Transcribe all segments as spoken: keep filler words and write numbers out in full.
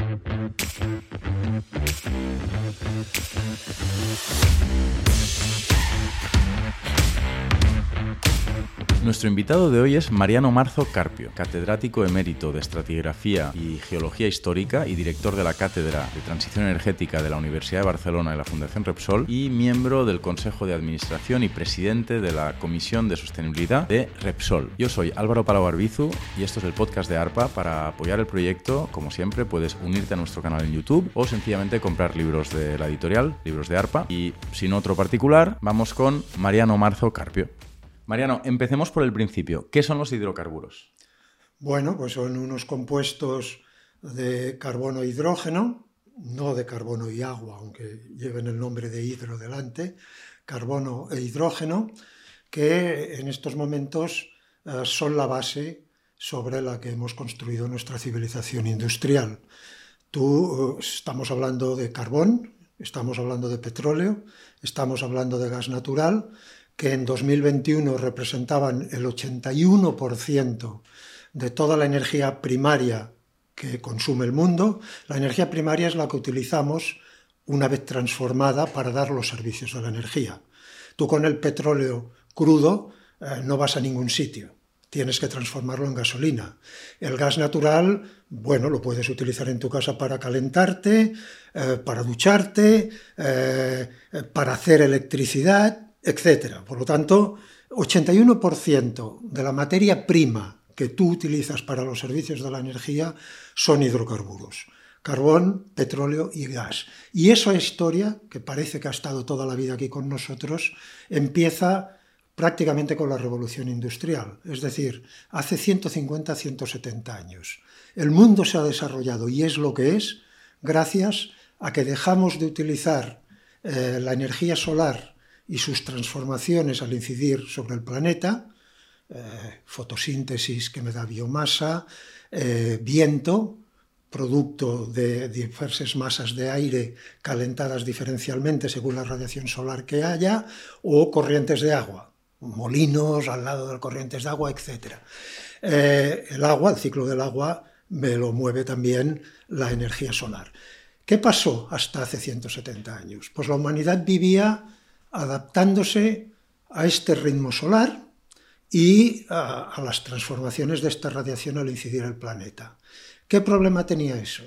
Nuestro invitado de hoy es Mariano Marzo Carpio, catedrático emérito de Estratigrafía y Geología Histórica y director de la Cátedra de Transición Energética de la Universidad de Barcelona y la Fundación Repsol, y miembro del Consejo de Administración y presidente de la Comisión de Sostenibilidad de Repsol. Yo soy Álvaro Palau Arbizu y esto es el podcast de ARPA. Para apoyar el proyecto, como siempre, puedes unirte a nuestro canal en YouTube o sencillamente comprar libros de la editorial, libros de ARPA. Y sin otro particular, vamos con Mariano Marzo Carpio. Mariano, empecemos por el principio. ¿Qué son los hidrocarburos? Bueno, pues son unos compuestos de carbono e hidrógeno, no de carbono y agua, aunque lleven el nombre de hidro delante, carbono e hidrógeno, que en estos momentos eh, son la base sobre la que hemos construido nuestra civilización industrial. Tú, eh, estamos hablando de carbón, estamos hablando de petróleo, estamos hablando de gas natural, que en dos mil veintiuno representaban el ochenta y uno por ciento de toda la energía primaria que consume el mundo. La energía primaria es la que utilizamos una vez transformada para dar los servicios de la energía. Tú con el petróleo crudo eh, no vas a ningún sitio, tienes que transformarlo en gasolina. El gas natural, bueno, lo puedes utilizar en tu casa para calentarte, eh, para ducharte, eh, para hacer electricidad, etcétera. Por lo tanto, ochenta y uno por ciento de la materia prima que tú utilizas para los servicios de la energía son hidrocarburos. Carbón, petróleo y gas. Y esa historia, que parece que ha estado toda la vida aquí con nosotros, empieza prácticamente con la revolución industrial. Es decir, hace ciento cincuenta a ciento setenta años. El mundo se ha desarrollado y es lo que es gracias a que dejamos de utilizar eh, la energía solar y sus transformaciones al incidir sobre el planeta, eh, fotosíntesis que me da biomasa, eh, viento, producto de diversas masas de aire calentadas diferencialmente según la radiación solar que haya, o corrientes de agua, molinos al lado de corrientes de agua, etcétera. Eh, el agua, el ciclo del agua, me lo mueve también la energía solar. ¿Qué pasó hasta hace ciento setenta años? Pues la humanidad vivía adaptándose a este ritmo solar y a, a las transformaciones de esta radiación al incidir el planeta. ¿Qué problema tenía eso?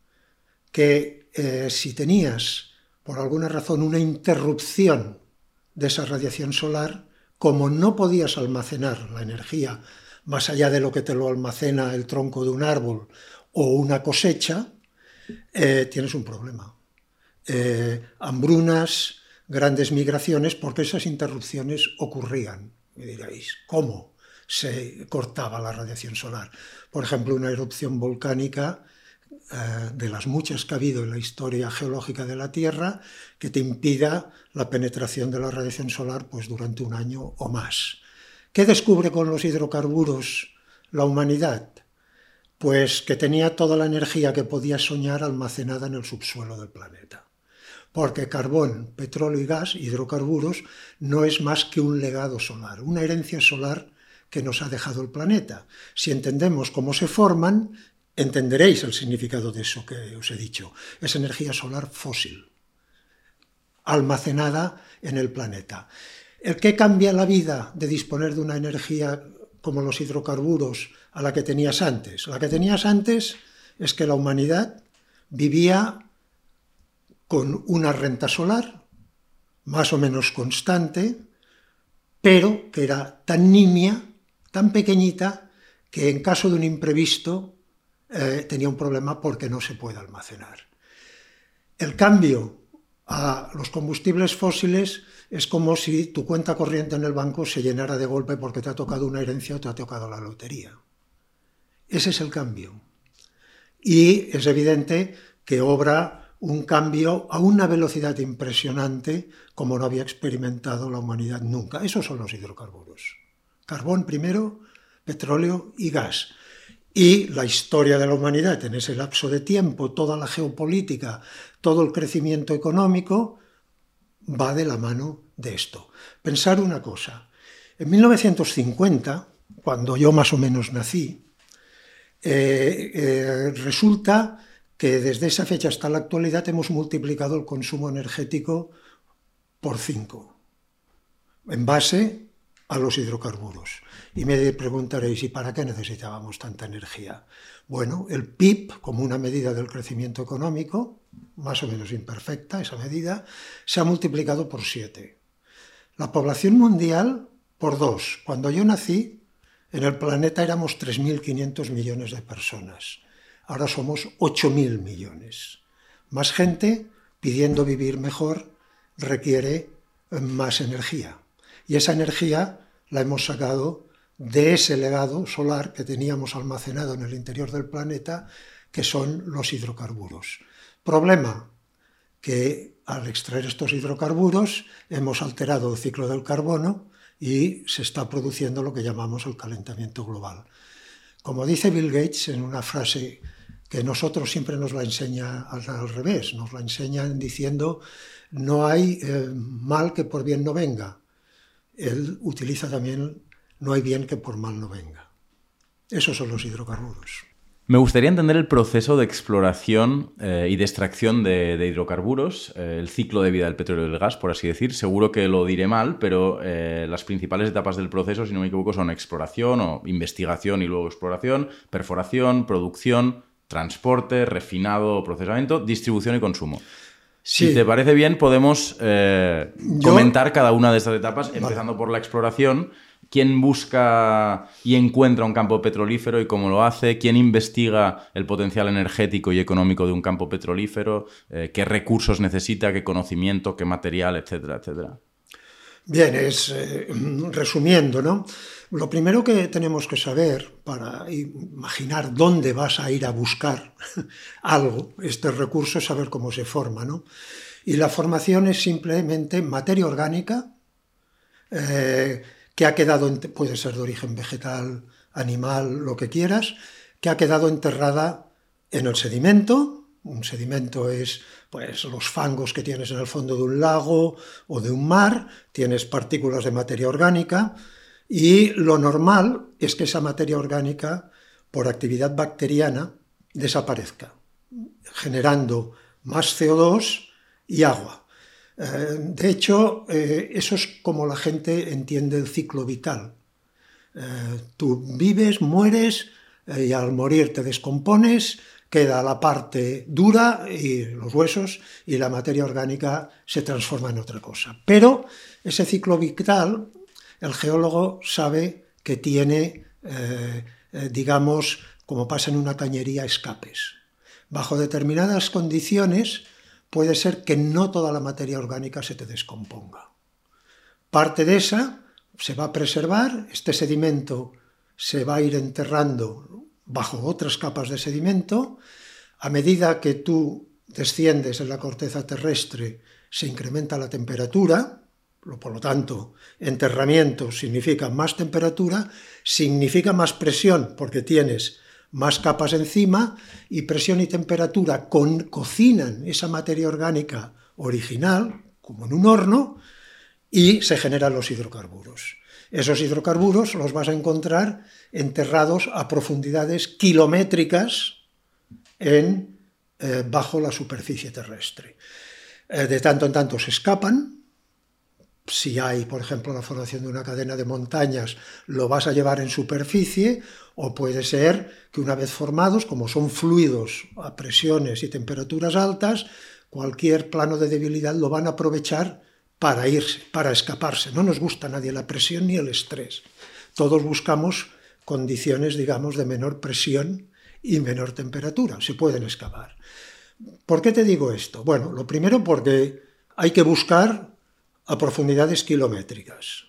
Que eh, si tenías, por alguna razón, una interrupción de esa radiación solar, como no podías almacenar la energía más allá de lo que te lo almacena el tronco de un árbol o una cosecha, eh, tienes un problema. Eh, hambrunas, grandes migraciones, porque esas interrupciones ocurrían. Me diréis, ¿cómo se cortaba la radiación solar? Por ejemplo, una erupción volcánica, eh, de las muchas que ha habido en la historia geológica de la Tierra, que te impida la penetración de la radiación solar pues, durante un año o más. ¿Qué descubre con los hidrocarburos la humanidad? Pues que tenía toda la energía que podía soñar almacenada en el subsuelo del planeta. Porque carbón, petróleo y gas, hidrocarburos, no es más que un legado solar, una herencia solar que nos ha dejado el planeta. Si entendemos cómo se forman, entenderéis el significado de eso que os he dicho. Es energía solar fósil, almacenada en el planeta. ¿El qué cambia la vida de disponer de una energía como los hidrocarburos a la que tenías antes? La que tenías antes es que la humanidad vivía con una renta solar más o menos constante, pero que era tan nimia, tan pequeñita, que en caso de un imprevisto eh, tenía un problema porque no se puede almacenar. El cambio a los combustibles fósiles es como si tu cuenta corriente en el banco se llenara de golpe porque te ha tocado una herencia o te ha tocado la lotería. Ese es el cambio. Y es evidente que obra un cambio a una velocidad impresionante como no había experimentado la humanidad nunca. Esos son los hidrocarburos. Carbón primero, petróleo y gas. Y la historia de la humanidad en ese lapso de tiempo, toda la geopolítica, todo el crecimiento económico, va de la mano de esto. Pensar una cosa. En mil novecientos cincuenta, cuando yo más o menos nací, eh, eh, resulta que desde esa fecha hasta la actualidad hemos multiplicado el consumo energético por cinco, en base a los hidrocarburos. Y me preguntaréis, ¿y para qué necesitábamos tanta energía? Bueno, el P I B, como una medida del crecimiento económico, más o menos imperfecta esa medida, se ha multiplicado por siete. La población mundial por dos. Cuando yo nací, en el planeta éramos tres mil quinientos millones de personas. Ahora somos ocho mil millones. Más gente pidiendo vivir mejor requiere más energía. Y esa energía la hemos sacado de ese legado solar que teníamos almacenado en el interior del planeta, que son los hidrocarburos. Problema, que al extraer estos hidrocarburos hemos alterado el ciclo del carbono y se está produciendo lo que llamamos el calentamiento global. Como dice Bill Gates en una frase que nosotros siempre nos la enseña al, al revés, nos la enseñan diciendo no hay eh, mal que por bien no venga. Él utiliza también no hay bien que por mal no venga. Esos son los hidrocarburos. Me gustaría entender el proceso de exploración eh, y de extracción de, de hidrocarburos, eh, el ciclo de vida del petróleo y del gas, por así decir. Seguro que lo diré mal, pero eh, las principales etapas del proceso, si no me equivoco, son exploración o investigación y luego exploración, perforación, producción, transporte, refinado o procesamiento, distribución y consumo. Si sí. te parece bien, podemos eh, Yo... comentar cada una de estas etapas, empezando vale. por la exploración. ¿Quién busca y encuentra un campo petrolífero y cómo lo hace? ¿Quién investiga el potencial energético y económico de un campo petrolífero? Eh, ¿Qué recursos necesita? ¿Qué conocimiento? ¿Qué material? Etcétera, etcétera. Bien, es eh, resumiendo, ¿no? Lo primero que tenemos que saber para imaginar dónde vas a ir a buscar algo, este recurso, es saber cómo se forma, ¿no? Y la formación es simplemente materia orgánica, eh, que ha quedado, puede ser de origen vegetal, animal, lo que quieras, que ha quedado enterrada en el sedimento. Un sedimento es pues, los fangos que tienes en el fondo de un lago o de un mar, tienes partículas de materia orgánica, y lo normal es que esa materia orgánica, por actividad bacteriana, desaparezca, generando más C O dos y agua. De hecho, eso es como la gente entiende el ciclo vital. Tú vives, mueres y al morir te descompones, queda la parte dura y los huesos y la materia orgánica se transforma en otra cosa. Pero ese ciclo vital, el geólogo sabe que tiene, eh, digamos, como pasa en una cañería, escapes. Bajo determinadas condiciones puede ser que no toda la materia orgánica se te descomponga. Parte de esa se va a preservar, este sedimento se va a ir enterrando bajo otras capas de sedimento. A medida que tú desciendes en la corteza terrestre, se incrementa la temperatura, por lo tanto, enterramiento significa más temperatura, significa más presión, porque tienes más capas encima, y presión y temperatura con, cocinan esa materia orgánica original, como en un horno, y se generan los hidrocarburos. Esos hidrocarburos los vas a encontrar enterrados a profundidades kilométricas en, eh, bajo la superficie terrestre. Eh, de tanto en tanto se escapan. Si hay, por ejemplo, la formación de una cadena de montañas, lo vas a llevar en superficie, o puede ser que una vez formados, como son fluidos a presiones y temperaturas altas, cualquier plano de debilidad lo van a aprovechar para irse, para escaparse. No nos gusta a nadie la presión ni el estrés. Todos buscamos condiciones, digamos, de menor presión y menor temperatura. Se pueden escapar. ¿Por qué te digo esto? Bueno, lo primero porque hay que buscar a profundidades kilométricas.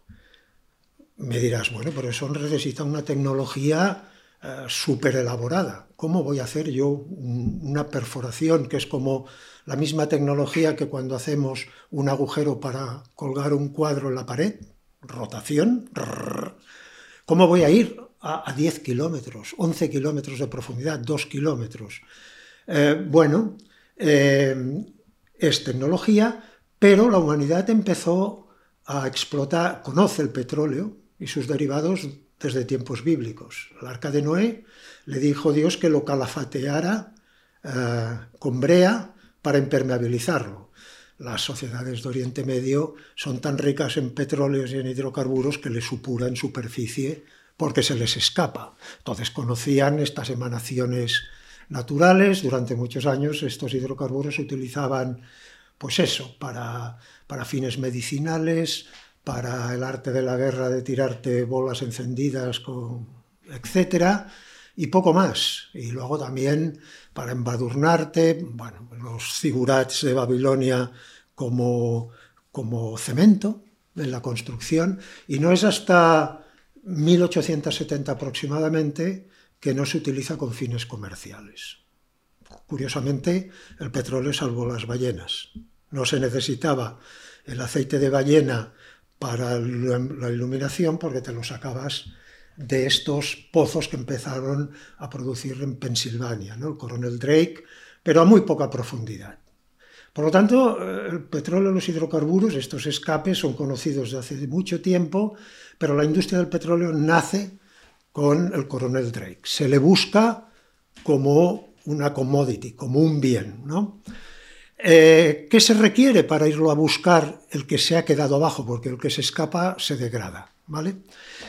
Me dirás, bueno, pero eso necesita una tecnología eh, súper elaborada. ¿Cómo voy a hacer yo un, una perforación que es como la misma tecnología que cuando hacemos un agujero para colgar un cuadro en la pared? Rotación. ¿Cómo voy a ir a, a diez kilómetros, once kilómetros de profundidad, dos kilómetros? Eh, bueno, eh, es tecnología. Pero la humanidad empezó a explotar, conoce el petróleo y sus derivados desde tiempos bíblicos. El arca de Noé le dijo Dios que lo calafateara eh, con brea para impermeabilizarlo. Las sociedades de Oriente Medio son tan ricas en petróleos y en hidrocarburos que les supura en superficie porque se les escapa. Entonces conocían estas emanaciones naturales. Durante muchos años estos hidrocarburos se utilizaban, pues eso, para, para fines medicinales, para el arte de la guerra de tirarte bolas encendidas, con, etcétera, y poco más. Y luego también para embadurnarte, bueno, los zigurats de Babilonia como, como cemento en la construcción, y no es hasta mil ochocientos setenta aproximadamente que no se utiliza con fines comerciales. Curiosamente, el petróleo salvó las ballenas. No se necesitaba el aceite de ballena para la iluminación porque te lo sacabas de estos pozos que empezaron a producir en Pensilvania, ¿no? El Coronel Drake, pero a muy poca profundidad. Por lo tanto, el petróleo y los hidrocarburos, estos escapes, son conocidos desde hace mucho tiempo, pero la industria del petróleo nace con el Coronel Drake. Se le busca como una commodity, como un bien, ¿no? Eh, ¿Qué se requiere para irlo a buscar el que se ha quedado abajo? Porque el que se escapa se degrada, ¿vale?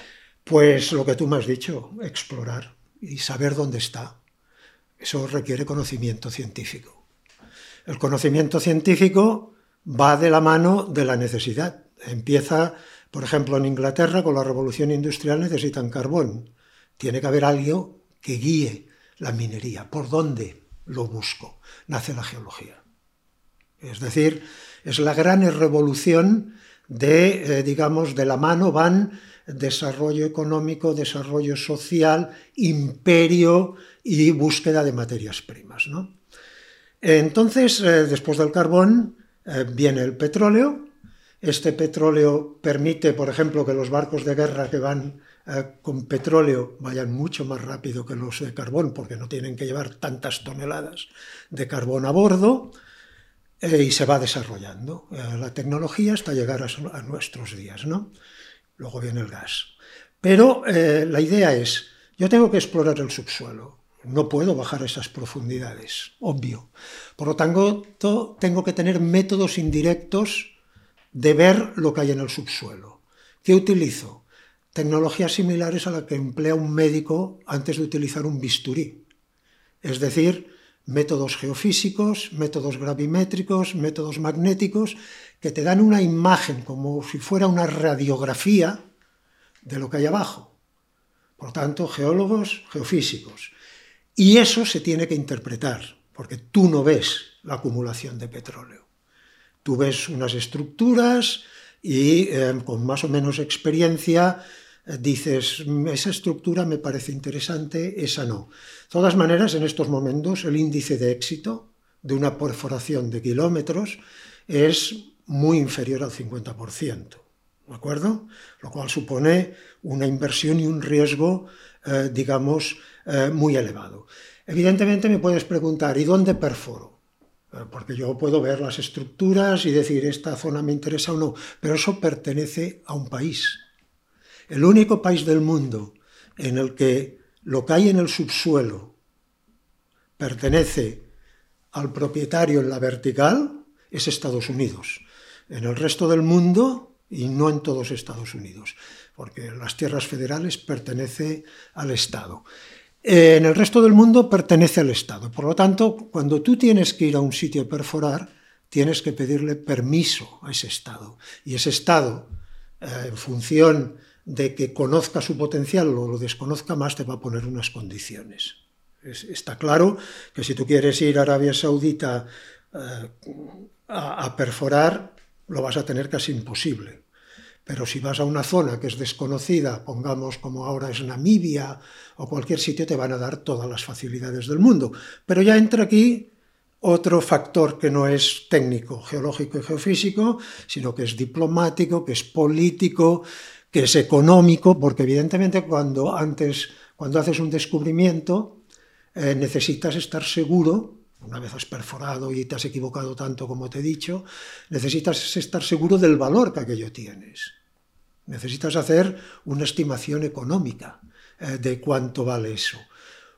Pues lo que tú me has dicho, explorar y saber dónde está. Eso requiere conocimiento científico. El conocimiento científico va de la mano de la necesidad. Empieza, por ejemplo, en Inglaterra, con la revolución industrial necesitan carbón. Tiene que haber algo que guíe la minería. ¿Por dónde lo busco? Nace la geología. Es decir, es la gran revolución de, eh, digamos, de la mano van desarrollo económico, desarrollo social, imperio y búsqueda de materias primas, ¿no? Entonces, eh, después del carbón, eh, viene el petróleo. Este petróleo permite, por ejemplo, que los barcos de guerra que van eh, con petróleo vayan mucho más rápido que los de carbón, porque no tienen que llevar tantas toneladas de carbón a bordo, eh, y se va desarrollando eh, la tecnología hasta llegar a, a nuestros días, ¿no? Luego viene el gas. Pero eh, la idea es, yo tengo que explorar el subsuelo. No puedo bajar esas profundidades, obvio. Por lo tanto, tengo que tener métodos indirectos de ver lo que hay en el subsuelo. ¿Qué utilizo? Tecnologías similares a la que emplea un médico antes de utilizar un bisturí. Es decir, métodos geofísicos, métodos gravimétricos, métodos magnéticos, que te dan una imagen como si fuera una radiografía de lo que hay abajo. Por lo tanto, geólogos, geofísicos. Y eso se tiene que interpretar, porque tú no ves la acumulación de petróleo. Tú ves unas estructuras y eh, con más o menos experiencia eh, dices, esa estructura me parece interesante, esa no. De todas maneras, en estos momentos el índice de éxito de una perforación de kilómetros es muy inferior al cincuenta por ciento, ¿de acuerdo? Lo cual supone una inversión y un riesgo, eh, digamos, eh, muy elevado. Evidentemente me puedes preguntar, ¿y dónde perforo? Eh, porque yo puedo ver las estructuras y decir, esta zona me interesa o no, pero eso pertenece a un país. El único país del mundo en el que lo que hay en el subsuelo pertenece al propietario en la vertical es Estados Unidos. En el resto del mundo, y no en todos Estados Unidos, porque las tierras federales pertenecen al Estado. En el resto del mundo pertenece al Estado. Por lo tanto, cuando tú tienes que ir a un sitio a perforar, tienes que pedirle permiso a ese Estado. Y ese Estado, eh, en función de que conozca su potencial o lo desconozca más, te va a poner unas condiciones. Es, está claro que si tú quieres ir a Arabia Saudita eh, a, a perforar, lo vas a tener casi imposible. Pero si vas a una zona que es desconocida, pongamos como ahora es Namibia o cualquier sitio, te van a dar todas las facilidades del mundo. Pero ya entra aquí otro factor que no es técnico, geológico y geofísico, sino que es diplomático, que es político, que es económico, porque evidentemente cuando, antes, cuando haces un descubrimiento eh, necesitas estar seguro. Una vez has perforado y te has equivocado tanto como te he dicho, necesitas estar seguro del valor que aquello tienes. Necesitas hacer una estimación económica eh, de cuánto vale eso.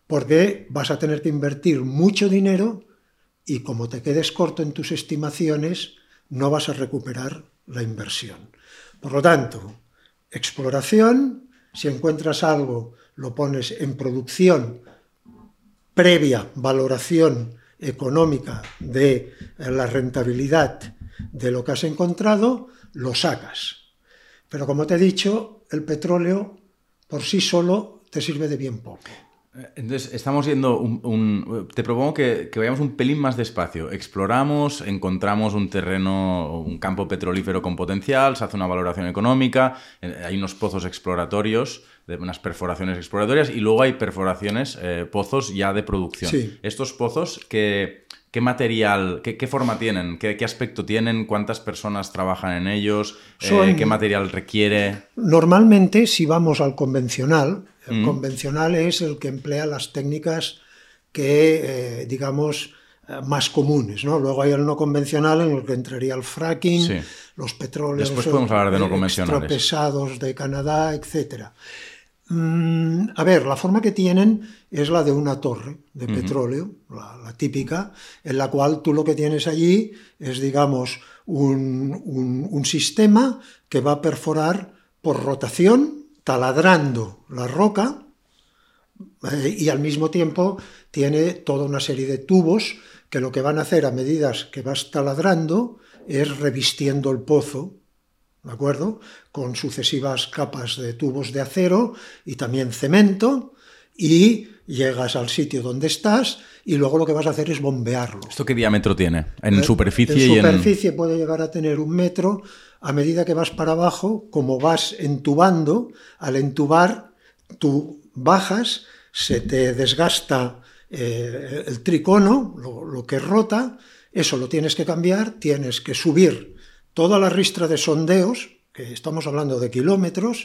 porque vas a tener que invertir mucho dinero y como te quedes corto en tus estimaciones, no vas a recuperar la inversión. Por lo tanto, exploración, si encuentras algo, lo pones en producción previa valoración económica de la rentabilidad de lo que has encontrado, lo sacas. Pero como te he dicho, el petróleo por sí solo te sirve de bien poco. Entonces, estamos yendo un... un te propongo que, que vayamos un pelín más despacio. Exploramos, encontramos un terreno, un campo petrolífero con potencial, se hace una valoración económica, hay unos pozos exploratorios, de unas perforaciones exploratorias, y luego hay perforaciones, eh, pozos ya de producción. Sí. Estos pozos, ¿qué, qué material, qué, qué forma tienen? ¿Qué, ¿Qué aspecto tienen? ¿Cuántas personas trabajan en ellos? Son, eh, ¿Qué material requiere? Normalmente, si vamos al convencional, el Mm. convencional es el que emplea las técnicas que, eh, digamos, eh, más comunes, ¿no? Luego hay el no convencional en el que entraría el fracking, Sí. los petróleos Después podemos hablar de no eh, convencionales. extrapesados de Canadá, etcétera. Mm, a ver, la forma que tienen es la de una torre de Ujú. petróleo, la, la típica, en la cual tú lo que tienes allí es, digamos, un, un, un sistema que va a perforar por rotación, taladrando la roca, eh, y al mismo tiempo tiene toda una serie de tubos que lo que van a hacer a medida que vas taladrando es revistiendo el pozo, ¿de acuerdo? Con sucesivas capas de tubos de acero y también cemento, y llegas al sitio donde estás y luego lo que vas a hacer es bombearlo. ¿Esto qué diámetro tiene? En Eh, superficie en y en... superficie puede llegar a tener un metro. A medida que vas para abajo, como vas entubando, al entubar tú bajas, se te desgasta eh, el tricono, lo, lo que rota, eso lo tienes que cambiar, tienes que subir toda la ristra de sondeos, que estamos hablando de kilómetros,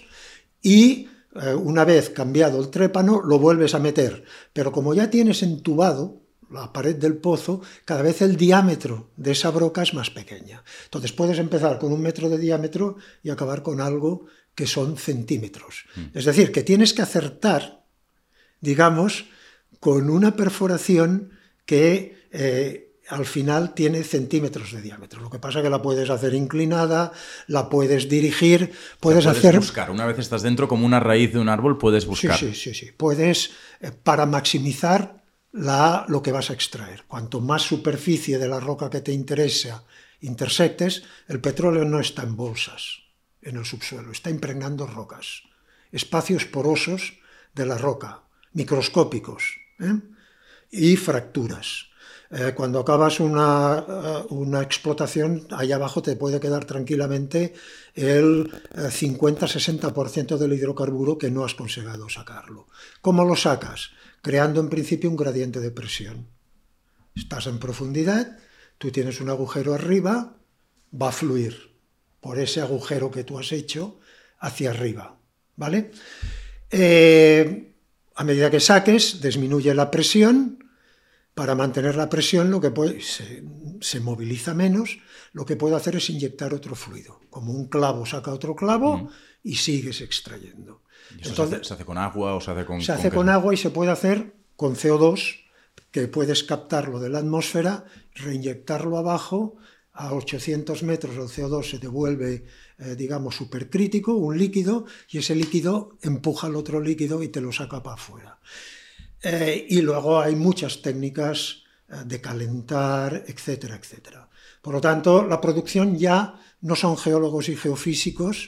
y eh, una vez cambiado el trépano lo vuelves a meter. Pero como ya tienes entubado la pared del pozo, cada vez el diámetro de esa broca es más pequeña. Entonces puedes empezar con un metro de diámetro y acabar con algo que son centímetros. Mm. Es decir, que tienes que acertar, digamos, con una perforación que eh, al final tiene centímetros de diámetro. Lo que pasa es que la puedes hacer inclinada, la puedes dirigir, puedes, o sea, puedes hacer... buscar. Una vez estás dentro, como una raíz de un árbol, puedes buscar. Sí, sí, sí, sí. Puedes, eh, para maximizar La, lo que vas a extraer. Cuanto más superficie de la roca que te interesa intersectes, el petróleo no está en bolsas en el subsuelo, está impregnando rocas, espacios porosos de la roca, microscópicos, ¿eh? Y fracturas. Eh, cuando acabas una, una explotación, ahí abajo te puede quedar tranquilamente el cincuenta a sesenta por ciento del hidrocarburo que no has conseguido sacarlo. ¿Cómo lo sacas? Creando en principio un gradiente de presión. Estás en profundidad, tú tienes un agujero arriba, va a fluir por ese agujero que tú has hecho hacia arriba, ¿vale? Eh, a medida que saques, disminuye la presión. Para mantener la presión lo que puede, se, se moviliza menos, lo que puede hacer es inyectar otro fluido. Como un clavo saca otro clavo mm. y sigues extrayendo. ¿Y eso Entonces, se, hace, se hace con agua o se hace con...? Se hace con, con agua y se puede hacer con C O dos, que puedes captarlo de la atmósfera, reinyectarlo abajo, a ochocientos metros el C O dos se te vuelve, eh, digamos, supercrítico, un líquido, y ese líquido empuja al otro líquido y te lo saca para afuera. Eh, y luego hay muchas técnicas eh, de calentar, etcétera, etcétera. Por lo tanto, la producción ya no son geólogos y geofísicos,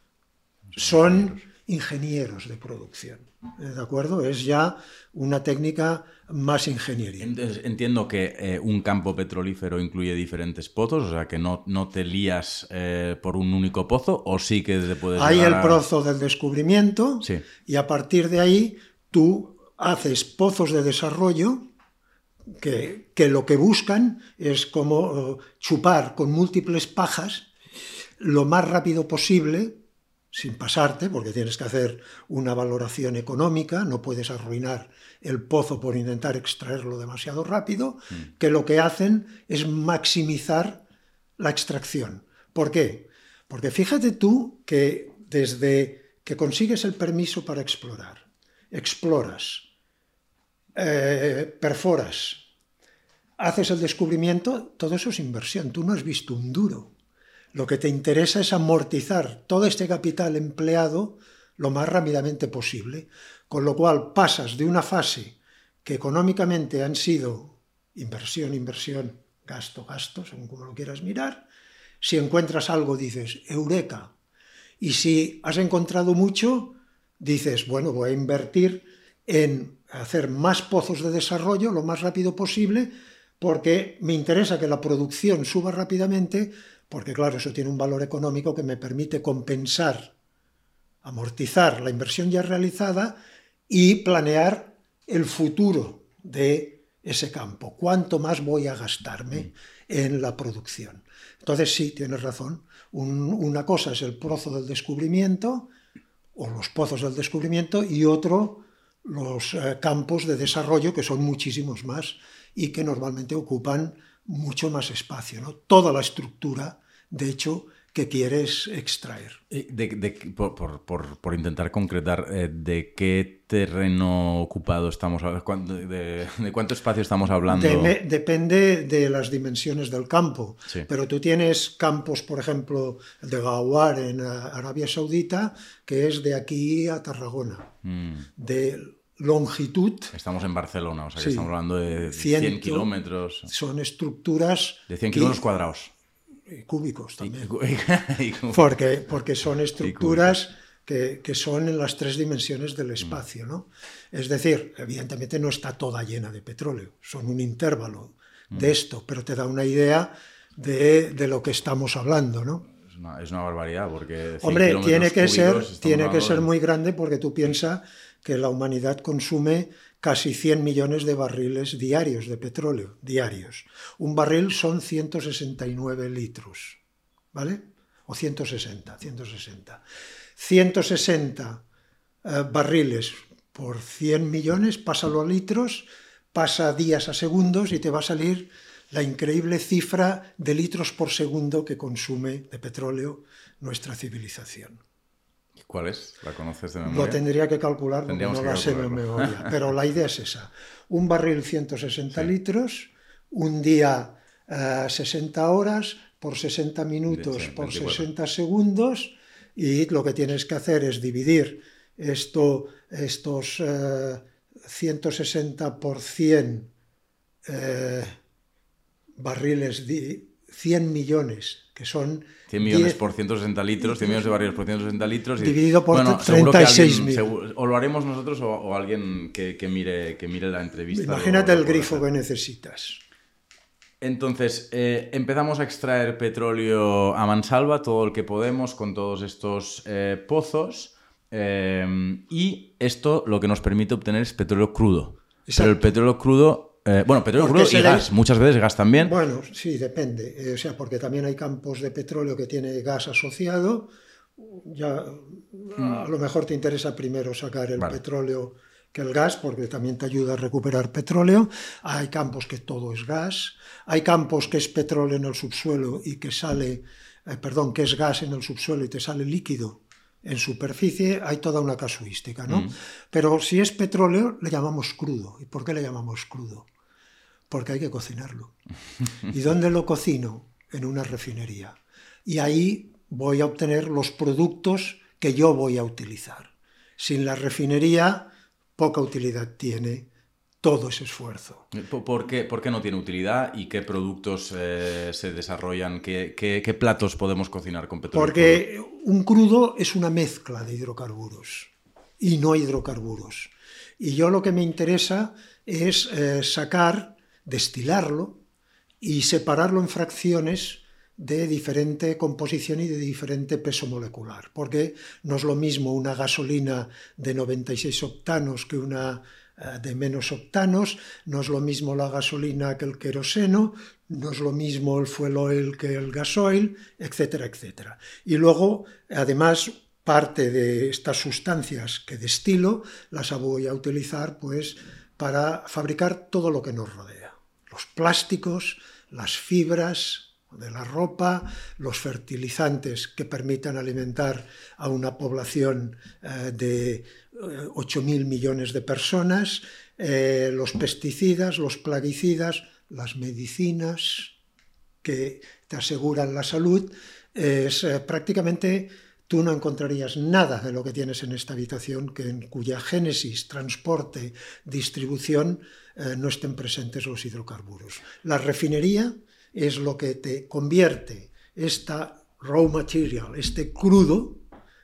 son ingenieros de producción, ¿de acuerdo? Es ya una técnica más ingeniería. Entiendo que eh, un campo petrolífero incluye diferentes pozos, o sea, que no, no te lías eh, por un único pozo, o sí que te puedes... Hay el a... pozo del descubrimiento, sí. Y a partir de ahí tú haces pozos de desarrollo que, que lo que buscan es como uh, chupar con múltiples pajas lo más rápido posible, sin pasarte, porque tienes que hacer una valoración económica, no puedes arruinar el pozo por intentar extraerlo demasiado rápido, mm. que lo que hacen es maximizar la extracción. ¿Por qué? Porque fíjate tú que desde que consigues el permiso para explorar, exploras, eh, perforas, haces el descubrimiento, todo eso es inversión. Tú no has visto un duro. Lo que te interesa es amortizar todo este capital empleado lo más rápidamente posible, con lo cual pasas de una fase que económicamente han sido inversión, inversión, gasto, gasto, según como lo quieras mirar. Si encuentras algo, dices, eureka. Y si has encontrado mucho, dices, bueno, voy a invertir en hacer más pozos de desarrollo lo más rápido posible, porque me interesa que la producción suba rápidamente, porque claro, eso tiene un valor económico que me permite compensar, amortizar la inversión ya realizada y planear el futuro de ese campo. ¿Cuánto más voy a gastarme en la producción? Entonces sí, tienes razón. Un, una cosa es el pozo del descubrimiento o los pozos del descubrimiento y otro los eh, campos de desarrollo, que son muchísimos más y que normalmente ocupan mucho más espacio, ¿no? Toda la estructura, de hecho, que quieres extraer. De, de, por, por, por intentar concretar, eh, ¿de qué terreno ocupado estamos hablando? ¿De, de cuánto espacio estamos hablando? De, depende de las dimensiones del campo. Sí. Pero tú tienes campos, por ejemplo, el de Ghawar en Arabia Saudita, que es de aquí a Tarragona. Mm. De longitud. Estamos en Barcelona, o sea que sí, estamos hablando de cien kilómetros. Son estructuras... De cien kilómetros que, cuadrados. Y cúbicos también. Y, y, porque, porque son estructuras que, que son en las tres dimensiones del espacio, ¿no? Es decir, evidentemente no está toda llena de petróleo, son un intervalo de esto, pero te da una idea de, de lo que estamos hablando, ¿no? Es una, es una barbaridad, porque... Hombre, tiene que ser, tiene que ser muy grande, porque tú piensas que la humanidad consume casi cien millones de barriles diarios de petróleo, diarios. Un barril son ciento sesenta y nueve litros, ¿vale? O ciento sesenta, ciento sesenta. ciento sesenta eh, barriles por cien millones, pásalo a litros, pasa días a segundos y te va a salir la increíble cifra de litros por segundo que consume de petróleo nuestra civilización. ¿Cuál es? ¿La conoces de memoria? Lo tendría que calcular porque no la sé de memoria, pero la idea es esa. Un barril ciento sesenta sí. litros, un día uh, sesenta horas, por sesenta minutos, sí, por sesenta segundos, y lo que tienes que hacer es dividir esto, estos uh, ciento sesenta por cien uh, barriles, de cien millones, que son... cien millones diez, por ciento sesenta litros, cien millones de barriles por ciento sesenta litros. Y, dividido por bueno, treinta y seis mil. O lo haremos nosotros o, o alguien que, que, mire, que mire la entrevista. Imagínate lo, lo el grifo hacer. que necesitas. Entonces, eh, empezamos a extraer petróleo a mansalva, todo el que podemos, con todos estos eh, pozos. Eh, y esto lo que nos permite obtener es petróleo crudo. Exacto. Pero el petróleo crudo... Eh, bueno, petróleo crudo y gas, le... muchas veces gas también. Bueno, sí, depende. Eh, o sea, porque también hay campos de petróleo que tiene gas asociado. Ya mm. a lo mejor te interesa primero sacar el vale. petróleo que el gas, porque también te ayuda a recuperar petróleo. Hay campos que todo es gas. Hay campos que es petróleo en el subsuelo y que sale, eh, perdón, que es gas en el subsuelo y te sale líquido en superficie. Hay toda una casuística, ¿no? Mm. Pero si es petróleo, le llamamos crudo. ¿Y por qué le llamamos crudo? Porque hay que cocinarlo. ¿Y dónde lo cocino? En una refinería. Y ahí voy a obtener los productos que yo voy a utilizar. Sin la refinería, poca utilidad tiene todo ese esfuerzo. ¿Por qué, por qué no tiene utilidad y qué productos eh, se desarrollan? ¿Qué, qué, ¿Qué platos podemos cocinar con petróleo? Porque crudo? Un crudo es una mezcla de hidrocarburos y no hidrocarburos. Y yo lo que me interesa es eh, sacar... destilarlo y separarlo en fracciones de diferente composición y de diferente peso molecular, porque no es lo mismo una gasolina de noventa y seis octanos que una uh, de menos octanos, no es lo mismo la gasolina que el queroseno, no es lo mismo el fuel oil que el gasoil, etcétera, etcétera. Y luego, además, parte de estas sustancias que destilo las voy a utilizar pues para fabricar todo lo que nos rodea. Los plásticos, las fibras, de la ropa, los fertilizantes que permitan alimentar a una población eh, de eh, ocho mil millones de personas, eh, los pesticidas, los plaguicidas, las medicinas que te aseguran la salud. Es eh, prácticamente tú no encontrarías nada de lo que tienes en esta habitación que en cuya génesis, transporte, distribución eh, no estén presentes los hidrocarburos. La refinería es lo que te convierte esta raw material, este crudo,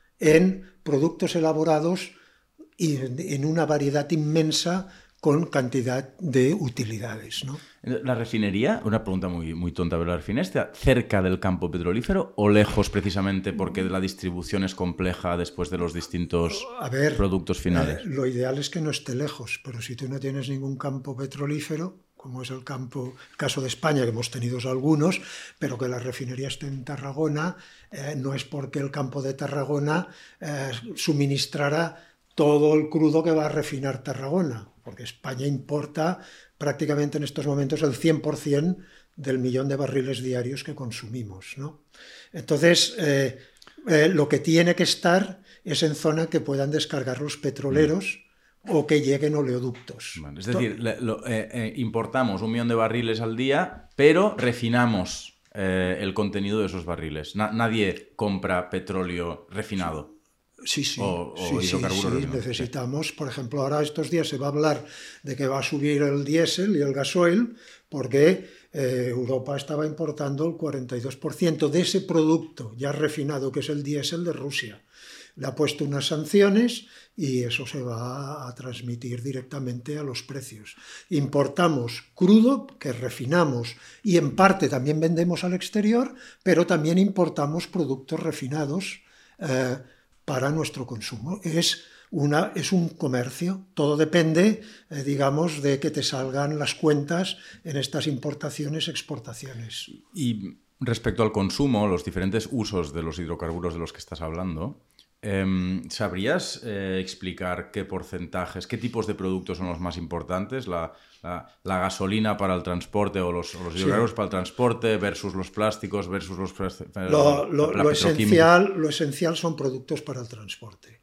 en productos elaborados y en una variedad inmensa con cantidad de utilidades, ¿no? ¿La refinería, una pregunta muy, muy tonta, pero la refinería está cerca del campo petrolífero o lejos precisamente porque la distribución es compleja después de los distintos A ver, productos finales? Eh, lo ideal es que no esté lejos, pero si tú no tienes ningún campo petrolífero, como es el campo, el caso de España, que hemos tenido algunos, pero que la refinería esté en Tarragona, eh, no es porque el campo de Tarragona eh, suministrará todo el crudo que va a refinar Tarragona, porque España importa prácticamente en estos momentos el cien por ciento del millón de barriles diarios que consumimos, ¿no? Entonces, eh, eh, lo que tiene que estar es en zona que puedan descargar los petroleros mm. o que lleguen oleoductos. Vale, es decir, le, lo, eh, eh, importamos un millón de barriles al día, pero refinamos eh, el contenido de esos barriles. Na, nadie compra petróleo refinado. Sí, sí, o, o sí, sí, sí. necesitamos, por ejemplo, ahora estos días se va a hablar de que va a subir el diésel y el gasoil porque eh, Europa estaba importando el cuarenta y dos por ciento de ese producto ya refinado que es el diésel de Rusia. Le ha puesto unas sanciones y eso se va a transmitir directamente a los precios. Importamos crudo que refinamos y en parte también vendemos al exterior, pero también importamos productos refinados eh, para nuestro consumo. Es, una, es un comercio, todo depende, eh, digamos, de que te salgan las cuentas en estas importaciones, exportaciones. Y respecto al consumo, los diferentes usos de los hidrocarburos de los que estás hablando, eh, ¿sabrías eh, explicar qué porcentajes, qué tipos de productos son los más importantes? La, la, la gasolina para el transporte o los, o los hidrocarburos sí. para el transporte versus los plásticos versus los... Lo, lo, lo, esencial, lo esencial son productos para el transporte.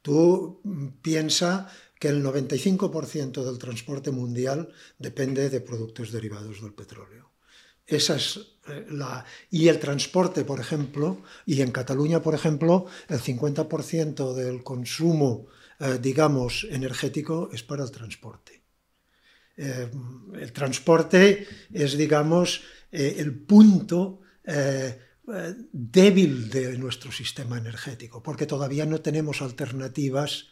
Tú piensa que el noventa y cinco por ciento del transporte mundial depende de productos derivados del petróleo. Esa es la... Y el transporte, por ejemplo, y en Cataluña, por ejemplo, el cincuenta por ciento del consumo, eh, digamos, energético es para el transporte. Eh, el transporte es, digamos, eh, el punto eh, eh, débil de nuestro sistema energético, porque todavía no tenemos alternativas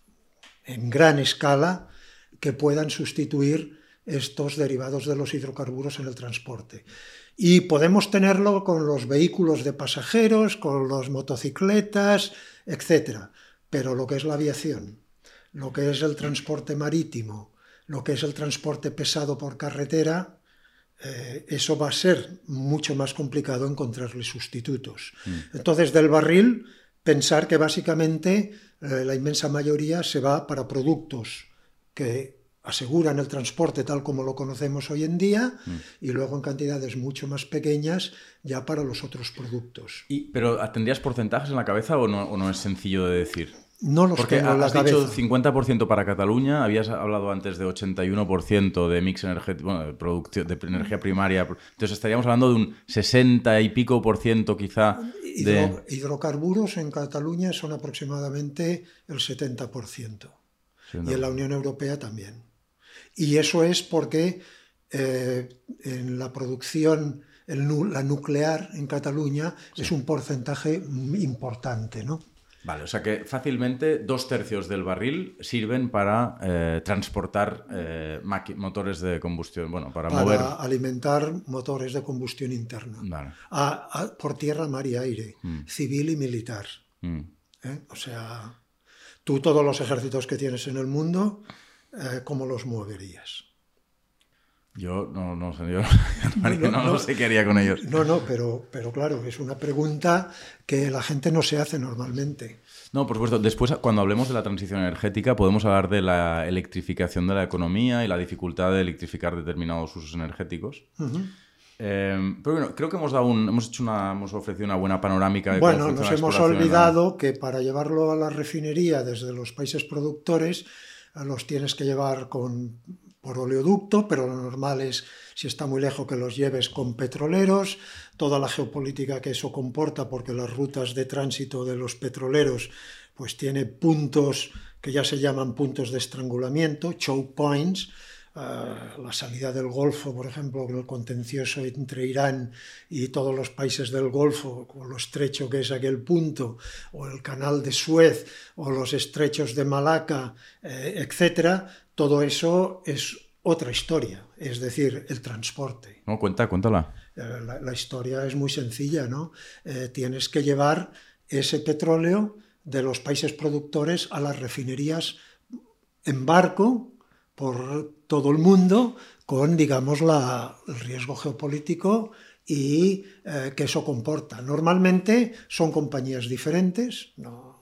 en gran escala que puedan sustituir estos derivados de los hidrocarburos en el transporte. Y podemos tenerlo con los vehículos de pasajeros, con las motocicletas, etcétera. Pero lo que es la aviación, lo que es el transporte marítimo, lo que es el transporte pesado por carretera, eh, eso va a ser mucho más complicado encontrarle sustitutos. Mm. Entonces, del barril, pensar que básicamente eh, la inmensa mayoría se va para productos que aseguran el transporte tal como lo conocemos hoy en día mm. y luego en cantidades mucho más pequeñas ya para los otros productos. Y, ¿pero tendrías porcentajes en la cabeza o no, o no es sencillo de decir? No los Porque tengo en la has cabeza. dicho cincuenta por ciento para Cataluña, habías hablado antes de ochenta y uno por ciento de mix energético, bueno, de producción de energía primaria. Entonces estaríamos hablando de un sesenta y pico por ciento quizá de... Hidro, hidrocarburos en Cataluña son aproximadamente el setenta por ciento. Sí, no. Y en la Unión Europea también. Y eso es porque eh, en la producción, el, la nuclear en Cataluña sí. es un porcentaje importante, ¿no? Vale, o sea que fácilmente dos tercios del barril sirven para eh, transportar eh, motores de combustión, bueno, para, para mover... Para alimentar motores de combustión interna, vale. a, a, por tierra, mar y aire, mm. civil y militar. Mm. ¿Eh? O sea, tú todos los ejércitos que tienes en el mundo, eh, ¿cómo los moverías? Yo no, no sé, yo no, no, no, no sé qué haría con ellos. No, no, pero, pero claro, es una pregunta que la gente no se hace normalmente. No, por supuesto. Después, cuando hablemos de la transición energética, podemos hablar de la electrificación de la economía y la dificultad de electrificar determinados usos energéticos. Uh-huh. Eh, pero bueno, creo que hemos dado un, hemos hecho una, hemos ofrecido una buena panorámica de Bueno, cómo funciona nos la hemos exploración olvidado en que para llevarlo a la refinería desde los países productores los tienes que llevar con, por oleoducto, pero lo normal es, si está muy lejos, que los lleves con petroleros, toda la geopolítica que eso comporta, porque las rutas de tránsito de los petroleros pues tiene puntos que ya se llaman puntos de estrangulamiento, choke points. Uh, la salida del Golfo, por ejemplo, el contencioso entre Irán y todos los países del Golfo, con lo estrecho que es aquel punto, o el canal de Suez, o los estrechos de Malaca, eh, etcétera, todo eso es otra historia, es decir, el transporte. No, cuenta, cuéntala. Eh, la, la historia es muy sencilla, ¿no? Eh, tienes que llevar ese petróleo de los países productores a las refinerías en barco, por todo el mundo, con, digamos, la, el riesgo geopolítico y eh, que eso comporta. Normalmente son compañías diferentes, no,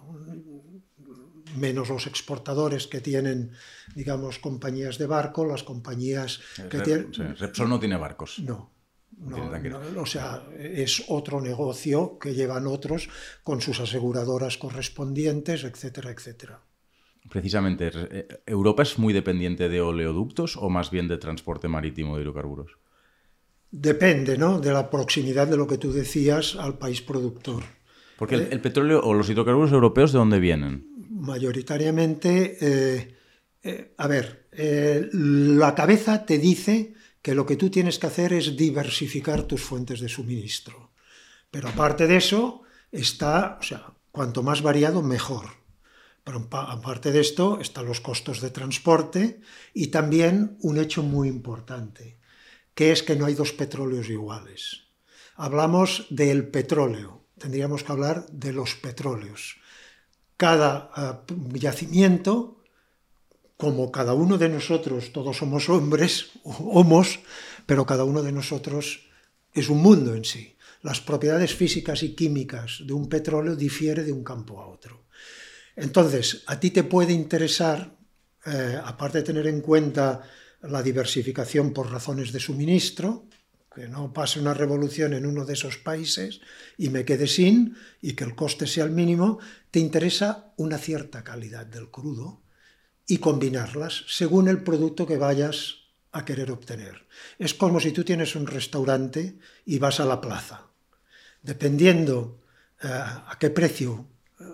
menos los exportadores que tienen, digamos, compañías de barco, las compañías que Rep, tienen... Sí, Repsol no tiene barcos. No. No, tiene no, o sea, es otro negocio que llevan otros con sus aseguradoras correspondientes, etcétera, etcétera. Precisamente, ¿Europa es muy dependiente de oleoductos o más bien de transporte marítimo de hidrocarburos? Depende, ¿no?, de la proximidad de lo que tú decías al país productor. Porque el, el petróleo o los hidrocarburos europeos, ¿de dónde vienen? Mayoritariamente, eh, eh, a ver, eh, la cabeza te dice que lo que tú tienes que hacer es diversificar tus fuentes de suministro. Pero aparte de eso, está, o sea, cuanto más variado, mejor. Pero aparte de esto, están los costos de transporte y también un hecho muy importante, que es que no hay dos petróleos iguales. Hablamos del petróleo, tendríamos que hablar de los petróleos. Cada uh, yacimiento, como cada uno de nosotros, todos somos hombres, homos, pero cada uno de nosotros es un mundo en sí. Las propiedades físicas y químicas de un petróleo difieren de un campo a otro. Entonces, a ti te puede interesar, eh, aparte de tener en cuenta la diversificación por razones de suministro, que no pase una revolución en uno de esos países y me quede sin, y que el coste sea el mínimo, te interesa una cierta calidad del crudo y combinarlas según el producto que vayas a querer obtener. Es como si tú tienes un restaurante y vas a la plaza. Dependiendo eh, a qué precio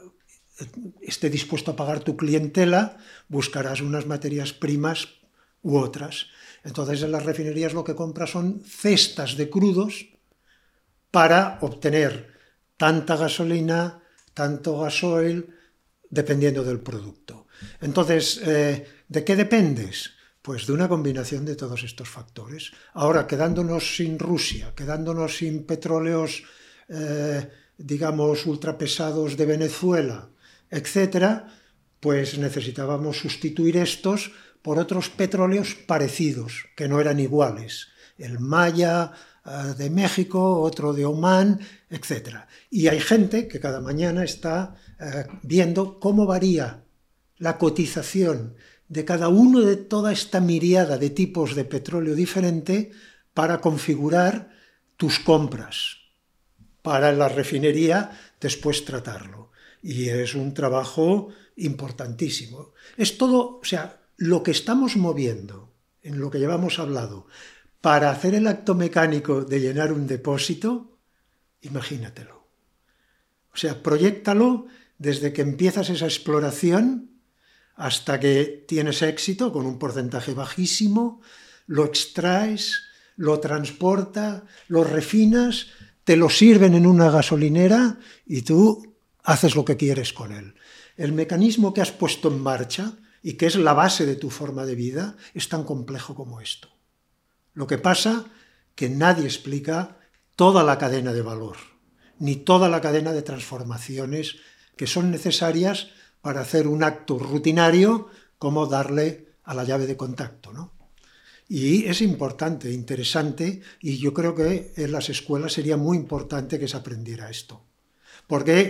esté dispuesto a pagar tu clientela, buscarás unas materias primas u otras. Entonces, en las refinerías lo que compras son cestas de crudos para obtener tanta gasolina, tanto gasoil, dependiendo del producto. Entonces, eh, ¿de qué dependes? Pues de una combinación de todos estos factores. Ahora, quedándonos sin Rusia, quedándonos sin petróleos, eh, digamos, ultrapesados de Venezuela, etcétera, pues necesitábamos sustituir estos por otros petróleos parecidos, que no eran iguales. El Maya uh, de México, otro de Omán, etcétera. Y hay gente que cada mañana está uh, viendo cómo varía la cotización de cada uno de toda esta miriada de tipos de petróleo diferente para configurar tus compras, para en la refinería después tratarlo. Y es un trabajo importantísimo. Es todo, o sea, lo que estamos moviendo, en lo que llevamos hablado, para hacer el acto mecánico de llenar un depósito, imagínatelo. O sea, proyéctalo desde que empiezas esa exploración hasta que tienes éxito con un porcentaje bajísimo, lo extraes, lo transportas, lo refinas, te lo sirven en una gasolinera y tú haces lo que quieres con él. El mecanismo que has puesto en marcha y que es la base de tu forma de vida es tan complejo como esto. Lo que pasa que nadie explica toda la cadena de valor, ni toda la cadena de transformaciones que son necesarias para hacer un acto rutinario como darle a la llave de contacto, ¿no? Y es importante, interesante, y yo creo que en las escuelas sería muy importante que se aprendiera esto. Porque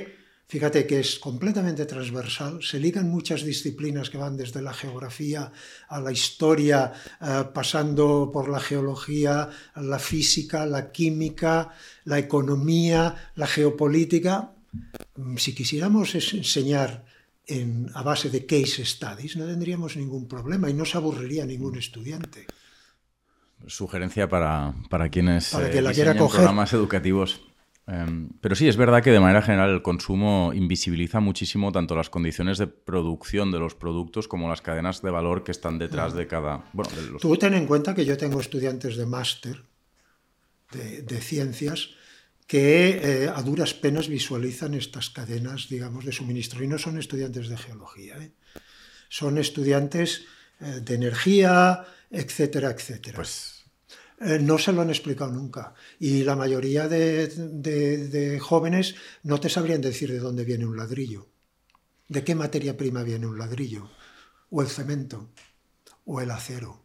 Fíjate que es completamente transversal, se ligan muchas disciplinas que van desde la geografía a la historia, eh, pasando por la geología, la física, la química, la economía, la geopolítica. Si quisiéramos enseñar en, a base de case studies, no tendríamos ningún problema y no se aburriría ningún estudiante. Sugerencia para, para quienes para que eh, la quiera diseñen coger. Programas educativos. Um, pero sí, es verdad que de manera general el consumo invisibiliza muchísimo tanto las condiciones de producción de los productos como las cadenas de valor que están detrás de cada... Bueno, de los... Tú ten en cuenta que yo tengo estudiantes de máster de, de ciencias que eh, a duras penas visualizan estas cadenas, digamos, de suministro. Y no son estudiantes de geología, ¿eh? Son estudiantes eh, de energía, etcétera, etcétera. Pues... Eh, no se lo han explicado nunca. Y la mayoría de, de, de jóvenes no te sabrían decir de dónde viene un ladrillo, de qué materia prima viene un ladrillo, o el cemento, o el acero.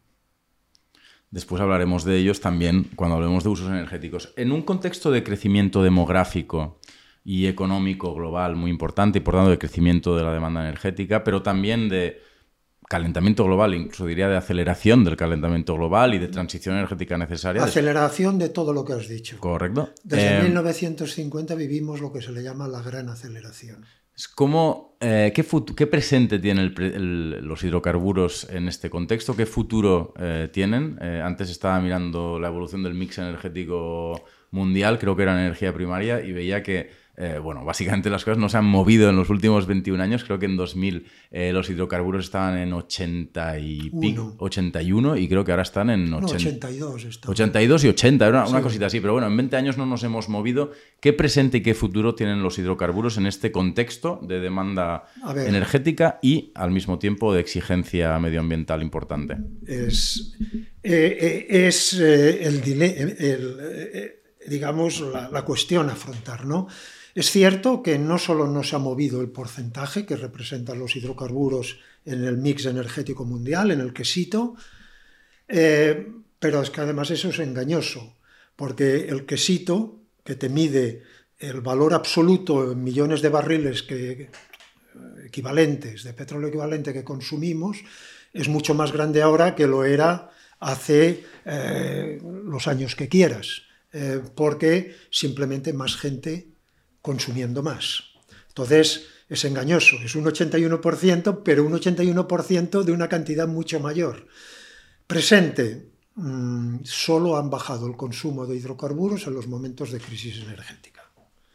Después hablaremos de ellos también cuando hablemos de usos energéticos. En un contexto de crecimiento demográfico y económico global muy importante, y por tanto de crecimiento de la demanda energética, pero también de calentamiento global, incluso diría de aceleración del calentamiento global y de transición energética necesaria. Aceleración de todo lo que has dicho. Correcto. Desde eh, mil novecientos cincuenta vivimos lo que se le llama la gran aceleración. ¿Cómo, eh, qué, ¿Qué presente tienen el, el, los hidrocarburos en este contexto? ¿Qué futuro eh, tienen? Eh, antes estaba mirando la evolución del mix energético mundial, creo que era en energía primaria, y veía que Eh, bueno, básicamente las cosas no se han movido en los últimos veintiún años. Creo que en dos mil eh, los hidrocarburos estaban en ochenta y pico, ochenta y uno, y creo que ahora están en ochenta, ochenta, no, ochenta y dos. Está. ochenta y dos y ochenta, una, sí. una cosita así. Pero bueno, en veinte años no nos hemos movido. ¿Qué presente y qué futuro tienen los hidrocarburos en este contexto de demanda energética y al mismo tiempo de exigencia medioambiental importante? Es, eh, eh, es eh, el, el, el eh, digamos, la, la cuestión a afrontar, ¿no? Es cierto que no solo no se ha movido el porcentaje que representan los hidrocarburos en el mix energético mundial, en el quesito, eh, pero es que además eso es engañoso, porque el quesito, que te mide el valor absoluto en millones de barriles que, equivalentes, de petróleo equivalente que consumimos, es mucho más grande ahora que lo era hace eh, los años que quieras, eh, porque simplemente más gente consumiendo más. Entonces, es engañoso, es un ochenta y uno por ciento, pero un ochenta y uno por ciento de una cantidad mucho mayor. Presente, mmm, solo han bajado el consumo de hidrocarburos en los momentos de crisis energética.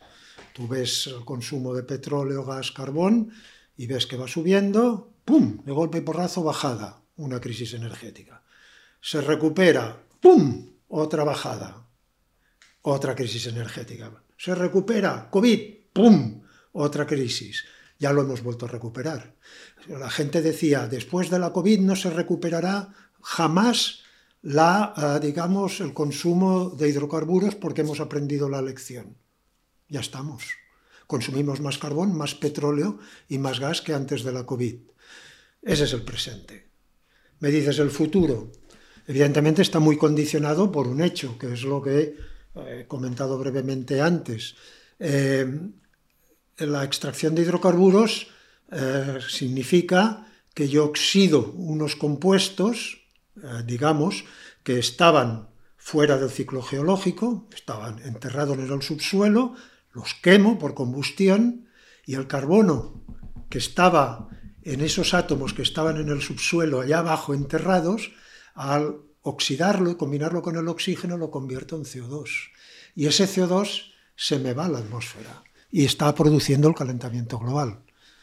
Tú ves el consumo de petróleo, gas, carbón, y ves que va subiendo, ¡pum!, de golpe y porrazo bajada, una crisis energética. Se recupera, ¡pum!, otra bajada, otra crisis energética. Se recupera, COVID, ¡pum!, otra crisis. Ya lo hemos vuelto a recuperar. La gente decía, después de la COVID no se recuperará jamás la, digamos, el consumo de hidrocarburos porque hemos aprendido la lección. Ya estamos. Consumimos más carbón, más petróleo y más gas que antes de la COVID. Ese es el presente. Me dices el futuro. Evidentemente está muy condicionado por un hecho, que es lo que he comentado brevemente antes. Eh, la extracción de hidrocarburos eh, significa que yo oxido unos compuestos, eh, digamos, que estaban fuera del ciclo geológico, estaban enterrados en el subsuelo, los quemo por combustión y el carbono que estaba en esos átomos que estaban en el subsuelo allá abajo enterrados, al oxidarlo y combinarlo con el oxígeno lo convierto en C O dos. Y ese C O dos se me va a la atmósfera y está produciendo el calentamiento global.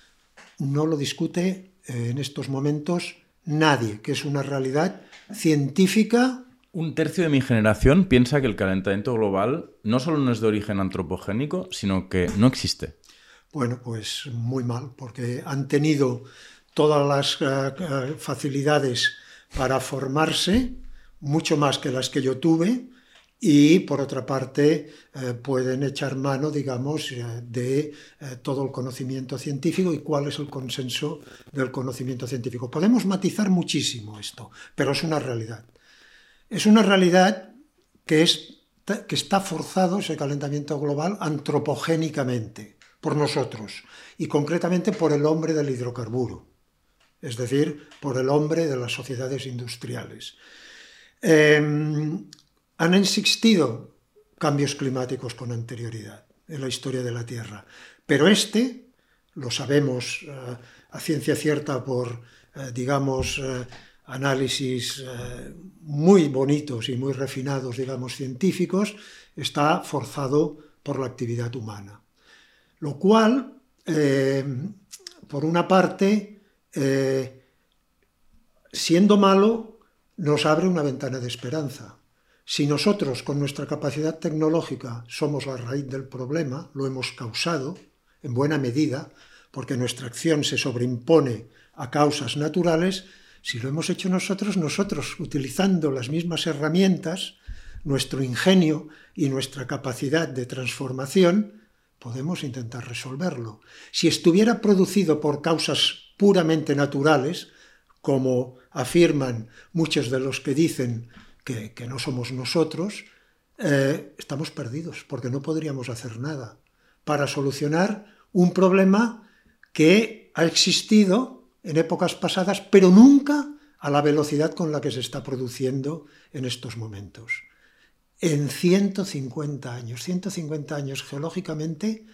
No lo discute eh, en estos momentos nadie, que es una realidad científica. Un tercio de mi generación piensa que el calentamiento global no solo no es de origen antropogénico, sino que no existe. Bueno, pues muy mal, porque han tenido todas las uh, facilidades para formarse, mucho más que las que yo tuve, y por otra parte eh, pueden echar mano, digamos, eh, de eh, todo el conocimiento científico y cuál es el consenso del conocimiento científico. Podemos matizar muchísimo esto, pero es una realidad. Es una realidad que, es, que está forzado ese calentamiento global antropogénicamente, por nosotros, y concretamente por el hombre del hidrocarburo, es decir, por el hombre de las sociedades industriales. Eh, han existido cambios climáticos con anterioridad en la historia de la Tierra, pero este, lo sabemos eh, a ciencia cierta por, eh, digamos, eh, análisis eh, muy bonitos y muy refinados, digamos, científicos, está forzado por la actividad humana. Lo cual, eh, por una parte, eh, siendo malo, nos abre una ventana de esperanza. Si nosotros, con nuestra capacidad tecnológica, somos la raíz del problema, lo hemos causado, en buena medida, porque nuestra acción se sobreimpone a causas naturales, si lo hemos hecho nosotros, nosotros, utilizando las mismas herramientas, nuestro ingenio y nuestra capacidad de transformación, podemos intentar resolverlo. Si estuviera producido por causas puramente naturales, como afirman muchos de los que dicen que, que no somos nosotros, eh, estamos perdidos, porque no podríamos hacer nada para solucionar un problema que ha existido en épocas pasadas, pero nunca a la velocidad con la que se está produciendo en estos momentos. En ciento cincuenta años, ciento cincuenta años geológicamente,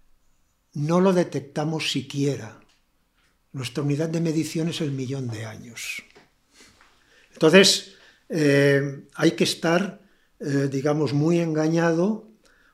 no lo detectamos siquiera. Nuestra unidad de medición es el millón de años. Entonces, eh, hay que estar, eh, digamos, muy engañado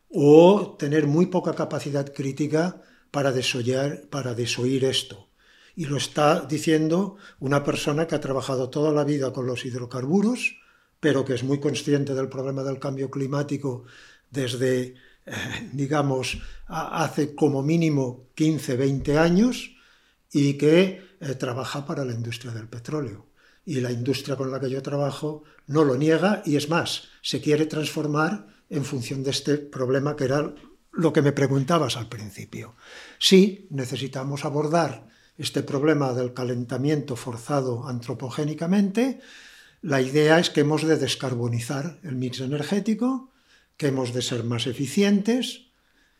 o tener muy poca capacidad crítica para desoyar, para desoír esto. Y lo está diciendo una persona que ha trabajado toda la vida con los hidrocarburos, pero que es muy consciente del problema del cambio climático desde, eh, digamos, a, hace como mínimo quince, veinte años, y que eh, trabaja para la industria del petróleo. Y la industria con la que yo trabajo no lo niega, y es más, se quiere transformar en función de este problema que era lo que me preguntabas al principio. Sí, necesitamos abordar este problema del calentamiento forzado antropogénicamente. La idea es que hemos de descarbonizar el mix energético, que hemos de ser más eficientes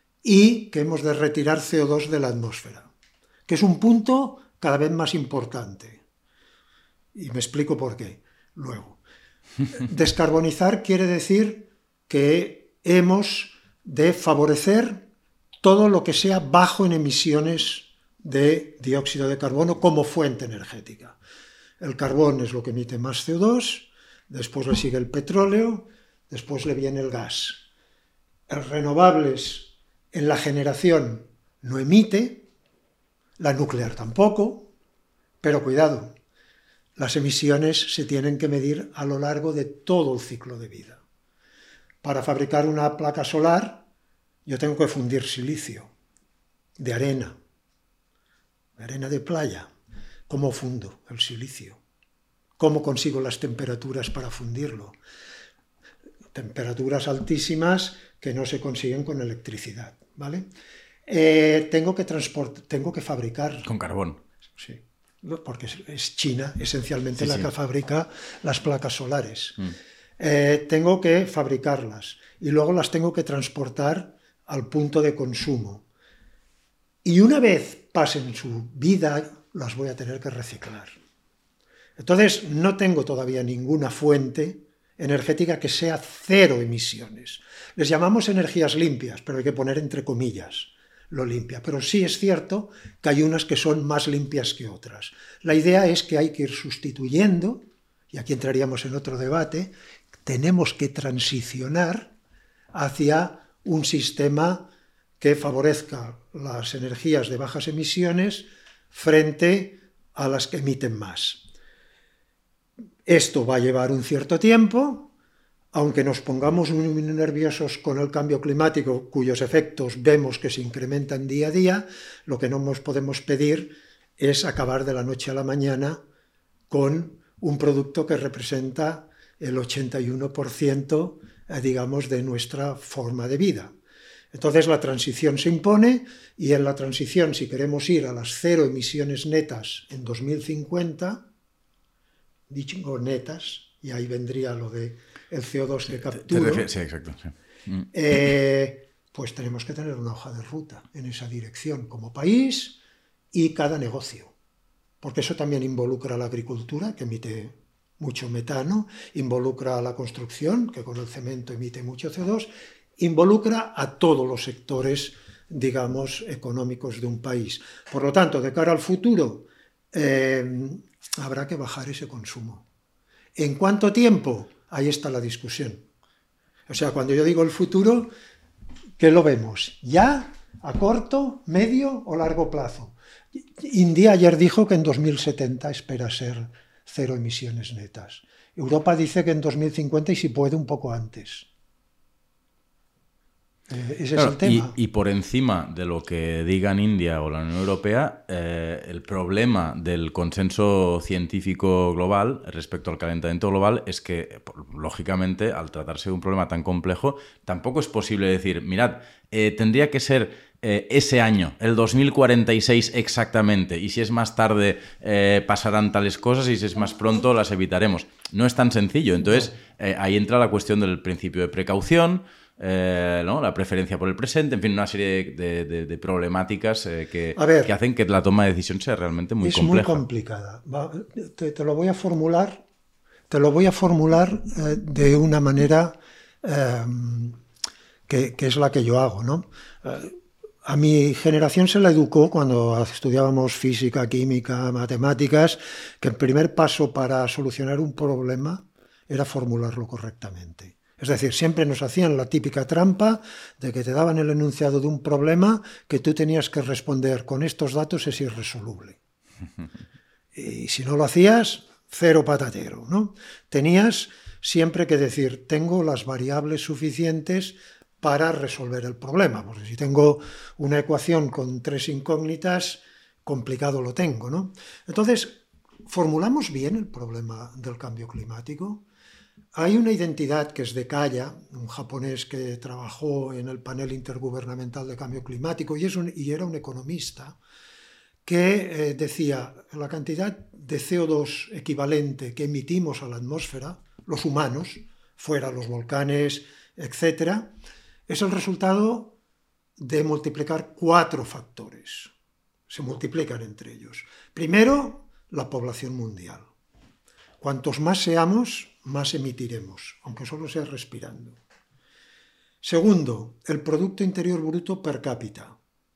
y que hemos de retirar C O dos de la atmósfera, que es un punto cada vez más importante. Y me explico por qué luego. Descarbonizar quiere decir que hemos de favorecer todo lo que sea bajo en emisiones de dióxido de carbono como fuente energética. El carbón es lo que emite más C O dos, después le sigue el petróleo, después le viene el gas. Los renovables en la generación no emite, la nuclear tampoco, pero cuidado, las emisiones se tienen que medir a lo largo de todo el ciclo de vida. Para fabricar una placa solar, yo tengo que fundir silicio de arena, de arena de playa. ¿Cómo fundo el silicio? ¿Cómo consigo las temperaturas para fundirlo? Temperaturas altísimas que no se consiguen con electricidad, ¿vale? Eh, tengo que transport- tengo que fabricar... Con carbón. Sí, porque es China esencialmente Sí, la sí. que fabrica las placas solares. Mm. Eh, tengo que fabricarlas y luego las tengo que transportar al punto de consumo. Y una vez pasen su vida, las voy a tener que reciclar. Entonces, no tengo todavía ninguna fuente energética que sea cero emisiones. Les llamamos energías limpias, pero hay que poner entre comillas lo limpia. Pero sí es cierto que hay unas que son más limpias que otras. La idea es que hay que ir sustituyendo, y aquí entraríamos en otro debate, tenemos que transicionar hacia un sistema que favorezca las energías de bajas emisiones frente a las que emiten más. Esto va a llevar un cierto tiempo, aunque nos pongamos muy nerviosos con el cambio climático, cuyos efectos vemos que se incrementan día a día, lo que no nos podemos pedir es acabar de la noche a la mañana con un producto que representa el ochenta y uno por ciento, digamos, de nuestra forma de vida. Entonces la transición se impone, y en la transición, si queremos ir a las cero emisiones netas en dos mil cincuenta, digo netas, y ahí vendría lo de el C O dos que capturo, Sí, exacto. Sí. Mm. eh, pues tenemos que tener una hoja de ruta en esa dirección como país y cada negocio, porque eso también involucra a la agricultura, que emite mucho metano, involucra a la construcción, que con el cemento emite mucho C O dos, involucra a todos los sectores, digamos, económicos de un país. Por lo tanto, de cara al futuro, eh, habrá que bajar ese consumo. ¿En cuánto tiempo? Ahí está la discusión. O sea, cuando yo digo el futuro, ¿qué lo vemos? ¿Ya? ¿A corto, medio o largo plazo? India ayer dijo que en dos mil setenta espera ser cero emisiones netas. Europa dice que en dos mil cincuenta y si puede un poco antes. Eh, ese claro, es el tema. Y, y por encima de lo que digan India o la Unión Europea, eh, el problema del consenso científico global respecto al calentamiento global es que, lógicamente, al tratarse de un problema tan complejo, tampoco es posible decir, mirad, eh, tendría que ser eh, ese año, el dos mil cuarenta y seis exactamente, y si es más tarde eh, pasarán tales cosas y si es más pronto las evitaremos. No es tan sencillo. Entonces, eh, ahí entra la cuestión del principio de precaución, Eh, ¿no? la preferencia por el presente, en fin, una serie de, de, de problemáticas eh, que, ver, que hacen que la toma de decisión sea realmente muy es compleja. Es muy complicada. Va, te, te lo voy a formular, te lo voy a formular eh, de una manera eh, que, que es la que yo hago, ¿no? Eh, a mi generación se la educó cuando estudiábamos física, química, matemáticas, que el primer paso para solucionar un problema era formularlo correctamente. Es decir, siempre nos hacían la típica trampa de que te daban el enunciado de un problema que tú tenías que responder con estos datos es irresoluble. Y si no lo hacías, cero patatero, ¿no? Tenías siempre que decir, tengo las variables suficientes para resolver el problema. Porque si tengo una ecuación con tres incógnitas, complicado lo tengo, ¿no? Entonces, ¿formulamos bien el problema del cambio climático? Hay una identidad que es de Kaya, un japonés que trabajó en el panel intergubernamental de cambio climático y, es un, y era un economista, que eh, decía la cantidad de C O dos equivalente que emitimos a la atmósfera, los humanos, fuera los volcanes, etcétera, es el resultado de multiplicar cuatro factores. Se multiplican entre ellos. Primero, la población mundial. Cuantos más seamos, más emitiremos, aunque solo sea respirando. Segundo, el Producto Interior Bruto per cápita.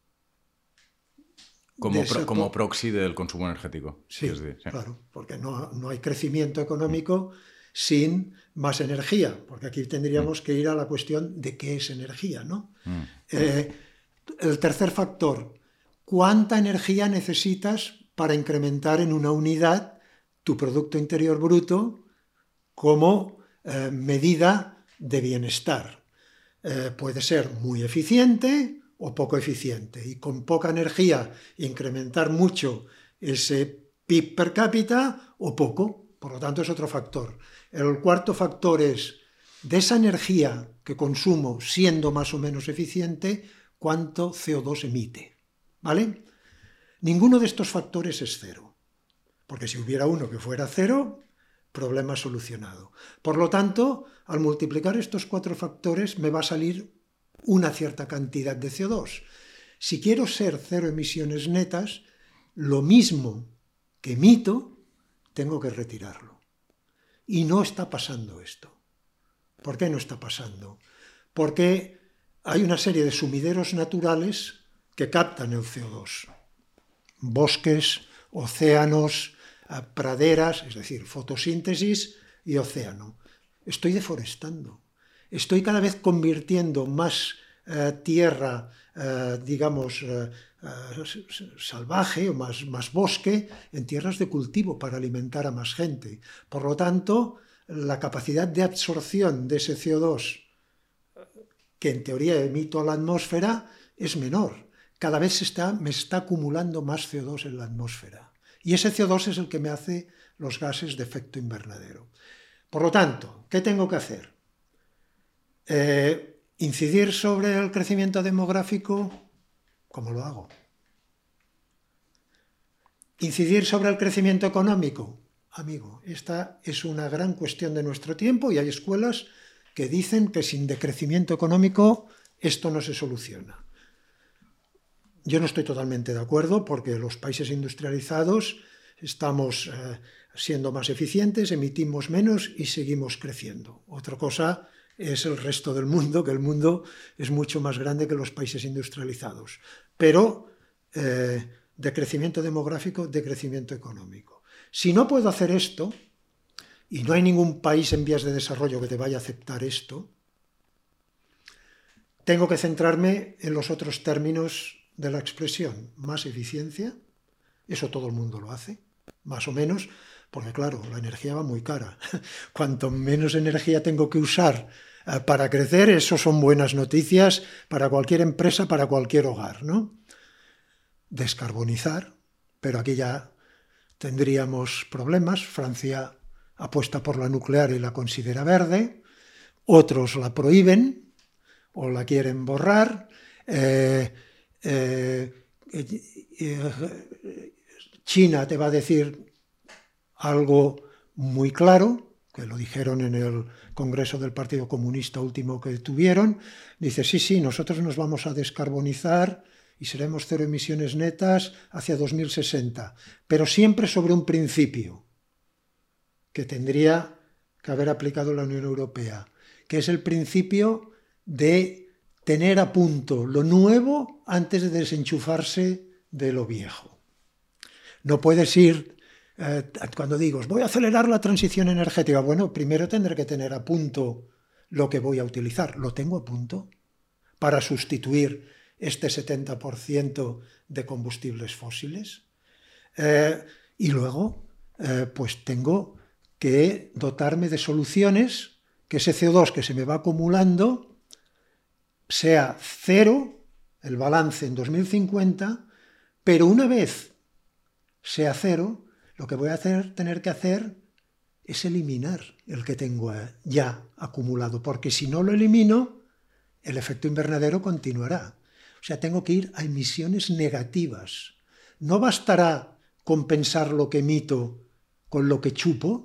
Como, pro, como proxy del consumo energético. Sí, es decir, sí. Claro, porque no, no hay crecimiento económico sin más energía, porque aquí tendríamos mm. que ir a la cuestión de qué es energía, ¿no? Mm. Eh, el tercer factor, ¿cuánta energía necesitas para incrementar en una unidad tu Producto Interior Bruto como eh, medida de bienestar? Eh, puede ser muy eficiente o poco eficiente, y con poca energía incrementar mucho ese P I B per cápita o poco, por lo tanto es otro factor. El cuarto factor es, de esa energía que consumo siendo más o menos eficiente, ¿cuánto C O dos emite? ¿Vale? Ninguno de estos factores es cero, porque si hubiera uno que fuera cero, problema solucionado. Por lo tanto, al multiplicar estos cuatro factores me va a salir una cierta cantidad de C O dos. Si quiero ser cero emisiones netas, lo mismo que emito, tengo que retirarlo. Y no está pasando esto. ¿Por qué no está pasando? Porque hay una serie de sumideros naturales que captan el C O dos. Bosques, océanos, praderas, es decir, fotosíntesis y océano. Estoy deforestando. Estoy cada vez convirtiendo más eh, tierra, eh, digamos, eh, eh, salvaje o más, más bosque en tierras de cultivo para alimentar a más gente. Por lo tanto, la capacidad de absorción de ese C O dos que en teoría emito a la atmósfera es menor. Cada vez se está, me está acumulando más C O dos en la atmósfera. Y ese C O dos es el que me hace los gases de efecto invernadero. Por lo tanto, ¿qué tengo que hacer? Eh, ¿Incidir sobre el crecimiento demográfico? ¿Cómo lo hago? ¿Incidir sobre el crecimiento económico? Amigo, esta es una gran cuestión de nuestro tiempo y hay escuelas que dicen que sin decrecimiento económico esto no se soluciona. Yo no estoy totalmente de acuerdo porque los países industrializados estamos eh, siendo más eficientes, emitimos menos y seguimos creciendo. Otra cosa es el resto del mundo, que el mundo es mucho más grande que los países industrializados. Pero eh, de crecimiento demográfico, de crecimiento económico. Si no puedo hacer esto, y no hay ningún país en vías de desarrollo que te vaya a aceptar esto, tengo que centrarme en los otros términos de la expresión. Más eficiencia, eso todo el mundo lo hace, más o menos, porque claro, la energía va muy cara. Cuanto menos energía tengo que usar eh, para crecer, eso son buenas noticias para cualquier empresa, para cualquier hogar, ¿no? Descarbonizar, pero aquí ya tendríamos problemas. Francia apuesta por la nuclear y la considera verde, otros la prohíben o la quieren borrar. Eh, eh, eh, China te va a decir algo muy claro, que lo dijeron en el Congreso del Partido Comunista último que tuvieron. Dice, sí, sí, nosotros nos vamos a descarbonizar y seremos cero emisiones netas hacia dos mil sesenta, pero siempre sobre un principio que tendría que haber aplicado la Unión Europea, que es el principio de tener a punto lo nuevo antes de desenchufarse de lo viejo. No puedes ir, eh, cuando digo, voy a acelerar la transición energética, bueno, primero tendré que tener a punto lo que voy a utilizar. ¿Lo tengo a punto para sustituir este setenta por ciento de combustibles fósiles? Eh, y luego, eh, pues tengo que dotarme de soluciones que ese C O dos que se me va acumulando sea cero, el balance en dos mil cincuenta, pero una vez sea cero, lo que voy a hacer, tener que hacer es eliminar el que tengo ya acumulado, porque si no lo elimino, el efecto invernadero continuará. O sea, tengo que ir a emisiones negativas. No bastará compensar lo que emito con lo que chupo,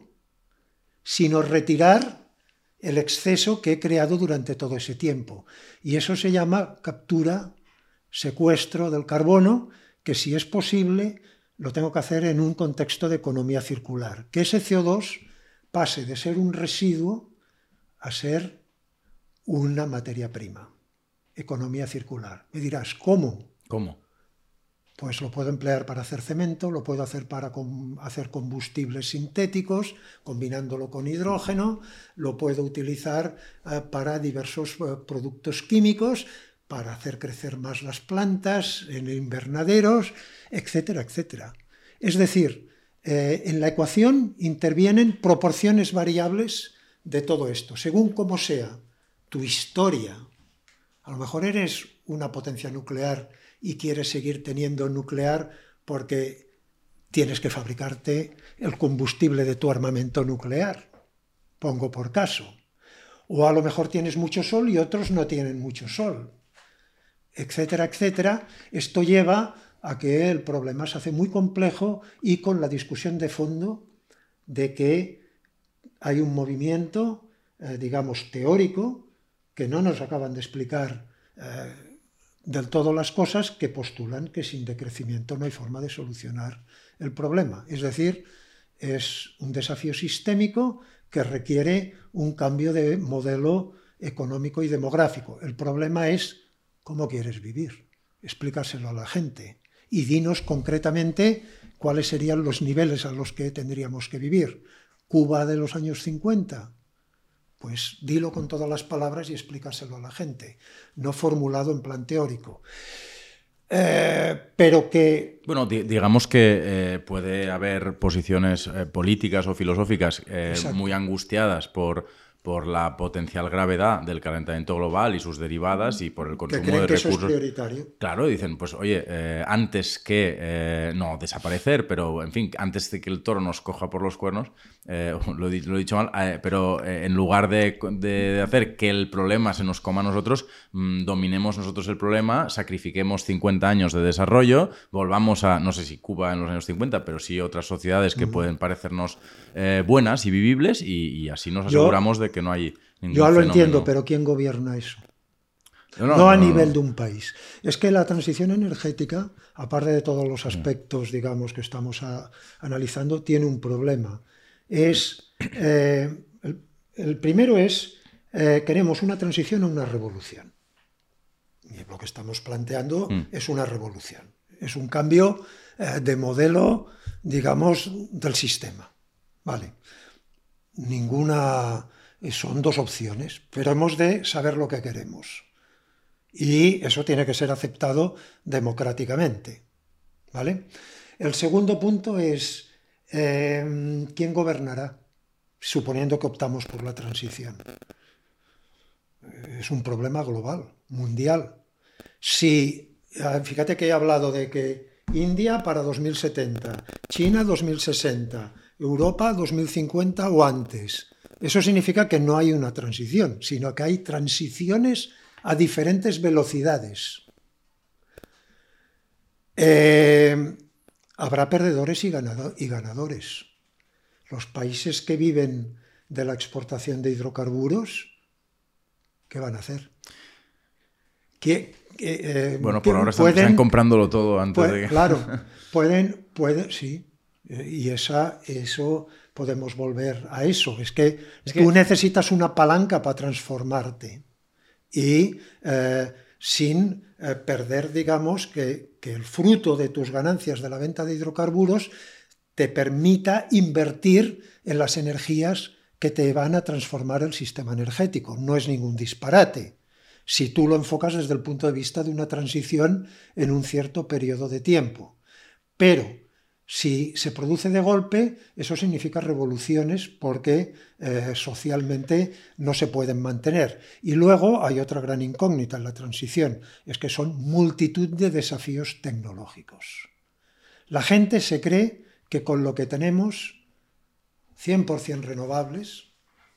sino retirar el exceso que he creado durante todo ese tiempo. Y eso se llama captura, secuestro del carbono, que si es posible lo tengo que hacer en un contexto de economía circular. Que ese C O dos pase de ser un residuo a ser una materia prima. Economía circular. Me dirás, ¿cómo? ¿Cómo? Pues lo puedo emplear para hacer cemento, lo puedo hacer para hacer combustibles sintéticos, combinándolo con hidrógeno, lo puedo utilizar eh, para diversos eh, productos químicos, para hacer crecer más las plantas en invernaderos, etcétera, etcétera. Es decir, eh, en la ecuación intervienen proporciones variables de todo esto, según cómo sea tu historia. A lo mejor eres una potencia nuclear y quieres seguir teniendo nuclear porque tienes que fabricarte el combustible de tu armamento nuclear, pongo por caso. O a lo mejor tienes mucho sol y otros no tienen mucho sol, etcétera, etcétera. Esto lleva a que el problema se hace muy complejo y con la discusión de fondo de que hay un movimiento, eh, digamos, teórico, que no nos acaban de explicar eh, del todo las cosas, que postulan que sin decrecimiento no hay forma de solucionar el problema. Es decir, es un desafío sistémico que requiere un cambio de modelo económico y demográfico. El problema es cómo quieres vivir, explícaselo a la gente y dinos concretamente cuáles serían los niveles a los que tendríamos que vivir. ¿Cuba de los años cincuenta? Pues dilo con todas las palabras y explícaselo a la gente, no formulado en plan teórico. Eh, pero que... Bueno, di digamos que eh, puede haber posiciones eh, políticas o filosóficas eh, muy angustiadas por, por la potencial gravedad del calentamiento global y sus derivadas y por el consumo que creen de que recursos. Eso es prioritario. Claro, dicen, pues oye, eh, antes que, eh, no desaparecer, pero en fin, antes de que el toro nos coja por los cuernos, eh, lo, he, lo he dicho mal, eh, pero eh, en lugar de, de hacer que el problema se nos coma a nosotros, mmm, dominemos nosotros el problema, sacrifiquemos cincuenta años de desarrollo, volvamos a, no sé si Cuba en los años cincuenta, pero sí otras sociedades que uh-huh. pueden parecernos eh, buenas y vivibles y, y así nos aseguramos yo, de que no hay ningún Yo lo fenómeno. entiendo, pero ¿quién gobierna eso? no, no, no a no, nivel no. de un país. Es que la transición energética, aparte de todos los aspectos, digamos, que estamos a, analizando, tiene un problema. Es, eh, el, el primero es, eh, queremos una transición o una revolución. Y lo que estamos planteando mm. es una revolución. Es un cambio eh, de modelo, digamos, del sistema. Vale. Ninguna... Son dos opciones, pero hemos de saber lo que queremos. Y eso tiene que ser aceptado democráticamente. ¿Vale? El segundo punto es, eh, ¿quién gobernará? Suponiendo que optamos por la transición. Es un problema global, mundial. Si, fíjate que he hablado de que India para dos mil setenta, China dos mil sesenta, Europa dos mil cincuenta o antes. Eso significa que no hay una transición, sino que hay transiciones a diferentes velocidades. Eh, habrá perdedores y, ganado, y ganadores. Los países que viven de la exportación de hidrocarburos, ¿qué van a hacer? ¿Qué, eh, bueno, por ahora pueden, están comprándolo todo antes pueden, de que... Claro, pueden, pueden, sí, y esa, eso... podemos volver a eso. Es que, es que tú necesitas una palanca para transformarte y eh, sin eh, perder, digamos, que, que el fruto de tus ganancias de la venta de hidrocarburos te permita invertir en las energías que te van a transformar el sistema energético. No es ningún disparate si tú lo enfocas desde el punto de vista de una transición en un cierto periodo de tiempo. Pero si se produce de golpe, eso significa revoluciones porque eh, socialmente no se pueden mantener. Y luego hay otra gran incógnita en la transición, es que son multitud de desafíos tecnológicos. La gente se cree que con lo que tenemos, cien por ciento renovables,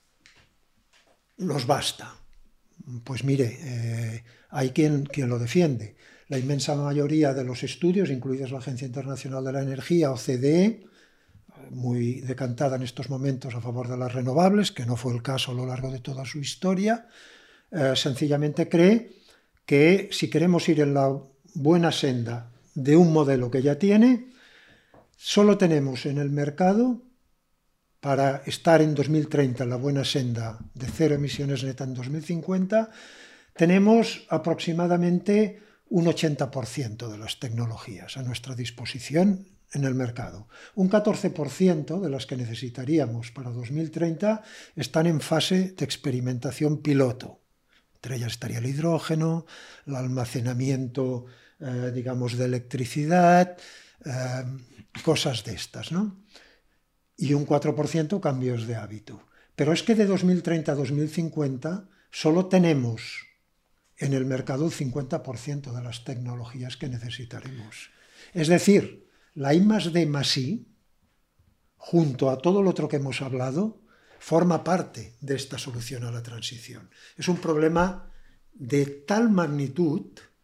nos basta. Pues mire, eh, hay quien, quien lo defiende. La inmensa mayoría de los estudios, incluidas la Agencia Internacional de la Energía o C D E, muy decantada en estos momentos a favor de las renovables, que no fue el caso a lo largo de toda su historia, eh, sencillamente cree que si queremos ir en la buena senda de un modelo que ya tiene, solo tenemos en el mercado, para estar en dos mil treinta en la buena senda de cero emisiones netas en dos mil cincuenta, tenemos aproximadamente un ochenta por ciento de las tecnologías a nuestra disposición en el mercado. Un catorce por ciento de las que necesitaríamos para dos mil treinta están en fase de experimentación piloto. Entre ellas estaría el hidrógeno, el almacenamiento, eh, digamos, de electricidad, eh, cosas de estas, ¿no? Y un cuatro por ciento cambios de hábito. Pero es que de dos mil treinta a dos mil cincuenta solo tenemos en el mercado el cincuenta por ciento de las tecnologías que necesitaremos. Es decir, la I más D más I, junto a todo lo otro que hemos hablado, forma parte de esta solución a la transición. Es un problema de tal magnitud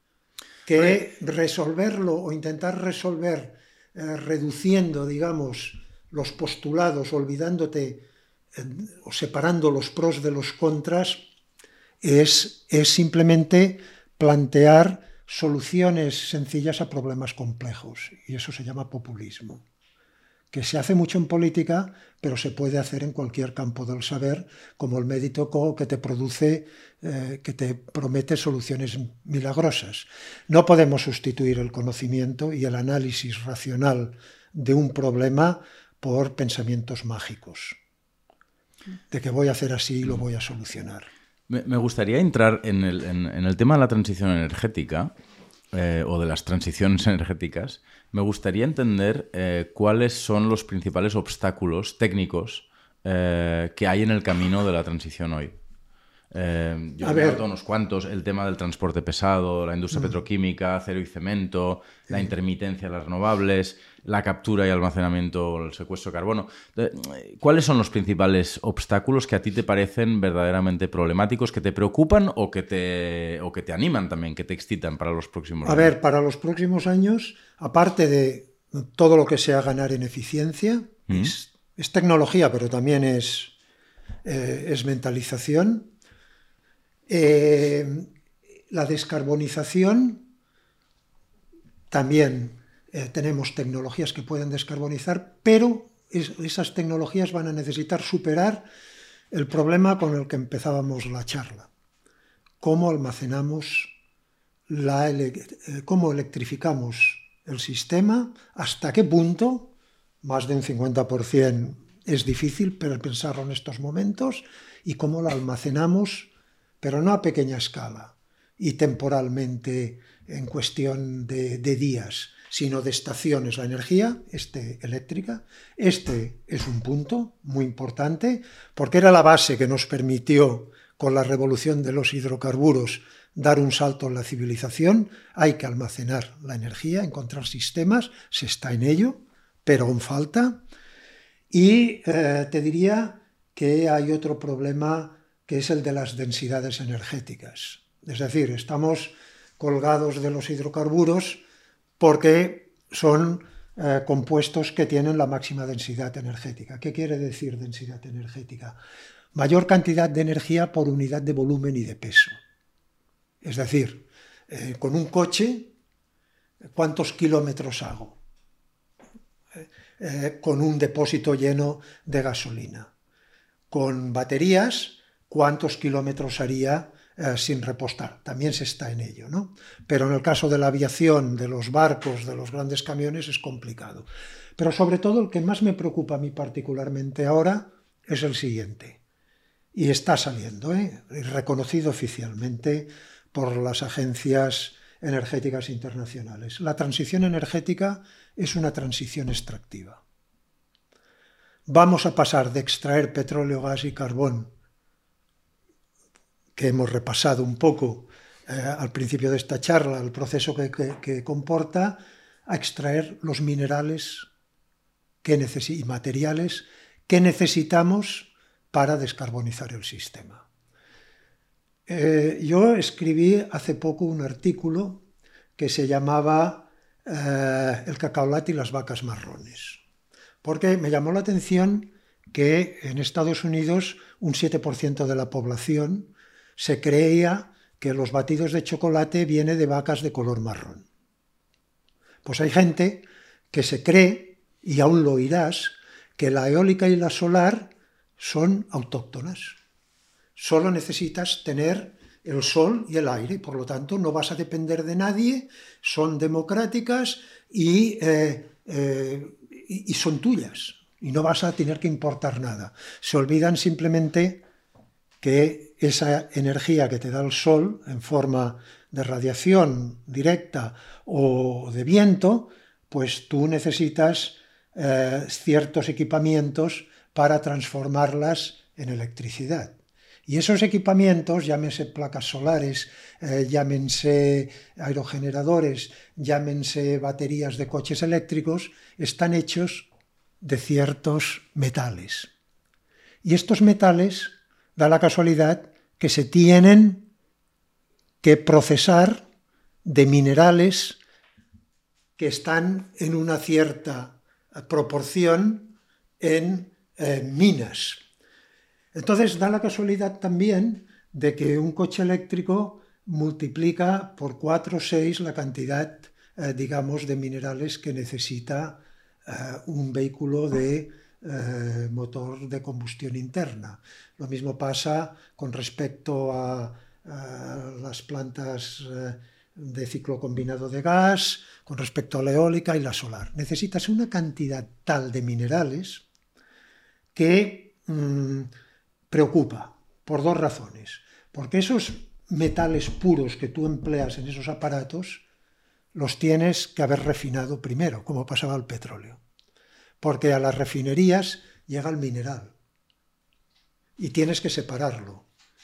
que resolverlo o intentar resolver eh, reduciendo, digamos, los postulados, olvidándote eh, o separando los pros de los contras, Es, es simplemente plantear soluciones sencillas a problemas complejos, y eso se llama populismo, que se hace mucho en política, pero se puede hacer en cualquier campo del saber, como el médico que te produce, eh, que te promete soluciones milagrosas. No podemos sustituir el conocimiento y el análisis racional de un problema por pensamientos mágicos, de que voy a hacer así y lo voy a solucionar. Me gustaría entrar en el, en, en el tema de la transición energética eh, o de las transiciones energéticas. Me gustaría entender eh, cuáles son los principales obstáculos técnicos eh, que hay en el camino de la transición hoy. Eh, yo he notado unos cuantos, el tema del transporte pesado, la industria mm. petroquímica, acero y cemento, sí. la intermitencia de las renovables, la captura y almacenamiento, el secuestro de carbono. ¿Cuáles son los principales obstáculos que a ti te parecen verdaderamente problemáticos, que te preocupan o que te, o que te animan también, que te excitan para los próximos años? A ver, para los próximos años, aparte de todo lo que sea ganar en eficiencia, ¿Mm? es, es tecnología, pero también es, eh, es mentalización. Eh, la descarbonización, también eh, tenemos tecnologías que pueden descarbonizar, pero es, esas tecnologías van a necesitar superar el problema con el que empezábamos la charla. Cómo almacenamos, la ele- eh, cómo electrificamos el sistema, hasta qué punto, más de un cincuenta por ciento es difícil pero pensarlo en estos momentos, y cómo la almacenamos, pero no a pequeña escala y temporalmente en cuestión de, de días, sino de estaciones. La energía este, eléctrica, este es un punto muy importante, porque era la base que nos permitió, con la revolución de los hidrocarburos, dar un salto en la civilización. Hay que almacenar la energía, encontrar sistemas, se está en ello, pero aún falta. Y eh, te diría que hay otro problema, que es el de las densidades energéticas. Es decir, estamos colgados de los hidrocarburos porque son eh, compuestos que tienen la máxima densidad energética. ¿Qué quiere decir densidad energética? Mayor cantidad de energía por unidad de volumen y de peso. Es decir, eh, con un coche, ¿cuántos kilómetros hago? Eh, con un depósito lleno de gasolina. Con baterías, ¿cuántos kilómetros haría eh, sin repostar? También se está en ello, ¿no? Pero en el caso de la aviación, de los barcos, de los grandes camiones, es complicado. Pero sobre todo el que más me preocupa a mí particularmente ahora es el siguiente. Y está saliendo, ¿eh? reconocido oficialmente por las agencias energéticas internacionales. La transición energética es una transición extractiva. Vamos a pasar de extraer petróleo, gas y carbón, que hemos repasado un poco eh, al principio de esta charla, el proceso que, que, que comporta, a extraer los minerales que necesi- y materiales que necesitamos para descarbonizar el sistema. Eh, yo escribí hace poco un artículo que se llamaba eh, El cacaolat y las vacas marrones, porque me llamó la atención que en Estados Unidos un siete por ciento de la población se creía que los batidos de chocolate vienen de vacas de color marrón. Pues hay gente que se cree, y aún lo oirás, que la eólica y la solar son autóctonas. Solo necesitas tener el sol y el aire, por lo tanto no vas a depender de nadie, son democráticas y, eh, eh, y, y son tuyas, y no vas a tener que importar nada. Se olvidan simplemente que esa energía que te da el sol en forma de radiación directa o de viento, pues tú necesitas eh, ciertos equipamientos para transformarlas en electricidad. Y esos equipamientos, llámense placas solares, eh, llámense aerogeneradores, llámense baterías de coches eléctricos, están hechos de ciertos metales. Y estos metales, da la casualidad que se tienen que procesar de minerales que están en una cierta proporción en eh, minas. Entonces da la casualidad también de que un coche eléctrico multiplica por cuatro o seis la cantidad, eh, digamos, de minerales que necesita eh, un vehículo de eh, motor de combustión interna. Lo mismo pasa con respecto a, a las plantas eh, de ciclo combinado de gas, con respecto a la eólica y la solar. Necesitas una cantidad tal de minerales que mmm, preocupa por dos razones. Porque esos metales puros que tú empleas en esos aparatos los tienes que haber refinado primero, como pasaba el petróleo. Porque a las refinerías llega el mineral y tienes que separarlo.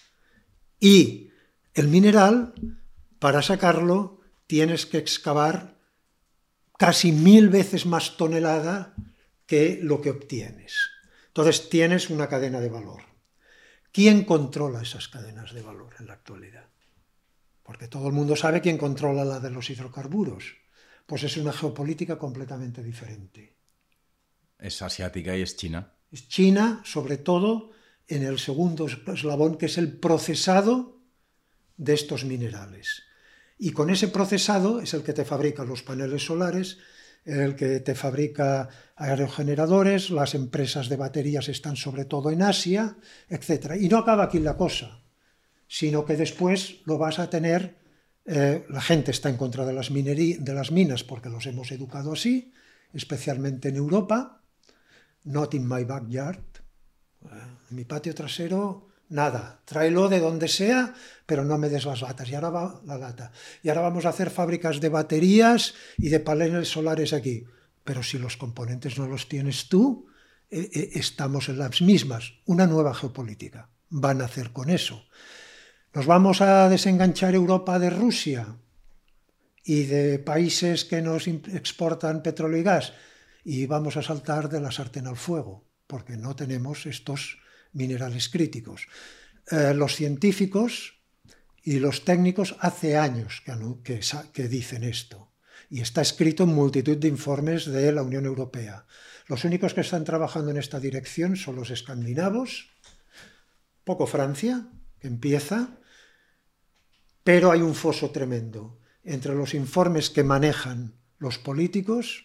Y el mineral, para sacarlo, tienes que excavar casi mil veces más tonelada que lo que obtienes. Entonces tienes una cadena de valor. ¿Quién controla esas cadenas de valor en la actualidad? Porque todo el mundo sabe quién controla la de los hidrocarburos. Pues es una geopolítica completamente diferente. Es asiática y es China. Es China, sobre todo, en el segundo eslabón, que es el procesado de estos minerales. Y con ese procesado es el que te fabrica los paneles solares, el que te fabrica aerogeneradores, las empresas de baterías están sobre todo en Asia, etcétera. Y no acaba aquí la cosa, sino que después lo vas a tener, eh, la gente está en contra de las, minerí, de las minas porque los hemos educado así, especialmente en Europa, not in my backyard, en mi patio trasero, nada, tráelo de donde sea, pero no me des las latas. Y ahora va la lata. Y ahora vamos a hacer fábricas de baterías y de paneles solares aquí. Pero si los componentes no los tienes tú, eh, eh, estamos en las mismas. Una nueva geopolítica van a hacer con eso. ¿Nos vamos a desenganchar Europa de Rusia y de países que nos exportan petróleo y gas? Y vamos a saltar de la sartén al fuego, porque no tenemos estos minerales críticos. Eh, los científicos y los técnicos hace años que, que, que dicen esto, y está escrito en multitud de informes de la Unión Europea. Los únicos que están trabajando en esta dirección son los escandinavos, poco Francia, que empieza, pero hay un foso tremendo entre los informes que manejan los políticos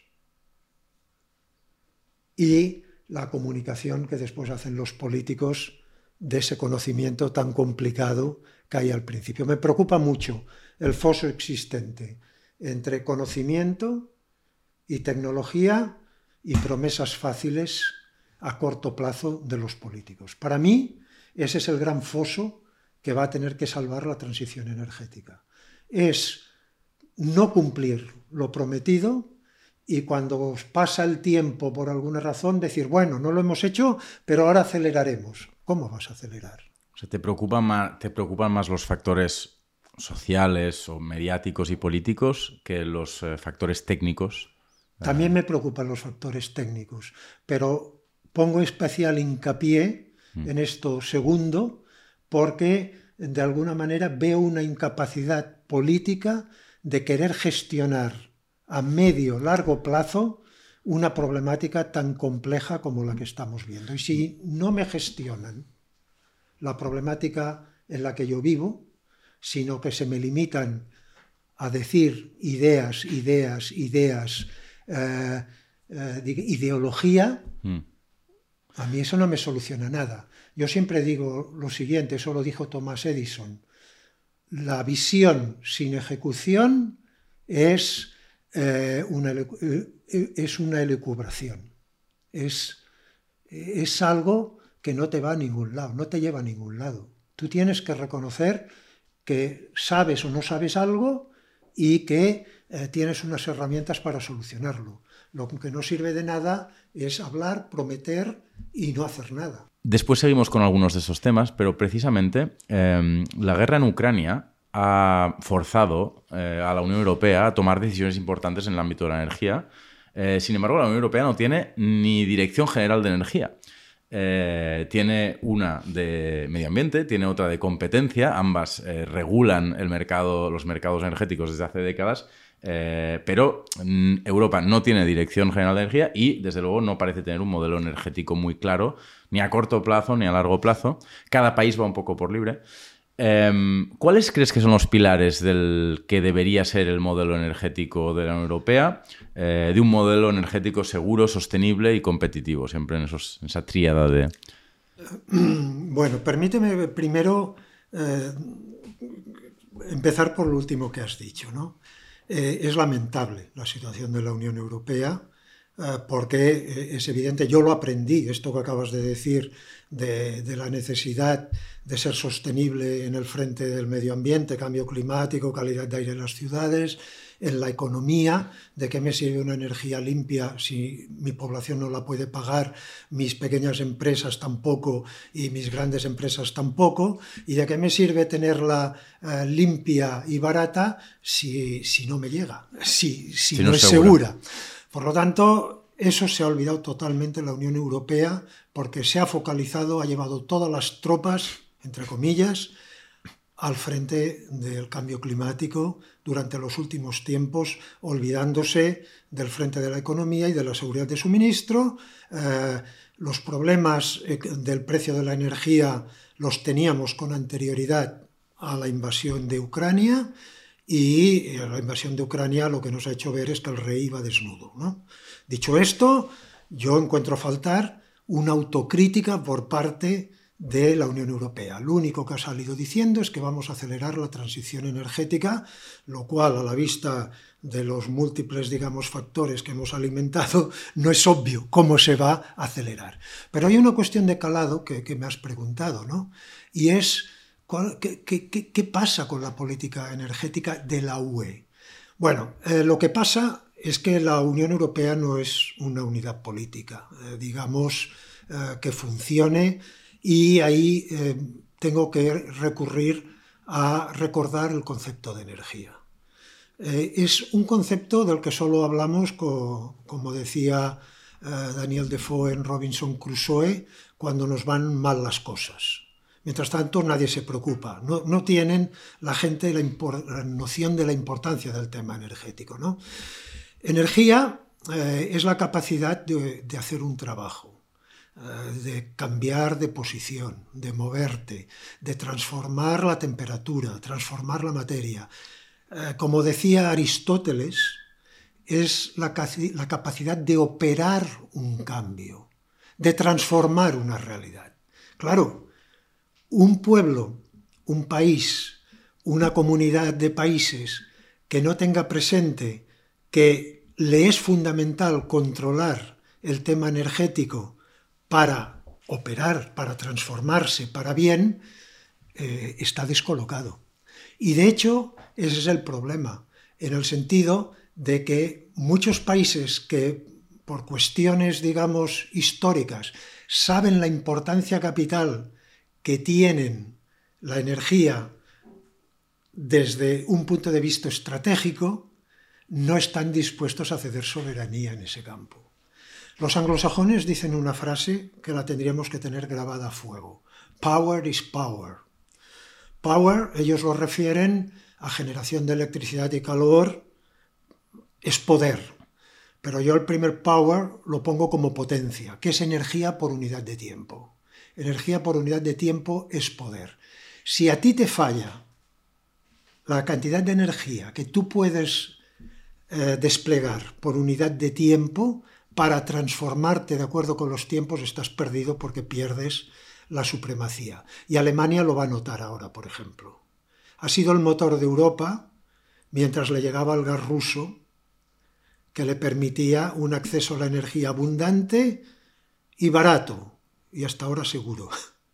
y la comunicación que después hacen los políticos de ese conocimiento tan complicado que hay al principio. Me preocupa mucho el foso existente entre conocimiento y tecnología y promesas fáciles a corto plazo de los políticos. Para mí, ese es el gran foso que va a tener que salvar la transición energética. Es no cumplir lo prometido y cuando pasa el tiempo por alguna razón decir, bueno, no lo hemos hecho, pero ahora aceleraremos. ¿Cómo vas a acelerar? O sea, ¿te preocupan más, te preocupan más los factores sociales o mediáticos y políticos que los eh, factores técnicos? También me preocupan los factores técnicos, pero pongo especial hincapié mm. en esto segundo porque de alguna manera veo una incapacidad política de querer gestionar a medio, largo plazo una problemática tan compleja como la que estamos viendo. Y si no me gestionan la problemática en la que yo vivo, sino que se me limitan a decir ideas, ideas, ideas, eh, eh, ideología, mm. a mí eso no me soluciona nada. Yo siempre digo lo siguiente, eso lo dijo Thomas Edison, la visión sin ejecución es... Eh, una, es una elucubración, es, es algo que no te va a ningún lado, no te lleva a ningún lado. Tú tienes que reconocer que sabes o no sabes algo y que eh, tienes unas herramientas para solucionarlo. Lo que no sirve de nada es hablar, prometer y no hacer nada. Después seguimos con algunos de esos temas, pero precisamente eh, la guerra en Ucrania ha forzado eh, a la Unión Europea a tomar decisiones importantes en el ámbito de la energía. Eh, sin embargo, la Unión Europea no tiene ni Dirección General de Energía. Eh, tiene una de medio ambiente, tiene otra de competencia. Ambas eh, regulan el mercado, los mercados energéticos desde hace décadas, eh, pero mm, Europa no tiene Dirección General de Energía y, desde luego, no parece tener un modelo energético muy claro, ni a corto plazo ni a largo plazo. Cada país va un poco por libre. Um, ¿Cuáles crees que son los pilares del que debería ser el modelo energético de la Unión Europea? Eh, de un modelo energético seguro, sostenible y competitivo, siempre en, esos, en esa tríada de... Bueno, permíteme primero eh, empezar por lo último que has dicho, ¿no? Eh, es lamentable la situación de la Unión Europea eh, porque es evidente, yo lo aprendí, esto que acabas de decir, de, de la necesidad de ser sostenible en el frente del medio ambiente, cambio climático, calidad de aire en las ciudades, en la economía, de qué me sirve una energía limpia si mi población no la puede pagar, mis pequeñas empresas tampoco y mis grandes empresas tampoco, y de qué me sirve tenerla eh, limpia y barata si, si no me llega, si, si, si no, no es segura. segura. Por lo tanto, eso se ha olvidado totalmente en la Unión Europea porque se ha focalizado, ha llevado todas las tropas, entre comillas, al frente del cambio climático durante los últimos tiempos, olvidándose del frente de la economía y de la seguridad de suministro. Eh, los problemas del precio de la energía los teníamos con anterioridad a la invasión de Ucrania, y la invasión de Ucrania lo que nos ha hecho ver es que el rey iba desnudo, ¿no? Dicho esto, yo encuentro faltar una autocrítica por parte de la Unión Europea. Lo único que ha salido diciendo es que vamos a acelerar la transición energética, lo cual, a la vista de los múltiples, digamos, factores que hemos alimentado, no es obvio cómo se va a acelerar. Pero hay una cuestión de calado que, que me has preguntado, ¿no? Y es, ¿cuál, qué, qué, qué pasa con la política energética de la U E? Bueno, eh, lo que pasa es que la Unión Europea no es una unidad política, eh, digamos, eh, que funcione. Y ahí eh, tengo que recurrir a recordar el concepto de energía. Eh, es un concepto del que solo hablamos, co, como decía eh, Daniel Defoe en Robinson Crusoe, cuando nos van mal las cosas. Mientras tanto, nadie se preocupa. No, no tienen la gente la, impor, la noción de la importancia del tema energético, ¿no? Energía eh, es la capacidad de, de hacer un trabajo, de cambiar de posición, de moverte, de transformar la temperatura, transformar la materia. Eh, como decía Aristóteles, es la, la capacidad de operar un cambio, de transformar una realidad. Claro, un pueblo, un país, una comunidad de países que no tenga presente que le es fundamental controlar el tema energético para operar, para transformarse para bien, eh, está descolocado. Y de hecho, ese es el problema, en el sentido de que muchos países que, por cuestiones, digamos, históricas, saben la importancia capital que tienen la energía desde un punto de vista estratégico, no están dispuestos a ceder soberanía en ese campo. Los anglosajones dicen una frase que la tendríamos que tener grabada a fuego. Power is power. Power, ellos lo refieren a generación de electricidad y calor, es poder. Pero yo el primer power lo pongo como potencia, que es energía por unidad de tiempo. Energía por unidad de tiempo es poder. Si a ti te falla la cantidad de energía que tú puedes eh, desplegar por unidad de tiempo, para transformarte de acuerdo con los tiempos, estás perdido porque pierdes la supremacía. Y Alemania lo va a notar ahora, por ejemplo. Ha sido el motor de Europa mientras le llegaba el gas ruso, que le permitía un acceso a la energía abundante y barato, y hasta ahora seguro.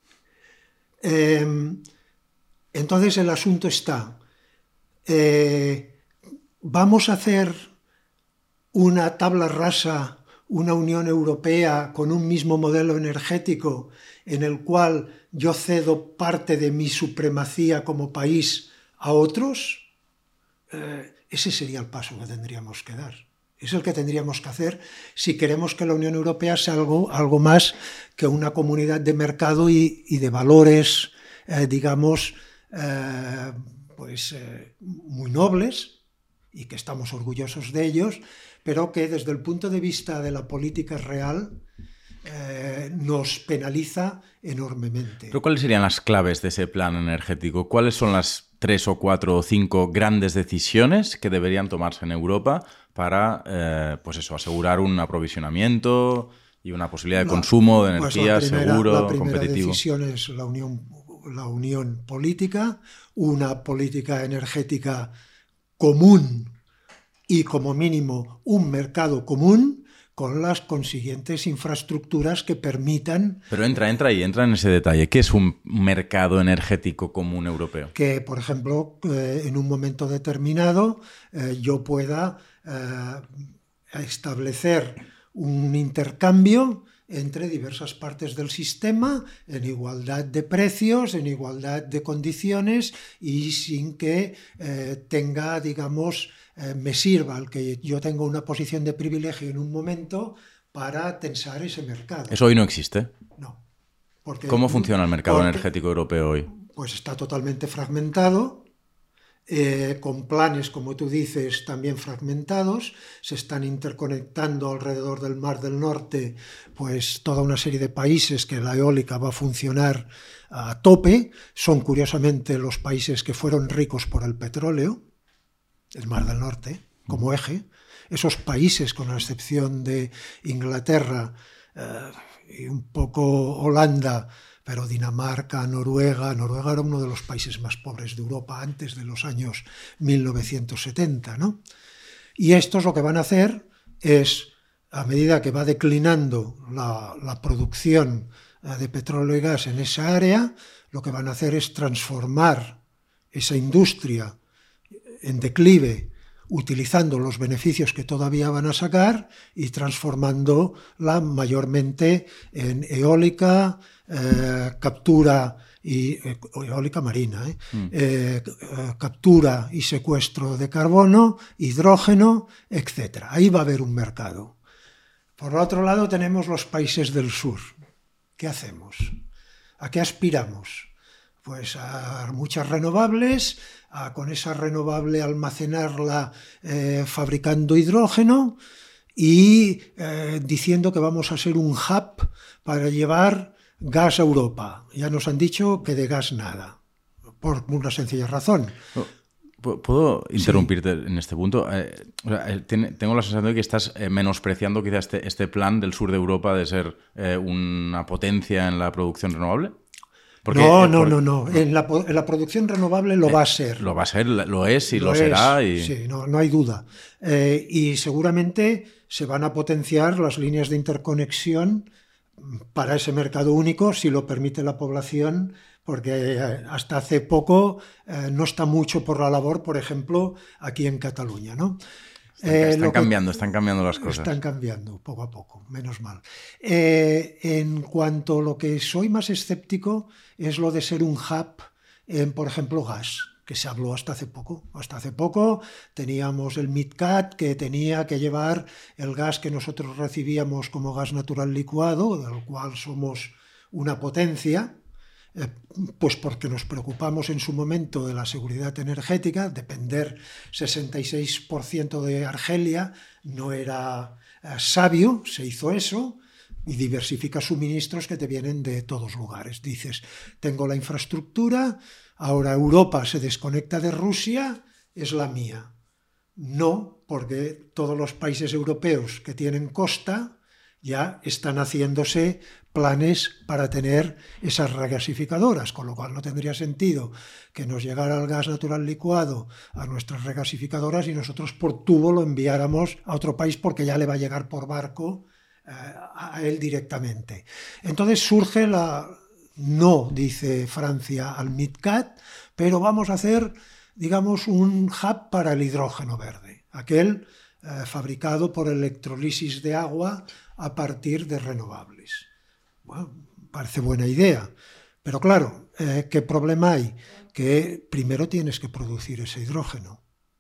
Eh, entonces el asunto está, eh, ¿vamos a hacer una tabla rasa, una Unión Europea con un mismo modelo energético en el cual yo cedo parte de mi supremacía como país a otros? Eh, ese sería el paso que tendríamos que dar. Es el que tendríamos que hacer si queremos que la Unión Europea sea algo, algo más que una comunidad de mercado y, y de valores, eh, digamos, eh, pues, eh, muy nobles, y que estamos orgullosos de ellos, pero que desde el punto de vista de la política real eh, nos penaliza enormemente. ¿Pero cuáles serían las claves de ese plan energético? ¿Cuáles son las tres o cuatro o cinco grandes decisiones que deberían tomarse en Europa para eh, pues eso, asegurar un aprovisionamiento y una posibilidad de la, consumo de energía pues la primera, seguro, la primera competitivo? La primera decisión es la unión, la unión política, una política energética común y como mínimo un mercado común con las consiguientes infraestructuras que permitan... Pero entra, entra ahí, entra en ese detalle. ¿Qué es un mercado energético común europeo? Que, por ejemplo, eh, en un momento determinado eh, yo pueda eh, establecer un intercambio entre diversas partes del sistema en igualdad de precios, en igualdad de condiciones y sin que eh, tenga, digamos, eh, me sirva el que yo tenga una posición de privilegio en un momento para tensar ese mercado. ¿Eso hoy no existe? No. Porque, ¿Cómo funciona el mercado porque, energético europeo hoy? Pues está totalmente fragmentado. eh, con planes, como tú dices, también fragmentados. Se están interconectando alrededor del Mar del Norte pues toda una serie de países que la eólica va a funcionar a tope. Son curiosamente los países que fueron ricos por el petróleo, el Mar del Norte, como eje. Esos países, con la excepción de Inglaterra eh, y un poco Holanda, pero Dinamarca, Noruega, Noruega era uno de los países más pobres de Europa antes de los años mil novecientos setenta, ¿no? Y estos lo que van a hacer es, a medida que va declinando la, la producción de petróleo y gas en esa área, lo que van a hacer es transformar esa industria en declive, utilizando los beneficios que todavía van a sacar y transformándola mayormente en eólica, eh, captura y eh, eólica marina, eh, mm. eh, captura y secuestro de carbono, hidrógeno, etcétera. Ahí va a haber un mercado. Por otro lado tenemos los países del sur. ¿Qué hacemos? ¿A qué aspiramos? Pues a muchas renovables, a con esa renovable almacenarla eh, fabricando hidrógeno y eh, diciendo que vamos a ser un hub para llevar gas a Europa. Ya nos han dicho que de gas nada, por una sencilla razón. ¿Puedo interrumpirte sí. en este punto? Eh, o sea, tengo la sensación de que estás eh, menospreciando quizá este, este plan del sur de Europa de ser eh, una potencia en la producción renovable. Porque, no, no, no, no. En la, en la producción renovable lo eh, va a ser. Lo va a ser, lo es y lo, lo será. Y... Sí, no, no hay duda. Eh, y seguramente se van a potenciar las líneas de interconexión para ese mercado único, si lo permite la población, porque hasta hace poco eh, no está mucho por la labor, por ejemplo, aquí en Cataluña, ¿no? Están, eh, están cambiando, están cambiando las cosas. Están cambiando, poco a poco, menos mal. Eh, en cuanto a lo que soy más escéptico es lo de ser un hub en, por ejemplo, gas, que se habló hasta hace poco. Hasta hace poco teníamos el MidCat, que tenía que llevar el gas que nosotros recibíamos como gas natural licuado, del cual somos una potencia, Eh, pues porque nos preocupamos en su momento de la seguridad energética. Depender sesenta y seis por ciento de Argelia no era eh, sabio, se hizo eso, y diversifica suministros que te vienen de todos lugares. Dices, tengo la infraestructura, ahora Europa se desconecta de Rusia, es la mía. No, porque todos los países europeos que tienen costa ya están haciéndose planes para tener esas regasificadoras, con lo cual no tendría sentido que nos llegara el gas natural licuado a nuestras regasificadoras y nosotros por tubo lo enviáramos a otro país porque ya le va a llegar por barco eh, a él directamente. Entonces surge la... No, dice Francia, al MidCat, pero vamos a hacer, digamos, un hub para el hidrógeno verde, aquel eh, fabricado por electrolisis de agua a partir de renovables. Bueno, parece buena idea, pero claro, eh, ¿qué problema hay? Que primero tienes que producir ese hidrógeno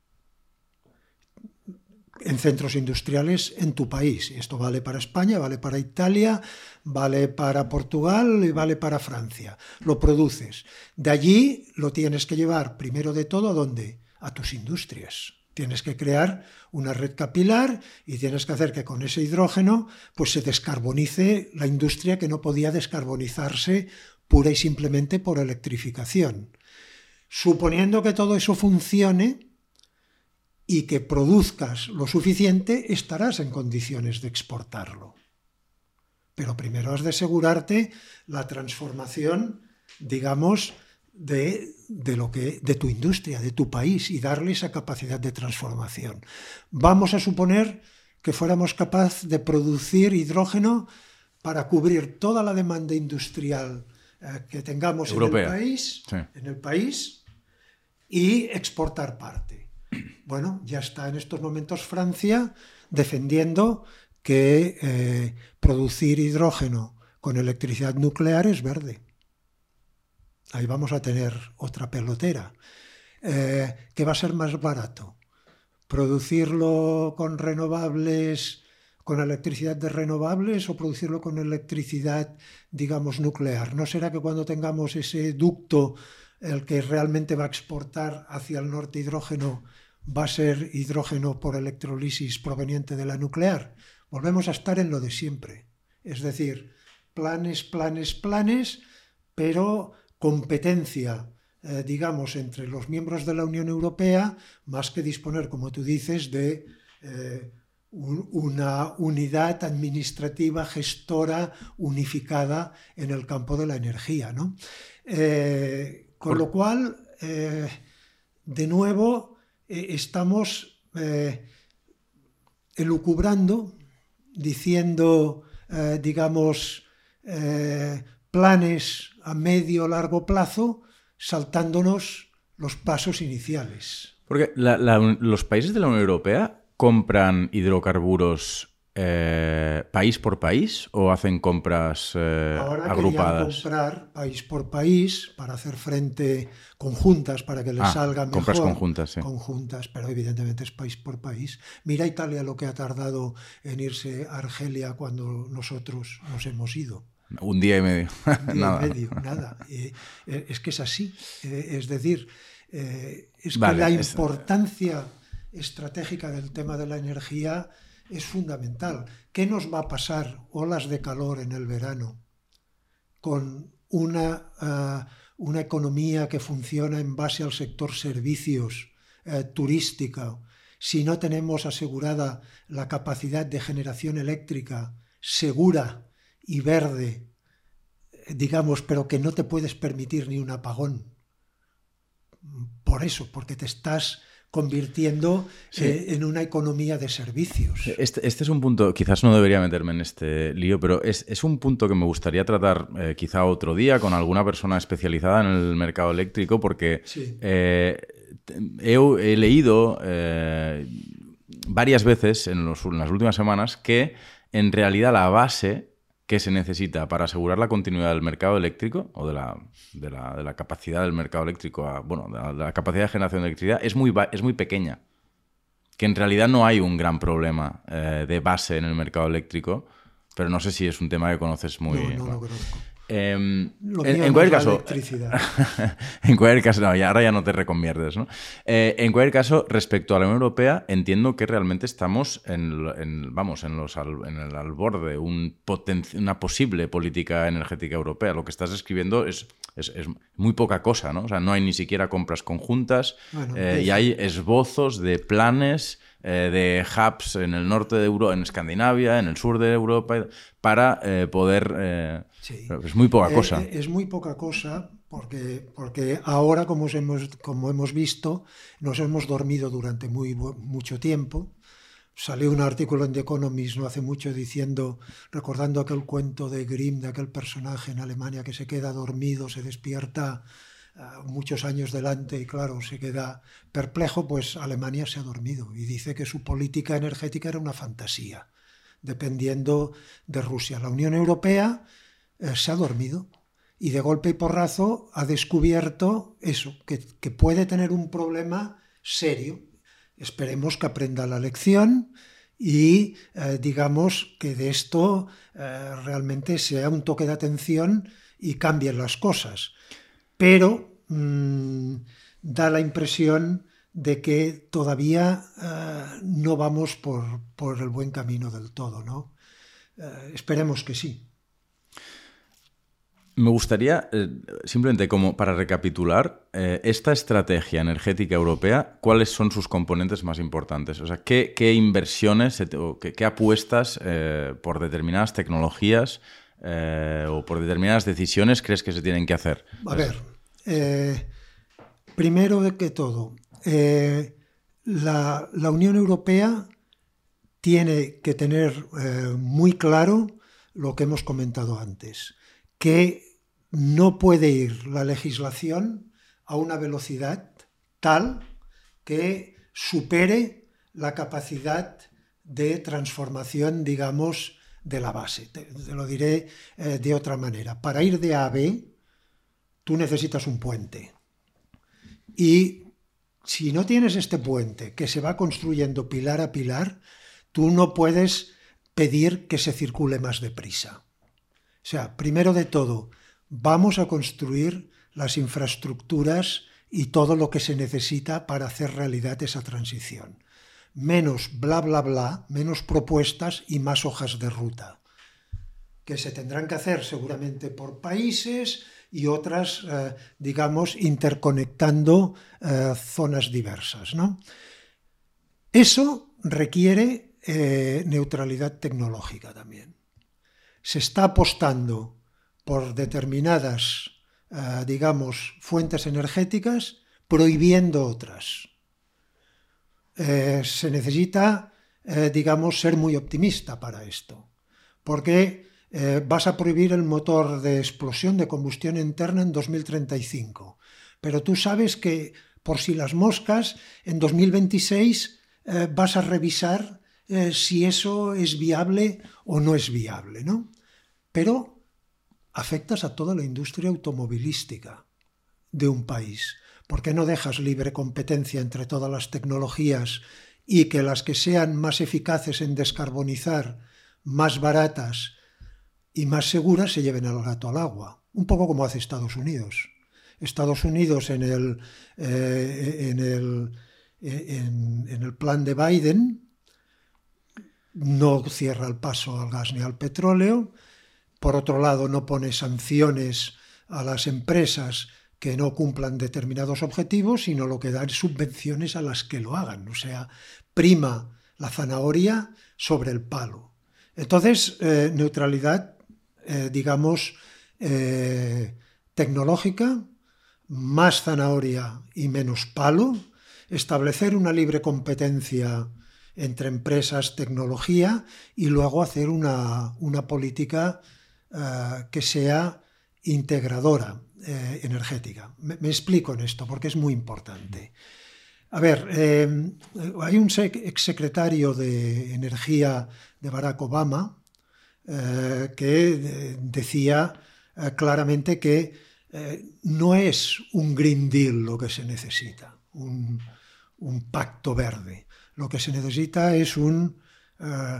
en centros industriales en tu país. Y esto vale para España, vale para Italia, vale para Portugal y vale para Francia. Lo produces. De allí lo tienes que llevar primero de todo ¿a dónde? A tus industrias. Tienes que crear una red capilar y tienes que hacer que con ese hidrógeno pues se descarbonice la industria que no podía descarbonizarse pura y simplemente por electrificación. Suponiendo que todo eso funcione y que produzcas lo suficiente, estarás en condiciones de exportarlo. Pero primero has de asegurarte la transformación, digamos, De, de, lo que, de tu industria, de tu país, y darle esa capacidad de transformación. Vamos a suponer que fuéramos capaces de producir hidrógeno para cubrir toda la demanda industrial eh, que tengamos Europea. en el país, sí. en el país y exportar parte. Bueno, ya está en estos momentos Francia defendiendo que eh, producir hidrógeno con electricidad nuclear es verde. Ahí vamos a tener otra pelotera. Eh, ¿Qué va a ser más barato? ¿Producirlo con renovables, con electricidad de renovables o producirlo con electricidad, digamos, nuclear? ¿No será que cuando tengamos ese ducto el que realmente va a exportar hacia el norte hidrógeno va a ser hidrógeno por electrolisis proveniente de la nuclear. Volvemos a estar en lo de siempre. Es decir, planes, planes, planes, pero competencia, eh, digamos, entre los miembros de la Unión Europea, más que disponer, como tú dices, de eh, un, una unidad administrativa, gestora, unificada en el campo de la energía, ¿no? Eh, con lo cual, eh, de nuevo, eh, estamos eh, elucubrando, diciendo, eh, digamos, eh, planes a medio o largo plazo, saltándonos los pasos iniciales. Porque la, la, los países de la Unión Europea compran hidrocarburos eh, país por país o hacen compras eh, Ahora agrupadas. Comprar país por país para hacer frente conjuntas para que les ah, salga mejor. Compras conjuntas, sí. Conjuntas, pero evidentemente es país por país. Mira Italia lo que ha tardado en irse a Argelia cuando nosotros nos hemos ido. Un día y medio. Un día nada. y medio, nada. Eh, eh, es que es así. Eh, es decir, eh, es vale, que la es... importancia estratégica del tema de la energía es fundamental. ¿Qué nos va a pasar? Olas de calor en el verano con una, uh, una economía que funciona en base al sector servicios, uh, turística, si no tenemos asegurada la capacidad de generación eléctrica segura y verde, digamos, pero que no te puedes permitir ni un apagón. Por eso, porque te estás convirtiendo sí. eh, en una economía de servicios. Este, este es un punto, quizás no debería meterme en este lío, pero es, es un punto que me gustaría tratar eh, quizá otro día con alguna persona especializada en el mercado eléctrico, porque sí. eh, he, he leído eh, varias veces en, los, en las últimas semanas que en realidad la base que se necesita para asegurar la continuidad del mercado eléctrico o de la, de la, de la capacidad del mercado eléctrico, a, bueno, de la, de la capacidad de generación de electricidad es muy, es muy pequeña. Que en realidad no hay un gran problema eh, de base en el mercado eléctrico, pero no sé si es un tema que conoces muy... No, no bueno. lo conozco. Eh, en, en cualquier caso, electricidad. en cualquier caso, no, ya, ahora ya no te reconviertes, ¿no? Eh, en cualquier caso, respecto a la Unión Europea, entiendo que realmente estamos en, en vamos, en los al, en el al borde un poten, una posible política energética europea. Lo que estás escribiendo es, es, es muy poca cosa, ¿no? O sea, no hay ni siquiera compras conjuntas bueno, eh, y hay esbozos de planes eh, de hubs en el norte de Europa, en Escandinavia, en el sur de Europa, para eh, poder... Eh, Sí. Es muy poca cosa. Eh, es muy poca cosa porque, porque ahora, como hemos, como hemos visto, nos hemos dormido durante muy, mucho tiempo. Salió un artículo en The Economist no hace mucho diciendo, recordando aquel cuento de Grimm, de aquel personaje en Alemania que se queda dormido, se despierta uh, muchos años delante y claro, se queda perplejo, pues Alemania se ha dormido y dice que su política energética era una fantasía, dependiendo de Rusia. La Unión Europea se ha dormido y de golpe y porrazo ha descubierto eso, que, que puede tener un problema serio. Esperemos que aprenda la lección y eh, digamos que de esto eh, realmente sea un toque de atención y cambien las cosas. Pero mmm, da la impresión de que todavía eh, no vamos por, por el buen camino del todo, ¿no? Eh, esperemos que sí. Me gustaría, eh, simplemente como para recapitular, eh, esta estrategia energética europea, ¿cuáles son sus componentes más importantes? O sea, ¿qué, qué inversiones o qué, qué apuestas eh, por determinadas tecnologías eh, o por determinadas decisiones crees que se tienen que hacer? A ver, eh, primero de que todo, eh, la, la Unión Europea tiene que tener eh, muy claro lo que hemos comentado antes, que no puede ir la legislación a una velocidad tal que supere la capacidad de transformación, digamos, de la base. Te, te lo diré eh, de otra manera. Para ir de A a B, tú necesitas un puente. Y si no tienes este puente que se va construyendo pilar a pilar, tú no puedes pedir que se circule más deprisa. O sea, primero de todo, vamos a construir las infraestructuras y todo lo que se necesita para hacer realidad esa transición. Menos bla, bla, bla, menos propuestas y más hojas de ruta, que se tendrán que hacer seguramente por países y otras, eh, digamos, interconectando eh, zonas diversas, ¿no? Eso requiere eh, neutralidad tecnológica también. Se está apostando por determinadas, eh, digamos, fuentes energéticas, prohibiendo otras. Eh, se necesita, eh, digamos, ser muy optimista para esto, porque eh, vas a prohibir el motor de explosión de combustión interna en dos mil treinta y cinco, pero tú sabes que, por si las moscas, en dos mil veintiséis eh, vas a revisar eh, si eso es viable o no es viable, ¿no? Pero afectas a toda la industria automovilística de un país. ¿Por qué no dejas libre competencia entre todas las tecnologías y que las que sean más eficaces en descarbonizar, más baratas y más seguras se lleven al gato al agua? Un poco como hace Estados Unidos. Estados Unidos en el, eh, en el, en, en el plan de Biden no cierra el paso al gas ni al petróleo. Por otro lado, no pone sanciones a las empresas que no cumplan determinados objetivos, sino lo que da es subvenciones a las que lo hagan. O sea, prima la zanahoria sobre el palo. Entonces, eh, neutralidad, eh, digamos, eh, tecnológica, más zanahoria y menos palo, establecer una libre competencia entre empresas, tecnología, y luego hacer una, una política uh, que sea integradora eh, energética. Me, me explico en esto porque es muy importante. A ver, eh, hay un exsecretario de Energía de Barack Obama eh, que decía eh, claramente que eh, no es un Green Deal lo que se necesita, un, un pacto verde. Lo que se necesita es un uh,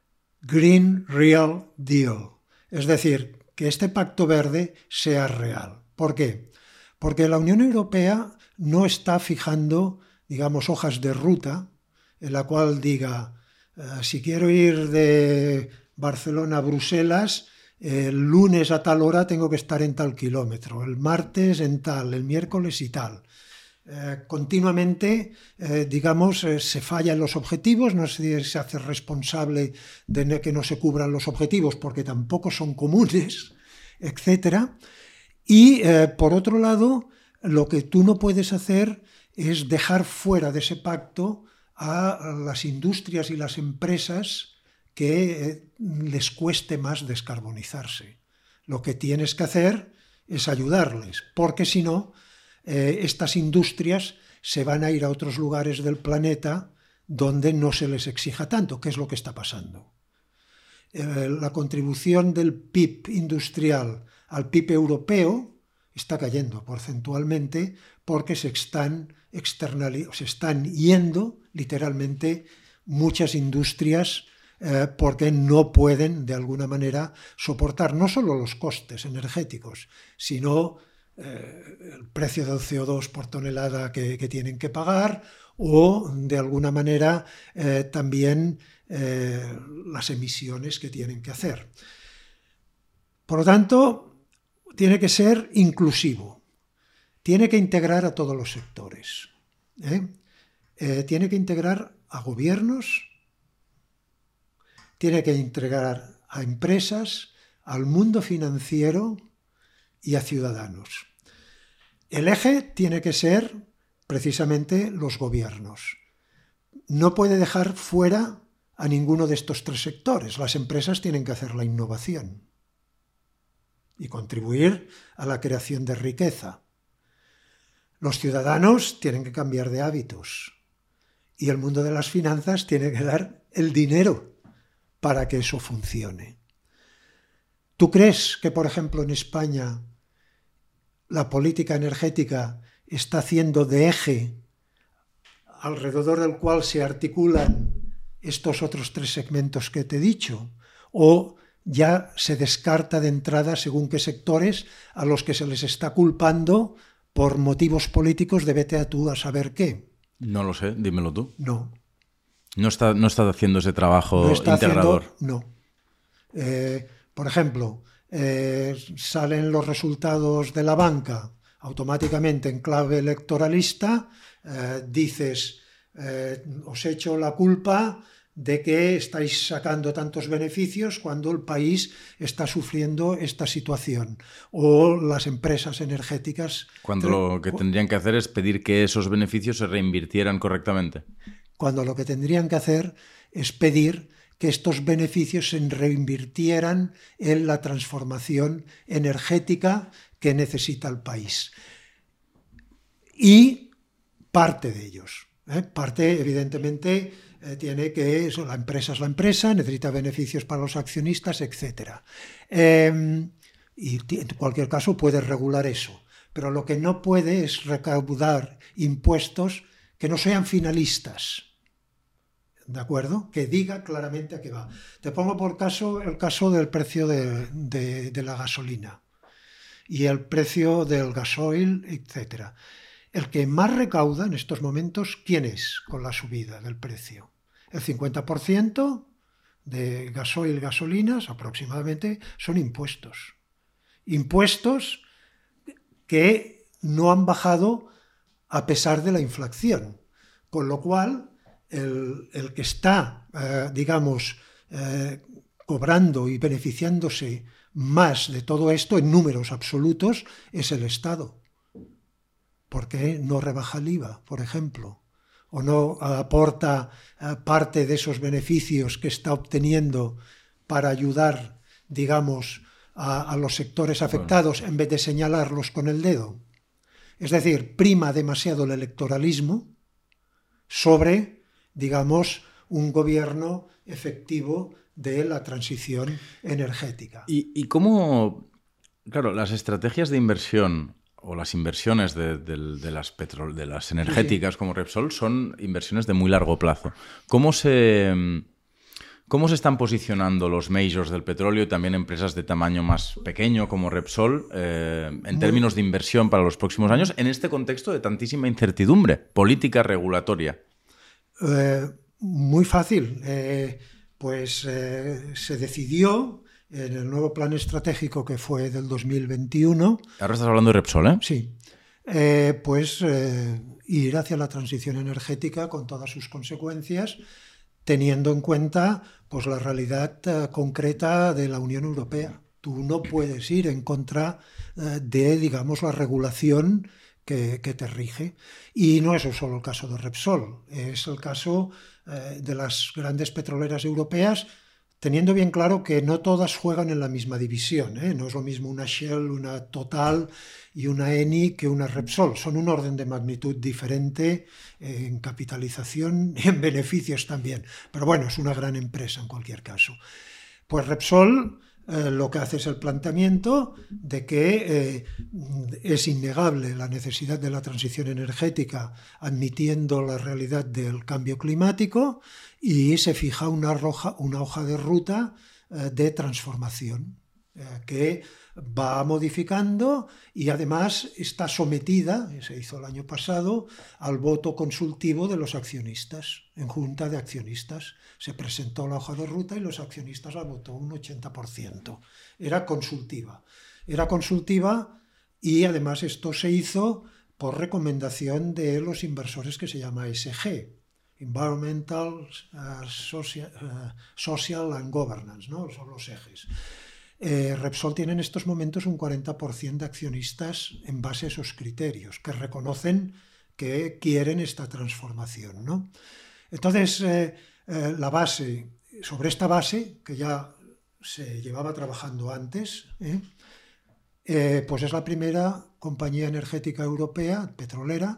Green Real Deal, es decir, que este pacto verde sea real. ¿Por qué? Porque la Unión Europea no está fijando, digamos, hojas de ruta en la cual diga, uh, si quiero ir de Barcelona a Bruselas, el lunes a tal hora tengo que estar en tal kilómetro, el martes en tal, el miércoles y tal. Eh, continuamente, eh, digamos, eh, se fallan los objetivos, no se, se hace responsable de que no se cubran los objetivos porque tampoco son comunes, etcétera. Y, eh, por otro lado, lo que tú no puedes hacer es dejar fuera de ese pacto a las industrias y las empresas que eh, les cueste más descarbonizarse. Lo que tienes que hacer es ayudarles, porque si no, Eh, estas industrias se van a ir a otros lugares del planeta donde no se les exija tanto, que es lo que está pasando. Eh, la contribución del P I B industrial al P I B europeo está cayendo porcentualmente porque se están, se están yendo literalmente muchas industrias eh, porque no pueden de alguna manera soportar no solo los costes energéticos, sino Eh, el precio del C O dos por tonelada que, que tienen que pagar o de alguna manera eh, también eh, las emisiones que tienen que hacer. Por lo tanto, tiene que ser inclusivo, tiene que integrar a todos los sectores, ¿eh? Eh, tiene que integrar a gobiernos, tiene que integrar a empresas, al mundo financiero y a ciudadanos. El eje tiene que ser precisamente los gobiernos. No puede dejar fuera a ninguno de estos tres sectores. Las empresas tienen que hacer la innovación y contribuir a la creación de riqueza. Los ciudadanos tienen que cambiar de hábitos y el mundo de las finanzas tiene que dar el dinero para que eso funcione. ¿Tú crees que, por ejemplo, en España la política energética está haciendo de eje alrededor del cual se articulan estos otros tres segmentos que te he dicho? ¿O ya se descarta de entrada según qué sectores a los que se les está culpando por motivos políticos de vete a tú a saber qué. No lo sé, dímelo tú. No. No está, no está haciendo ese trabajo no está integrador. Haciendo, no. Eh, por ejemplo, eh, salen los resultados de la banca automáticamente en clave electoralista, eh, dices, eh, os echo la culpa de que estáis sacando tantos beneficios cuando el país está sufriendo esta situación. O las empresas energéticas... Cuando lo que tendrían que hacer es pedir que esos beneficios se reinvirtieran correctamente. Cuando lo que tendrían que hacer es pedir que estos beneficios se reinvirtieran en la transformación energética que necesita el país. Y parte de ellos. ¿eh? Parte, evidentemente, eh, tiene que... Eso, la empresa es la empresa, necesita beneficios para los accionistas, etcétera. Eh, y en cualquier caso puede regular eso. Pero lo que no puede es recaudar impuestos que no sean finalistas. ¿De acuerdo? Que diga claramente a qué va. Te pongo por caso el caso del precio de, de, de la gasolina y el precio del gasoil, etcétera. El que más recauda en estos momentos, ¿quién es con la subida del precio? El cincuenta por ciento de gasoil, gasolinas, aproximadamente, son impuestos. Impuestos que no han bajado a pesar de la inflación. Con lo cual, el, el que está, eh, digamos, eh, cobrando y beneficiándose más de todo esto en números absolutos es el Estado. ¿Por qué no rebaja el I V A, por ejemplo? ¿O no aporta eh, parte de esos beneficios que está obteniendo para ayudar, digamos, a, a los sectores afectados en vez de señalarlos con el dedo? Es decir, prima demasiado el electoralismo sobre, digamos, un gobierno efectivo de la transición energética. ¿Y, y cómo, claro, las estrategias de inversión o las inversiones de, de, de, las, petro, de las energéticas sí, sí. como Repsol son inversiones de muy largo plazo? ¿Cómo se, cómo se están posicionando los majors del petróleo y también empresas de tamaño más pequeño como Repsol eh, en muy... términos de inversión para los próximos años en este contexto de tantísima incertidumbre política regulatoria? Eh, muy fácil. Eh, pues eh, se decidió en el nuevo plan estratégico que fue del dos mil veintiuno. Ahora estás hablando de Repsol, ¿eh? Sí. Eh, pues eh, ir hacia la transición energética con todas sus consecuencias, teniendo en cuenta pues, la realidad eh, concreta de la Unión Europea. Tú no puedes ir en contra eh, de, digamos, la regulación Que, que te rige. Y no es solo el caso de Repsol, es el caso eh, de las grandes petroleras europeas, teniendo bien claro que no todas juegan en la misma división. ¿eh? No es lo mismo una Shell, una Total y una Eni que una Repsol. Son un orden de magnitud diferente eh, en capitalización y en beneficios también. Pero bueno, es una gran empresa en cualquier caso. Pues Repsol... Eh, lo que hace es el planteamiento de que eh, es innegable la necesidad de la transición energética admitiendo la realidad del cambio climático y se fija una, roja, una hoja de ruta eh, de transformación eh, que va modificando y además está sometida, se hizo el año pasado, al voto consultivo de los accionistas, en junta de accionistas. Se presentó la hoja de ruta y los accionistas la votó un ochenta por ciento. Era consultiva. Era consultiva y además esto se hizo por recomendación de los inversores que se llama E S G, Environmental, uh, Social, uh, Social and Governance, ¿no? Son los ejes. Eh, Repsol tiene en estos momentos un cuarenta por ciento de accionistas en base a esos criterios, que reconocen que quieren esta transformación, ¿no? Entonces, eh, eh, la base, sobre esta base, que ya se llevaba trabajando antes, ¿eh? Eh, pues es la primera compañía energética europea, petrolera,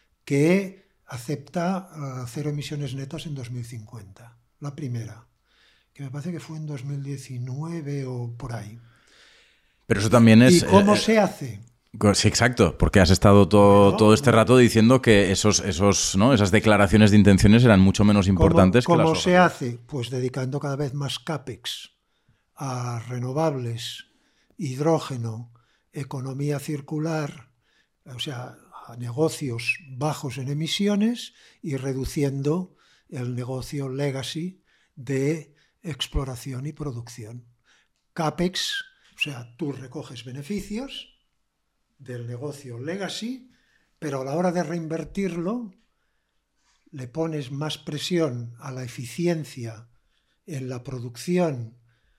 que acepta uh, cero emisiones netas en dos mil cincuenta. La primera, que me parece que fue en dos mil diecinueve o por ahí. Pero eso también es... ¿Y cómo eh, se hace? Sí, exacto, porque has estado todo, no, todo este no. rato diciendo que esos, esos, ¿no? esas declaraciones de intenciones eran mucho menos importantes ¿Cómo, que las ¿Cómo hojas. se hace? Pues dedicando cada vez más CAPEX a renovables, hidrógeno, economía circular, o sea, a negocios bajos en emisiones y reduciendo el negocio legacy de exploración y producción. CAPEX, o sea, tú recoges beneficios del negocio legacy, pero a la hora de reinvertirlo le pones más presión a la eficiencia en la producción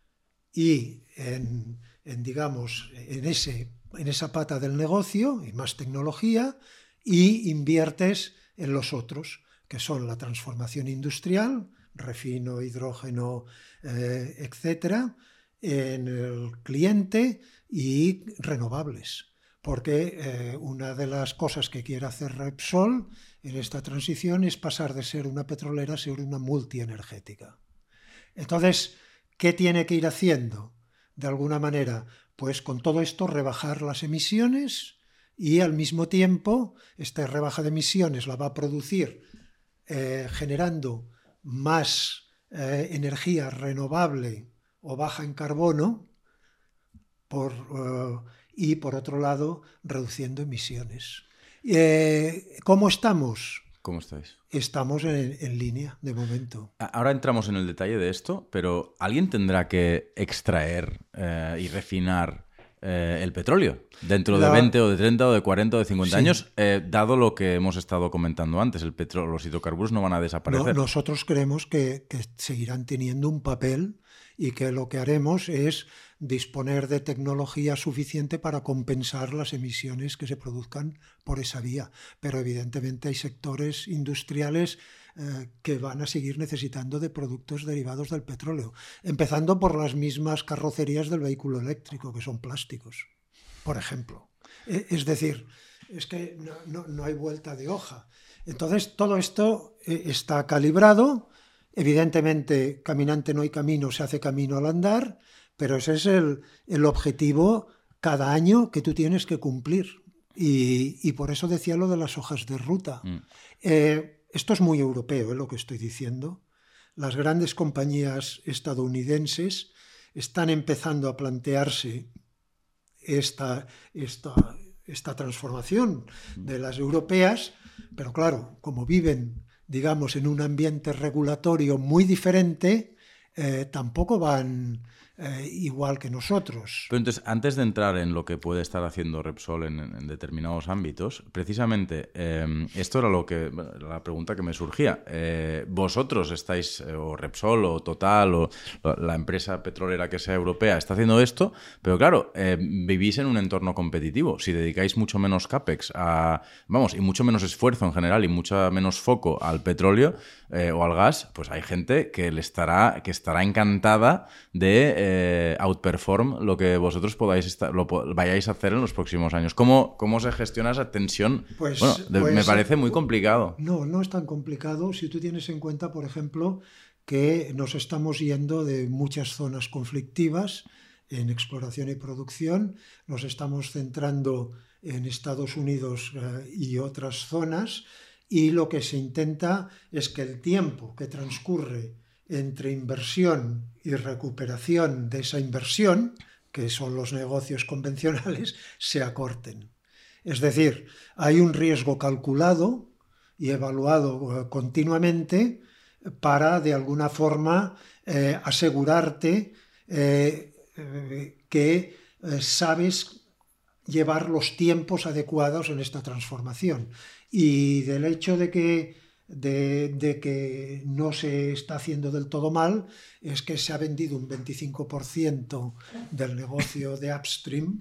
y en, en digamos, en, ese, en esa pata del negocio y más tecnología, y inviertes en los otros, que son la transformación industrial, refino, hidrógeno, eh, etcétera, en el cliente y renovables. Porque eh, una de las cosas que quiere hacer Repsol en esta transición es pasar de ser una petrolera a ser una multienergética. Entonces, ¿qué tiene que ir haciendo? De alguna manera, pues con todo esto rebajar las emisiones y al mismo tiempo esta rebaja de emisiones la va a producir eh, generando más eh, energía renovable o baja en carbono por... Uh, y, por otro lado, reduciendo emisiones. Eh, ¿Cómo estamos? ¿Cómo estáis? Estamos en, en línea, de momento. Ahora entramos en el detalle de esto, pero ¿alguien tendrá que extraer eh, y refinar eh, el petróleo dentro La... de veinte o de treinta o de cuarenta o de cincuenta sí. años? Eh, dado lo que hemos estado comentando antes, el petróleo, los hidrocarburos no van a desaparecer. No, nosotros creemos que, que seguirán teniendo un papel y que lo que haremos es disponer de tecnología suficiente para compensar las emisiones que se produzcan por esa vía. Pero evidentemente hay sectores industriales eh, que van a seguir necesitando de productos derivados del petróleo, empezando por las mismas carrocerías del vehículo eléctrico, que son plásticos, por ejemplo. Eh, es decir, es que no, no, no hay vuelta de hoja. Entonces, todo esto eh, está calibrado. Evidentemente, caminante no hay camino, se hace camino al andar, pero ese es el, el objetivo cada año que tú tienes que cumplir. Y, y por eso decía lo de las hojas de ruta. Mm. Eh, esto es muy europeo, eh, lo que estoy diciendo. Las grandes compañías estadounidenses están empezando a plantearse esta, esta, esta transformación de las europeas, pero claro, como viven, digamos, en un ambiente regulatorio muy diferente, eh, tampoco van eh, igual que nosotros. Pero entonces, antes de entrar en lo que puede estar haciendo Repsol en, en determinados ámbitos, precisamente eh, esto era lo que la pregunta que me surgía. Eh, vosotros estáis, eh, o Repsol, o Total, o la empresa petrolera que sea europea, está haciendo esto, pero claro, eh, vivís en un entorno competitivo. Si dedicáis mucho menos CAPEX a, vamos, y mucho menos esfuerzo en general y mucho menos foco al petróleo eh, o al gas, pues hay gente que le estará, que estará encantada de eh, outperform lo que vosotros podáis estar, lo vayáis a hacer en los próximos años. ¿Cómo, cómo se gestiona esa tensión? Pues, bueno, de, pues, me parece muy complicado. No, no es tan complicado si tú tienes en cuenta, por ejemplo, que nos estamos yendo de muchas zonas conflictivas en exploración y producción, nos estamos centrando en Estados Unidos eh, y otras zonas, y lo que se intenta es que el tiempo que transcurre entre inversión y recuperación de esa inversión, que son los negocios convencionales, se acorten. Es decir, hay un riesgo calculado y evaluado continuamente para, de alguna forma, eh, asegurarte eh, eh, que eh, sabes llevar los tiempos adecuados en esta transformación. Y del hecho de que, de, de que no se está haciendo del todo mal, es que se ha vendido un veinticinco por ciento del negocio de upstream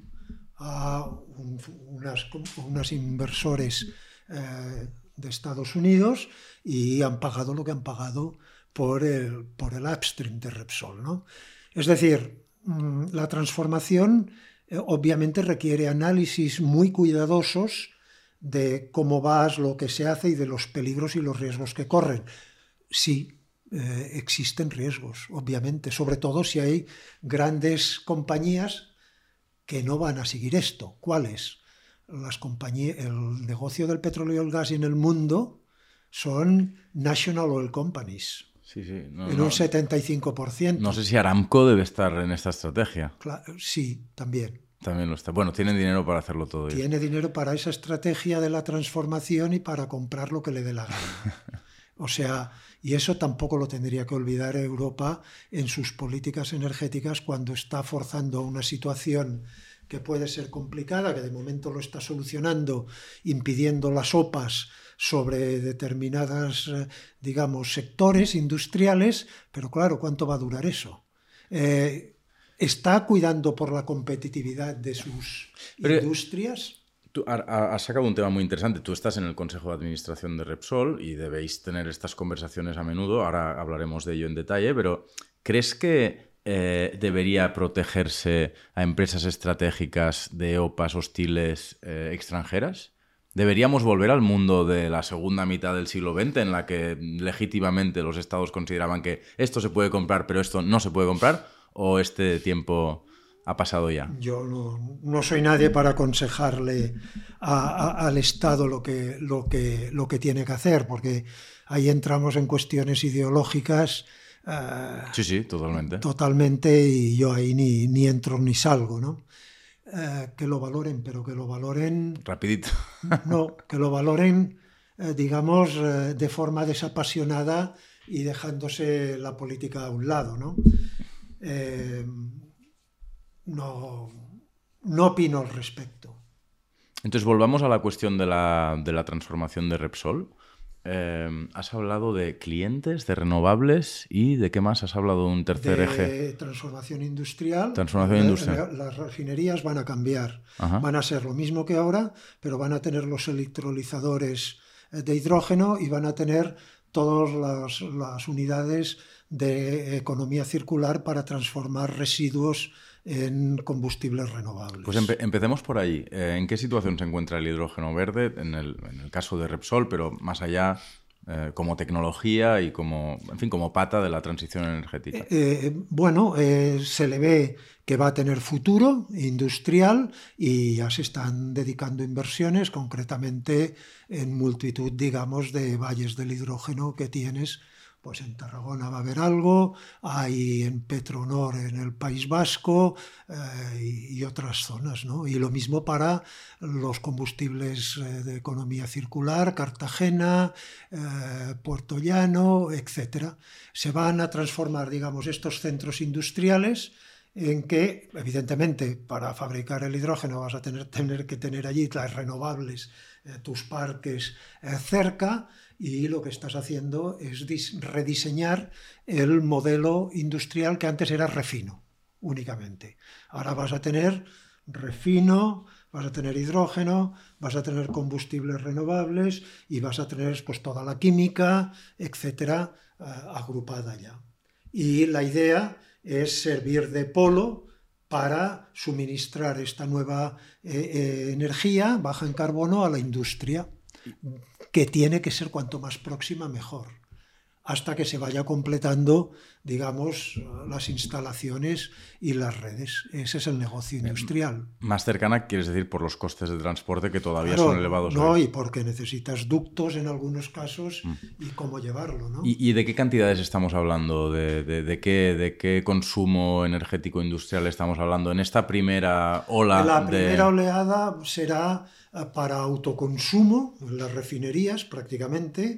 a un, unas, unas inversores eh, de Estados Unidos, y han pagado lo que han pagado por el, por el upstream de Repsol, ¿no? Es decir, la transformación eh, obviamente requiere análisis muy cuidadosos de cómo va lo que se hace y de los peligros y los riesgos que corren. Sí, eh, existen riesgos, obviamente, sobre todo si hay grandes compañías que no van a seguir esto. ¿Cuáles? Las compañías, el negocio del petróleo y el gas en el mundo son National Oil Companies. Sí, sí. No, en no, un setenta y cinco por ciento. No sé si Aramco debe estar en esta estrategia. Claro, sí, también. También lo está. Bueno, tienen dinero para hacerlo todo. Tiene dinero para esa estrategia de la transformación y para comprar lo que le dé la gana. O sea, y eso tampoco lo tendría que olvidar Europa en sus políticas energéticas cuando está forzando una situación que puede ser complicada, que de momento lo está solucionando, impidiendo las OPAs sobre determinadas, digamos, sectores industriales, pero claro, ¿cuánto va a durar eso? Eh, ¿Está cuidando por la competitividad de sus pero, industrias? Tú has sacado un tema muy interesante. Tú estás en el Consejo de Administración de Repsol y debéis tener estas conversaciones a menudo. Ahora hablaremos de ello en detalle, pero ¿crees que eh, debería protegerse a empresas estratégicas de OPAs hostiles eh, extranjeras? ¿Deberíamos volver al mundo de la segunda mitad del siglo veinte en la que legítimamente los estados consideraban que esto se puede comprar pero esto no se puede comprar? ¿O este tiempo ha pasado ya? Yo no, no soy nadie para aconsejarle a, a, al Estado lo que, lo, que, lo que tiene que hacer, porque ahí entramos en cuestiones ideológicas. Uh, sí, sí, totalmente. Totalmente, y yo ahí ni, ni entro ni salgo, ¿no? Uh, que lo valoren, pero que lo valoren... Rapidito. No, que lo valoren, uh, digamos, uh, de forma desapasionada y dejándose la política a un lado, ¿no? Eh, no, no opino al respecto. Entonces volvamos a la cuestión de la, de la transformación de Repsol. Eh, has hablado de clientes, de renovables y ¿de qué más? Has hablado de un tercer de eje. Transformación industrial. Transformación eh, industrial. Las refinerías van a cambiar. Ajá. Van a ser lo mismo que ahora, pero van a tener los electrolizadores de hidrógeno y van a tener todas las, las unidades de economía circular para transformar residuos en combustibles renovables. Pues empe empecemos por ahí. Eh, ¿En qué situación se encuentra el hidrógeno verde? En el, en el caso de Repsol, pero más allá, eh, como tecnología y como, en fin, como pata de la transición energética. Eh, eh, bueno, eh, se le ve que va a tener futuro industrial y ya se están dedicando inversiones, concretamente en multitud, digamos, de valles del hidrógeno que tienes. Pues en Tarragona va a haber algo, hay en Petronor en el País Vasco eh, y, y otras zonas, ¿no? Y lo mismo para los combustibles eh, de economía circular, Cartagena, eh, Puerto Llano, etcétera. Se van a transformar, digamos, estos centros industriales en que, evidentemente, para fabricar el hidrógeno vas a tener, tener que tener allí las renovables, eh, tus parques eh, cerca, y lo que estás haciendo es rediseñar el modelo industrial que antes era refino, únicamente. Ahora vas a tener refino, vas a tener hidrógeno, vas a tener combustibles renovables y vas a tener pues toda la química, etcétera, eh, agrupada ya. Y la idea es servir de polo para suministrar esta nueva eh, eh, energía baja en carbono a la industria, que tiene que ser cuanto más próxima mejor, hasta que se vaya completando, digamos, las instalaciones y las redes. Ese es el negocio industrial. Más cercana, quieres decir, por los costes de transporte que todavía claro, son elevados. No, hoy. Y porque necesitas ductos en algunos casos mm. y cómo llevarlo, ¿no? ¿Y, ¿Y de qué cantidades estamos hablando? ¿De, de, de, qué, ¿De qué consumo energético industrial estamos hablando en esta primera ola? La de... primera oleada será para autoconsumo en las refinerías prácticamente,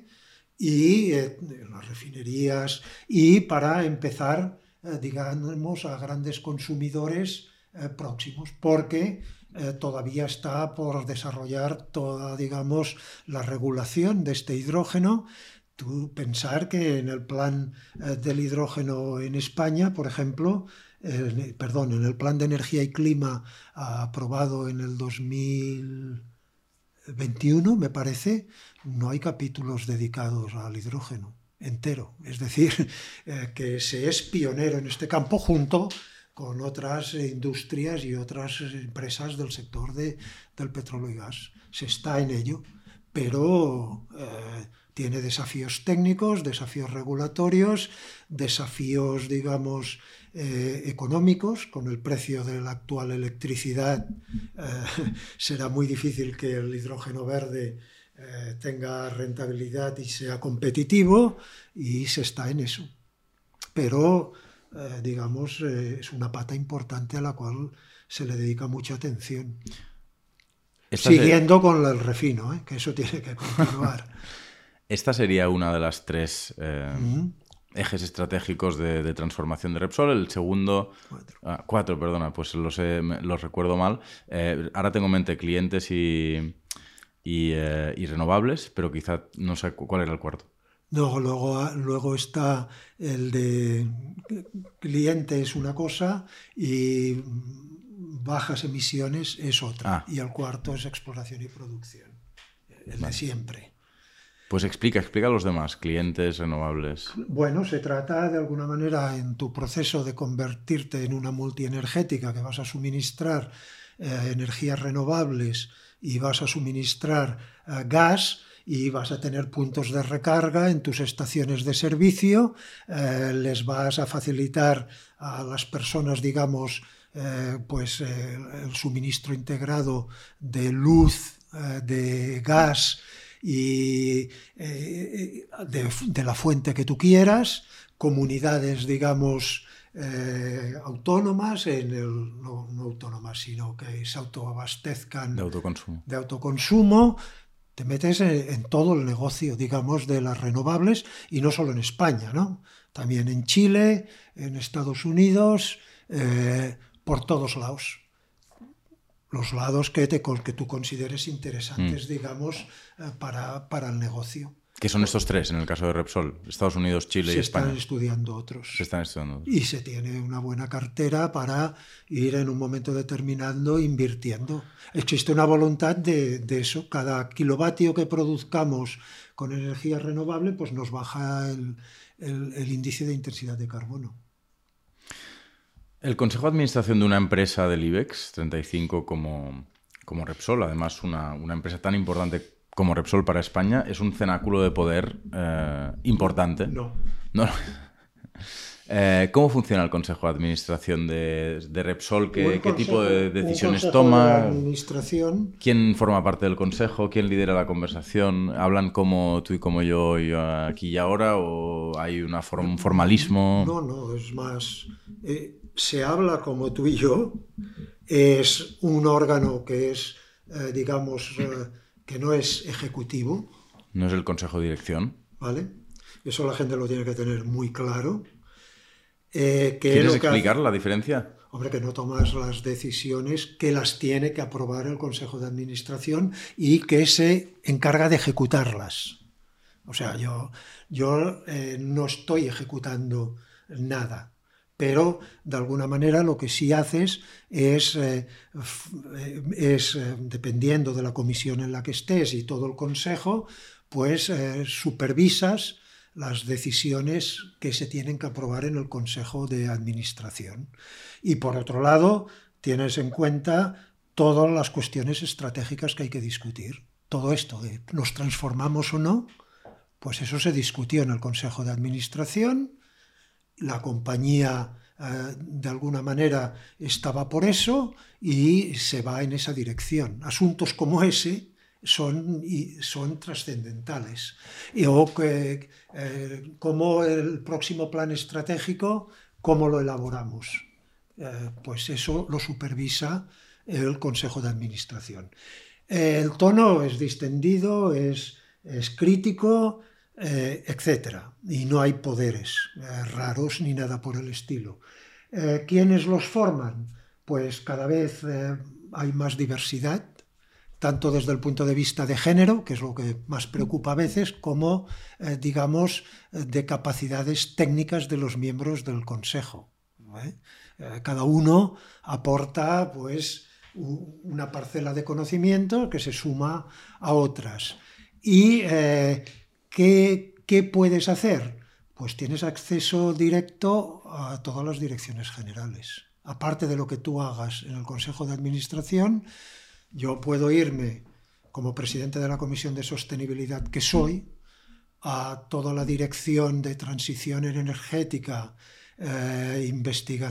y eh, las refinerías y para empezar, eh, digamos, a grandes consumidores eh, próximos, porque eh, todavía está por desarrollar toda, digamos, la regulación de este hidrógeno. Tú pensar que en el plan eh, del hidrógeno en España, por ejemplo, eh, perdón, en el plan de energía y clima aprobado en el dos mil veintiuno, me parece, no hay capítulos dedicados al hidrógeno entero. Es decir, eh, que se es pionero en este campo junto con otras industrias y otras empresas del sector de, del petróleo y gas. Se está en ello, pero eh, tiene desafíos técnicos, desafíos regulatorios, desafíos, digamos, eh, económicos. Con el precio de la actual electricidad eh, será muy difícil que el hidrógeno verde eh, tenga rentabilidad y sea competitivo, y se está en eso. Pero, eh, digamos, eh, es una pata importante a la cual se le dedica mucha atención. Esta Siguiendo se... con el refino, ¿eh? Que eso tiene que continuar. Esta sería una de las tres eh, uh-huh. ejes estratégicos de, de transformación de Repsol. El segundo... Cuatro. Ah, cuatro, perdona, pues los, he, los recuerdo mal. Eh, ahora tengo en mente clientes y, y, eh, y renovables, pero quizá no sé cuál era el cuarto. No, luego, luego está el de cliente es una cosa y bajas emisiones es otra. Ah. Y el cuarto es exploración y producción, el vale. de siempre. Pues explica, explica a los demás, clientes, renovables. Bueno, se trata de alguna manera en tu proceso de convertirte en una multienergética que vas a suministrar eh, energías renovables y vas a suministrar eh, gas y vas a tener puntos de recarga en tus estaciones de servicio, eh, les vas a facilitar a las personas, digamos, eh, pues eh, el suministro integrado de luz, eh, de gas y eh, de, de la fuente que tú quieras, comunidades, digamos, eh, autónomas, en el, no, no autónomas, sino que se autoabastezcan de autoconsumo. De autoconsumo. Te metes en, en todo el negocio, digamos, de las renovables, y no solo en España, ¿no? También en Chile, en Estados Unidos, eh, por todos lados. Los lados que, te, que tú consideres interesantes, mm. digamos, eh, para, para el negocio. ¿Qué son estos tres en el caso de Repsol? Estados Unidos, Chile y España. Se están estudiando otros. Se están estudiando otros. Y se tiene una buena cartera para ir en un momento determinado invirtiendo. Existe una voluntad de, de eso. Cada kilovatio que produzcamos con energía renovable, pues nos baja el, el, el índice de intensidad de carbono. El Consejo de Administración de una empresa del IBEX treinta y cinco como, como Repsol, además una, una empresa tan importante como Repsol para España, es un cenáculo de poder eh, importante. No. no. eh, ¿Cómo funciona el Consejo de Administración de, de Repsol? ¿Qué, consejo, ¿Qué tipo de decisiones toma? De administración. ¿Quién forma parte del Consejo? ¿Quién lidera la conversación? ¿Hablan como tú y como yo, yo aquí y ahora? ¿O hay una form, un formalismo? No, no, es más... Eh, se habla como tú y yo. Es un órgano que es, eh, digamos... Eh, que no es ejecutivo. No es el Consejo de Dirección. ¿Vale? Eso la gente lo tiene que tener muy claro. Eh, que ¿Quieres lo que explicar hace... la diferencia? Hombre, que no tomas las decisiones, que las tiene que aprobar el Consejo de Administración y que se encarga de ejecutarlas. O sea, yo, yo eh, no estoy ejecutando nada. Pero, de alguna manera, lo que sí haces es, eh, es eh, dependiendo de la comisión en la que estés y todo el consejo, pues eh, supervisas las decisiones que se tienen que aprobar en el Consejo de Administración. Y, por otro lado, tienes en cuenta todas las cuestiones estratégicas que hay que discutir. Todo esto de nos transformamos o no, pues eso se discutió en el Consejo de Administración. La compañía, eh, de alguna manera, estaba por eso y se va en esa dirección. Asuntos como ese son, son trascendentales. Y, o que, eh, como el próximo plan estratégico, ¿cómo lo elaboramos? Eh, pues eso lo supervisa el Consejo de Administración. El tono es distendido, es, es crítico, Eh, etcétera. Y no hay poderes eh, raros ni nada por el estilo. Eh, ¿Quiénes los forman? Pues cada vez eh, hay más diversidad, tanto desde el punto de vista de género, que es lo que más preocupa a veces, como, eh, digamos, de capacidades técnicas de los miembros del Consejo. ¿eh? Eh, cada uno aporta, pues, una parcela de conocimiento que se suma a otras. Y eh, ¿Qué, ¿Qué puedes hacer? Pues tienes acceso directo a todas las direcciones generales. Aparte de lo que tú hagas en el Consejo de Administración, yo puedo irme, como presidente de la Comisión de Sostenibilidad que soy, a toda la dirección de transición energética, eh,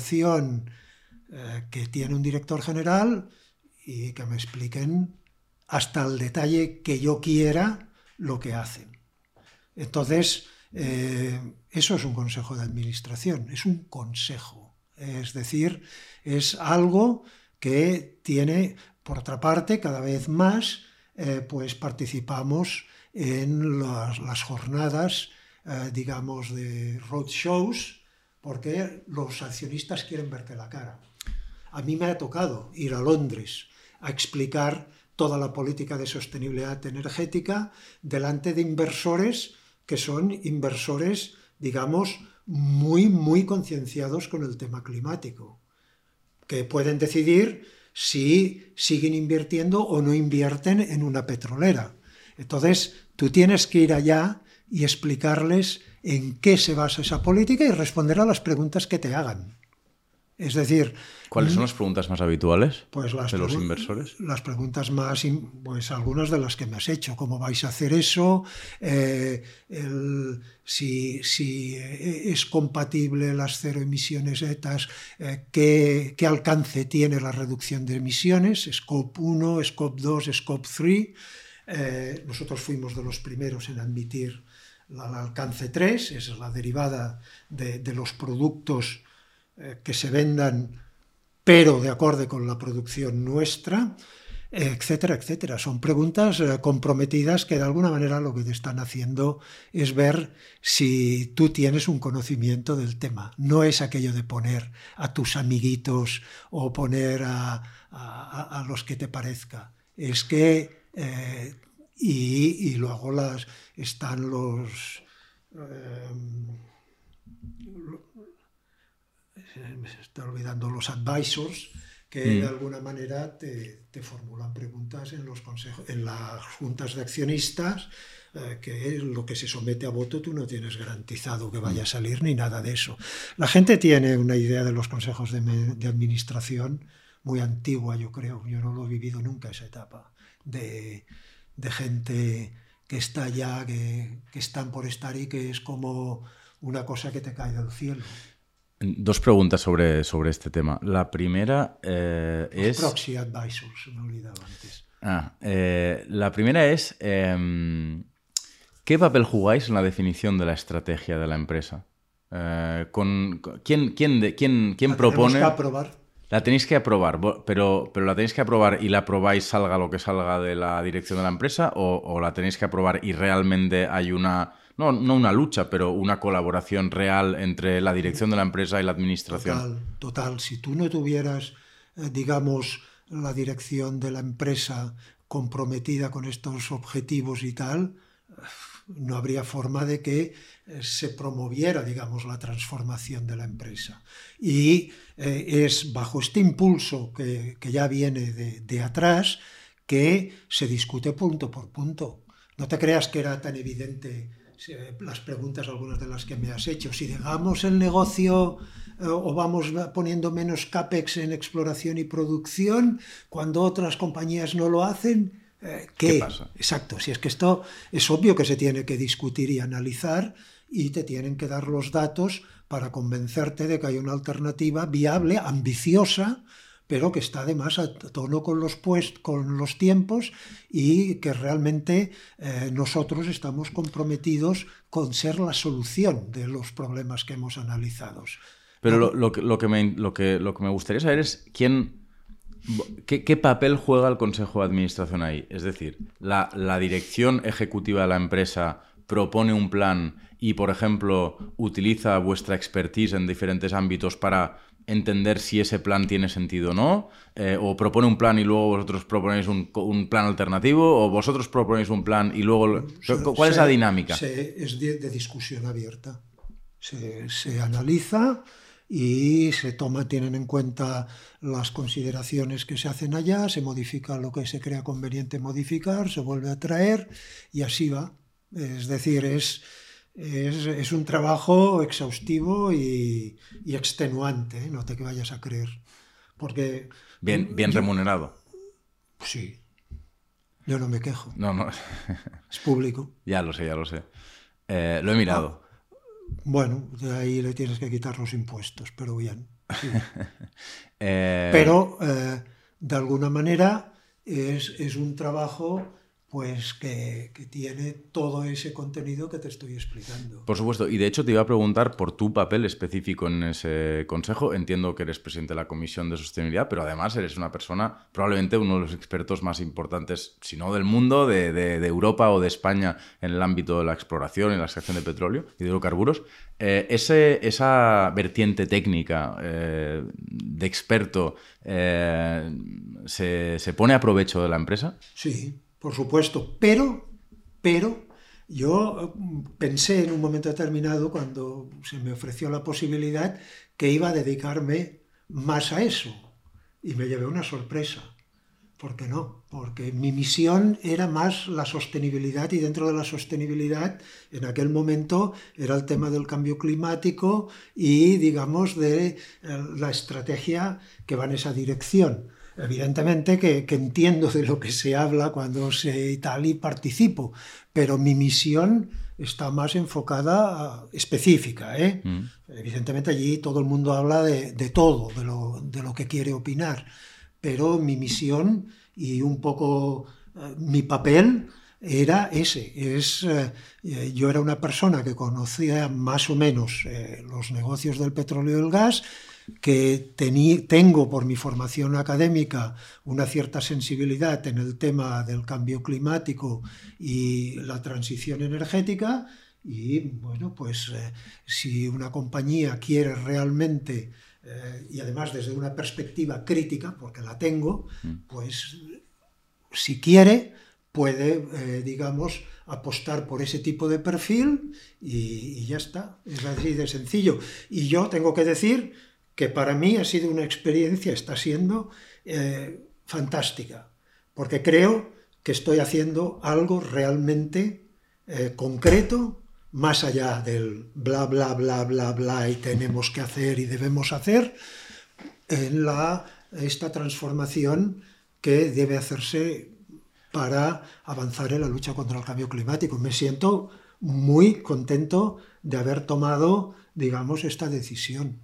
investigación, eh, que tiene un director general, y que me expliquen hasta el detalle que yo quiera lo que hacen. Entonces, eh, eso es un consejo de administración, es un consejo. Es decir, es algo que tiene, por otra parte, cada vez más, eh, pues participamos en las, las jornadas, eh, digamos, de roadshows, porque los accionistas quieren verte la cara. A mí me ha tocado ir a Londres a explicar toda la política de sostenibilidad energética delante de inversores que son inversores, digamos, muy, muy concienciados con el tema climático, que pueden decidir si siguen invirtiendo o no invierten en una petrolera. Entonces, tú tienes que ir allá y explicarles en qué se basa esa política y responder a las preguntas que te hagan. Es decir... ¿Cuáles son las preguntas más habituales pues las de los inversores? Las preguntas más, pues algunas de las que me has hecho. ¿Cómo vais a hacer eso? Eh, el, si, si es compatible las cero emisiones netas, eh, ¿qué, ¿qué alcance tiene la reducción de emisiones? Scope uno, Scope dos, Scope tres. Eh, nosotros fuimos de los primeros en admitir la, el alcance tres, esa es la derivada de, de los productos eh, que se vendan, pero de acuerdo con la producción nuestra, eh, etcétera, etcétera. Son preguntas eh, comprometidas que de alguna manera lo que te están haciendo es ver si tú tienes un conocimiento del tema. No es aquello de poner a tus amiguitos o poner a, a, a los que te parezca. Es que... Eh, y, y luego las, están los... Eh, me estoy olvidando, los advisors, que mm. de alguna manera te, te formulan preguntas en los consejos, en las juntas de accionistas, eh, que es lo que se somete a voto, tú no tienes garantizado que vaya a salir ni nada de eso. La gente tiene una idea de los consejos de, de administración muy antigua, yo creo. Yo no lo he vivido nunca esa etapa de, de gente que está ya, que, que están por estar y que es como una cosa que te cae del cielo. Dos preguntas sobre, sobre este tema. La primera eh, es... Proxy advisors, me he olvidado antes. Ah, eh, la primera es, eh, ¿qué papel jugáis en la definición de la estrategia de la empresa? Eh, con, ¿Quién, quién, de, quién, quién la propone? Tenemos que aprobar. La tenéis que aprobar, pero, pero la tenéis que aprobar y la aprobáis salga lo que salga de la dirección de la empresa, o, o la tenéis que aprobar y realmente hay una... No, no una lucha, pero una colaboración real entre la dirección de la empresa y la administración. Total, total. Si tú no tuvieras, eh, digamos, la dirección de la empresa comprometida con estos objetivos y tal, no habría forma de que eh, se promoviera, digamos, la transformación de la empresa. Y eh, es bajo este impulso que, que ya viene de, de atrás que se discute punto por punto. No te creas que era tan evidente las preguntas, algunas de las que me has hecho. Si dejamos el negocio eh, o vamos poniendo menos capex en exploración y producción cuando otras compañías no lo hacen, eh, ¿qué? ¿Qué pasa? Exacto, si es que esto es obvio que se tiene que discutir y analizar y te tienen que dar los datos para convencerte de que hay una alternativa viable, ambiciosa, pero que está además a tono con los, pues, con los tiempos y que realmente eh, nosotros estamos comprometidos con ser la solución de los problemas que hemos analizado. Pero lo, lo, que, lo, que me, lo, que, lo que me gustaría saber es quién, qué, qué papel juega el Consejo de Administración ahí. Es decir, la, la dirección ejecutiva de la empresa propone un plan y, por ejemplo, utiliza vuestra expertise en diferentes ámbitos para entender si ese plan tiene sentido o no, eh, o propone un plan y luego vosotros proponéis un, un plan alternativo, o vosotros proponéis un plan y luego... ¿Cuál se, es la dinámica? Se, es de, de discusión abierta. Se, se analiza y se toma, tienen en cuenta las consideraciones que se hacen allá, se modifica lo que se crea conveniente modificar, se vuelve a traer y así va. Es decir, es... Es, es un trabajo exhaustivo y, y extenuante, ¿eh? No te que vayas a creer. Porque... Bien, bien yo, remunerado. Sí. Yo no me quejo. No, no. Es público. Ya lo sé, ya lo sé. Eh, lo he mirado. Ah, bueno, de ahí le tienes que quitar los impuestos, pero bien. Sí. eh... Pero, eh, de alguna manera, es, es un trabajo pues que, que tiene todo ese contenido que te estoy explicando. Por supuesto, y de hecho te iba a preguntar por tu papel específico en ese consejo. Entiendo que eres presidente de la Comisión de Sostenibilidad, pero además eres una persona, probablemente uno de los expertos más importantes, si no del mundo, de, de, de Europa o de España en el ámbito de la exploración y la extracción de petróleo y de hidrocarburos. Eh, ese, esa vertiente técnica eh, de experto eh, ¿se, ¿se pone a provecho de la empresa? Sí. Por supuesto, pero, pero yo pensé en un momento determinado, cuando se me ofreció la posibilidad, que iba a dedicarme más a eso. Y me llevé una sorpresa. ¿Por qué no? Porque mi misión era más la sostenibilidad, y dentro de la sostenibilidad, en aquel momento, era el tema del cambio climático y, digamos, de la estrategia que va en esa dirección. Evidentemente que, que entiendo de lo que se habla cuando se y tal y participo, pero mi misión está más enfocada, específica, ¿eh? Mm. Evidentemente allí todo el mundo habla de, de todo, de lo, de lo que quiere opinar, pero mi misión y un poco eh, mi papel era ese. Es, eh, yo era una persona que conocía más o menos eh, los negocios del petróleo y el gas, que tení, tengo por mi formación académica una cierta sensibilidad en el tema del cambio climático y la transición energética, y bueno, pues eh, si una compañía quiere realmente, eh, y además desde una perspectiva crítica, porque la tengo, pues si quiere puede, eh, digamos, apostar por ese tipo de perfil y, y ya está, es así de sencillo. Y yo tengo que decir que para mí ha sido una experiencia, está siendo eh, fantástica, porque creo que estoy haciendo algo realmente eh, concreto, más allá del bla, bla, bla, bla, bla, y tenemos que hacer y debemos hacer, en la, esta transformación que debe hacerse para avanzar en la lucha contra el cambio climático. Me siento muy contento de haber tomado, digamos, esta decisión.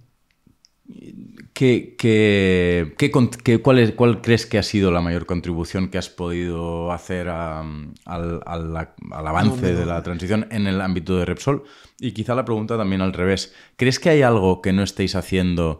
¿Qué, qué, qué, qué, cuál, es, ¿Cuál crees que ha sido la mayor contribución que has podido hacer a, al, al, al avance no, no, de la transición en el ámbito de Repsol? Y quizá la pregunta también al revés. ¿Crees que hay algo que no estéis haciendo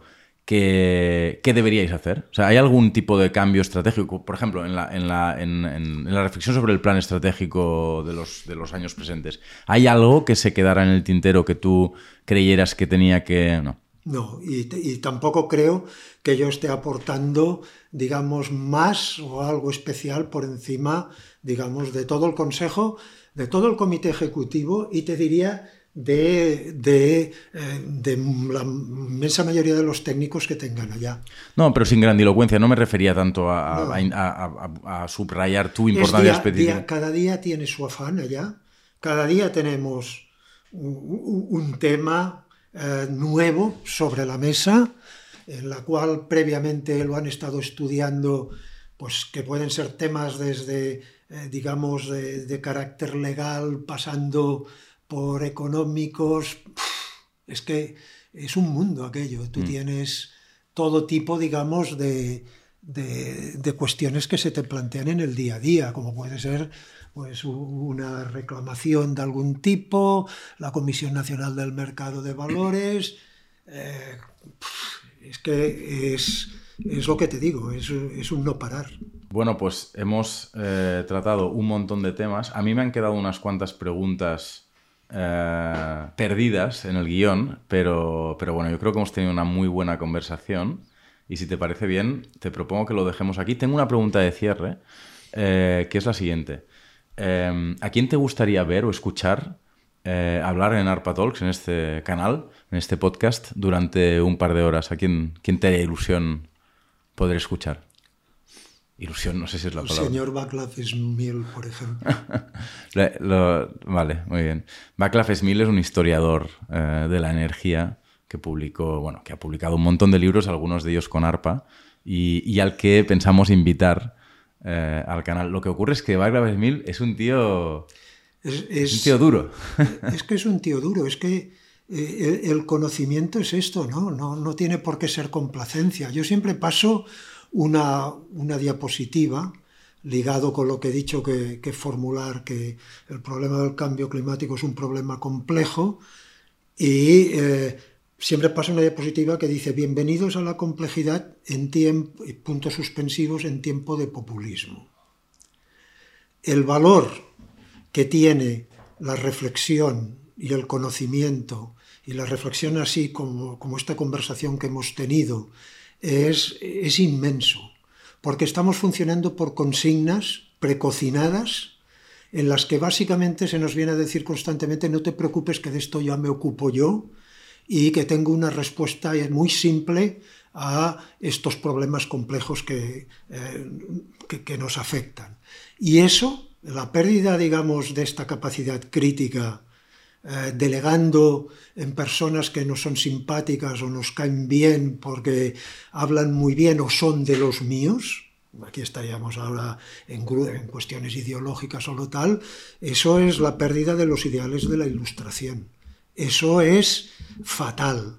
que, que deberíais hacer? O sea, ¿hay algún tipo de cambio estratégico? Por ejemplo, en la, en la, en, en, en la reflexión sobre el plan estratégico de los, de los años presentes, ¿hay algo que se quedara en el tintero que tú creyeras que tenía que...? No. No, y, y tampoco creo que yo esté aportando, digamos, más o algo especial por encima, digamos, de todo el Consejo, de todo el Comité Ejecutivo, y te diría de, de, de la inmensa mayoría de los técnicos que tengan allá. No, pero sin grandilocuencia, no me refería tanto a, no. a, a, a, a subrayar tu importancia día, específica. Día, cada día tiene su afán allá, cada día tenemos un, un tema... Eh, nuevo sobre la mesa, en la cual previamente lo han estado estudiando, pues que pueden ser temas desde, eh, digamos, de, de carácter legal, pasando por económicos. Es que es un mundo aquello. Tú mm. tienes todo tipo, digamos, de, de, de cuestiones que se te plantean en el día a día, como puede ser pues una reclamación de algún tipo, la Comisión Nacional del Mercado de Valores. Eh, es que es, es lo que te digo, es, es un no parar. Bueno, pues hemos eh, tratado un montón de temas. A mí me han quedado unas cuantas preguntas eh, perdidas en el guión, pero, pero bueno, yo creo que hemos tenido una muy buena conversación y si te parece bien, te propongo que lo dejemos aquí. Tengo una pregunta de cierre, eh, que es la siguiente. Eh, ¿A quién te gustaría ver o escuchar eh, hablar en Arpa Talks, en este canal, en este podcast, durante un par de horas? ¿A quién, quién te haría ilusión poder escuchar? Ilusión, no sé si es la El palabra. El señor Václav Smil, por ejemplo. lo, lo, vale, muy bien. Václav Smil es un historiador eh, de la energía que publicó, bueno, que ha publicado un montón de libros, algunos de ellos con Arpa, y, y al que pensamos invitar Eh, al canal. Lo que ocurre es que Václav Smil es un tío es, es un tío duro. Es que es un tío duro, es que eh, el conocimiento es esto, ¿no? No, no tiene por qué ser complacencia. Yo siempre paso una, una diapositiva ligado con lo que he dicho, que, que formular que el problema del cambio climático es un problema complejo, y eh, siempre pasa una diapositiva que dice bienvenidos a la complejidad en tiempo, puntos suspensivos, en tiempo de populismo. El valor que tiene la reflexión y el conocimiento, y la reflexión así como, como esta conversación que hemos tenido, es, es inmenso, porque estamos funcionando por consignas precocinadas en las que básicamente se nos viene a decir constantemente no te preocupes que de esto ya me ocupo yo y que tengo una respuesta muy simple a estos problemas complejos que, eh, que, que nos afectan. Y eso, la pérdida, digamos, de esta capacidad crítica, eh, delegando en personas que no son simpáticas o nos caen bien porque hablan muy bien o son de los míos, aquí estaríamos ahora en, en cuestiones ideológicas o lo tal, eso es la pérdida de los ideales de la Ilustración. Eso es fatal.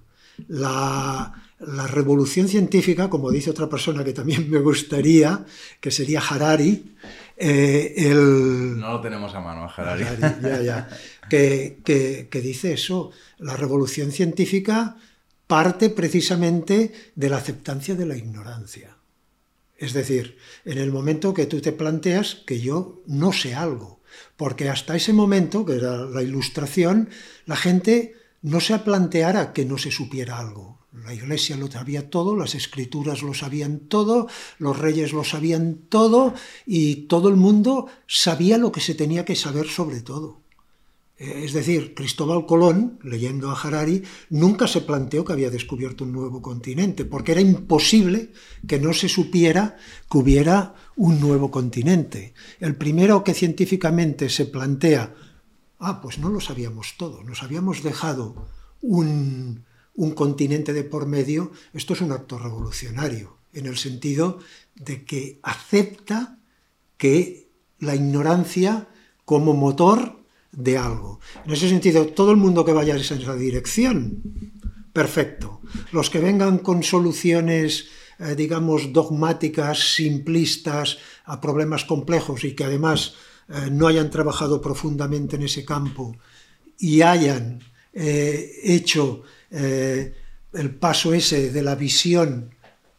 La, la revolución científica, como dice otra persona que también me gustaría, que sería Harari, eh, el... No lo tenemos a mano, Harari. Harari ya, ya, que, que, que dice eso. La revolución científica parte precisamente de la aceptancia de la ignorancia. Es decir, en el momento que tú te planteas que yo no sé algo, porque hasta ese momento, que era la Ilustración, la gente no se planteara que no se supiera algo. La Iglesia lo sabía todo, las Escrituras lo sabían todo, los reyes lo sabían todo, y todo el mundo sabía lo que se tenía que saber sobre todo. Es decir, Cristóbal Colón, leyendo a Harari, nunca se planteó que había descubierto un nuevo continente, porque era imposible que no se supiera que hubiera un nuevo continente. El primero que científicamente se plantea, ah, pues no lo sabíamos todo, nos habíamos dejado un, un continente de por medio, esto es un acto revolucionario, en el sentido de que acepta que la ignorancia como motor de algo. En ese sentido, todo el mundo que vaya en esa dirección, perfecto. Los que vengan con soluciones, eh, digamos, dogmáticas, simplistas, a problemas complejos y que además eh, no hayan trabajado profundamente en ese campo y hayan eh, hecho eh, el paso ese de la visión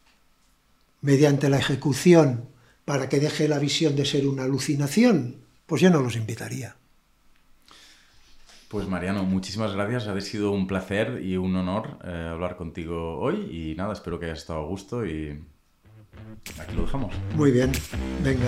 mediante la ejecución para que deje la visión de ser una alucinación, pues yo no los invitaría. Pues Mariano, muchísimas gracias, ha sido un placer y un honor eh, hablar contigo hoy y nada, espero que hayas estado a gusto y aquí lo dejamos. Muy bien, venga.